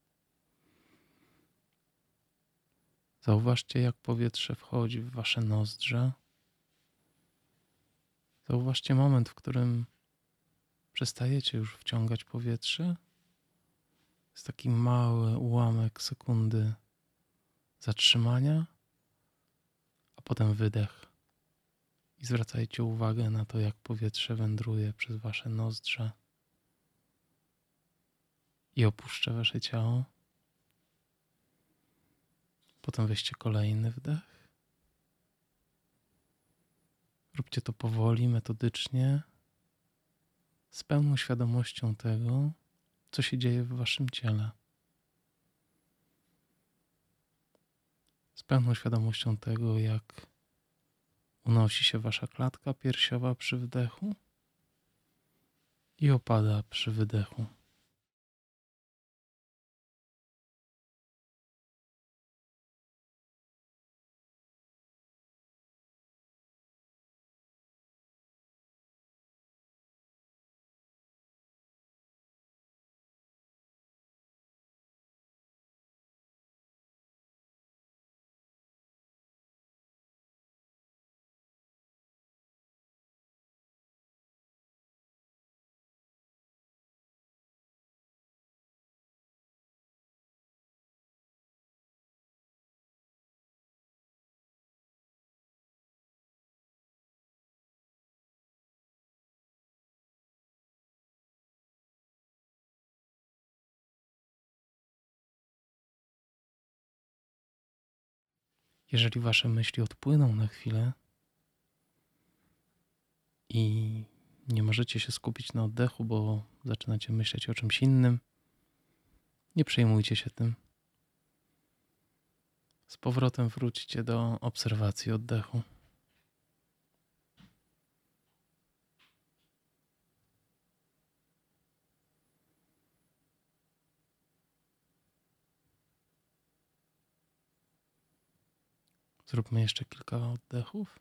Zauważcie, jak powietrze wchodzi w wasze nozdrza. Zauważcie moment, w którym przestajecie już wciągać powietrze. Jest taki mały ułamek sekundy zatrzymania, a potem wydech. I zwracajcie uwagę na to, jak powietrze wędruje przez wasze nozdrza i opuszcza wasze ciało. Potem weźcie kolejny wdech. Róbcie to powoli, metodycznie, z pełną świadomością tego, co się dzieje w waszym ciele. Z pełną świadomością tego, jak unosi się wasza klatka piersiowa przy wdechu i opada przy wydechu. Jeżeli wasze myśli odpłyną na chwilę i nie możecie się skupić na oddechu, bo zaczynacie myśleć o czymś innym, nie przejmujcie się tym. Z powrotem wróćcie do obserwacji oddechu. Zróbmy jeszcze kilka oddechów.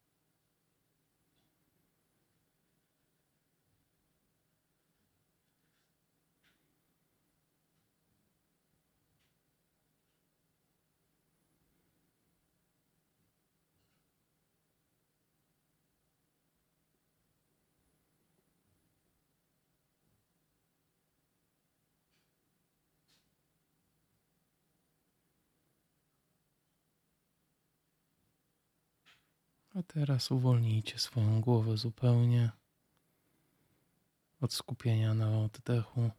A teraz uwolnijcie swoją głowę zupełnie od skupienia na oddechu.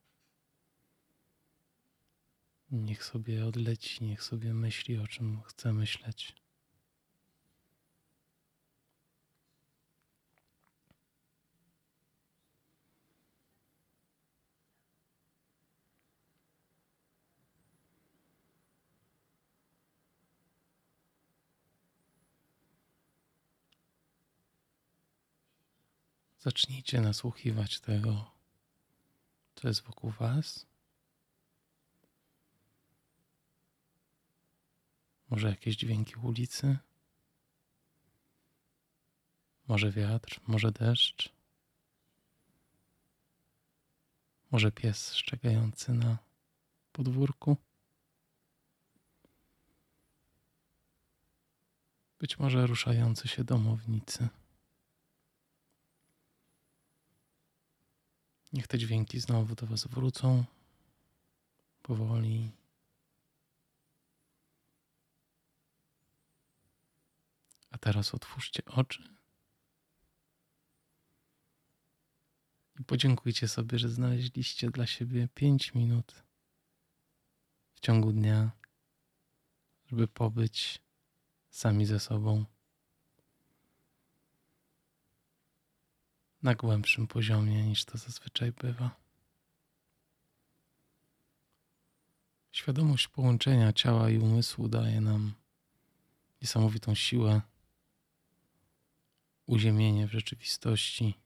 Niech sobie odleci, niech sobie myśli, o czym chce myśleć. Zacznijcie nasłuchiwać tego, co jest wokół was. Może jakieś dźwięki ulicy, może wiatr, może deszcz, może pies szczekający na podwórku. Być może ruszający się domownicy. Niech te dźwięki znowu do was wrócą, powoli. A teraz otwórzcie oczy i podziękujcie sobie, że znaleźliście dla siebie 5 minut w ciągu dnia, żeby pobyć sami ze sobą na głębszym poziomie, niż to zazwyczaj bywa. Świadomość połączenia ciała i umysłu daje nam niesamowitą siłę, uziemienie w rzeczywistości,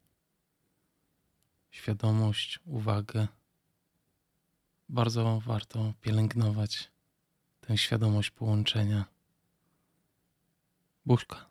świadomość, uwagę. Bardzo warto pielęgnować tę świadomość połączenia. Buźka.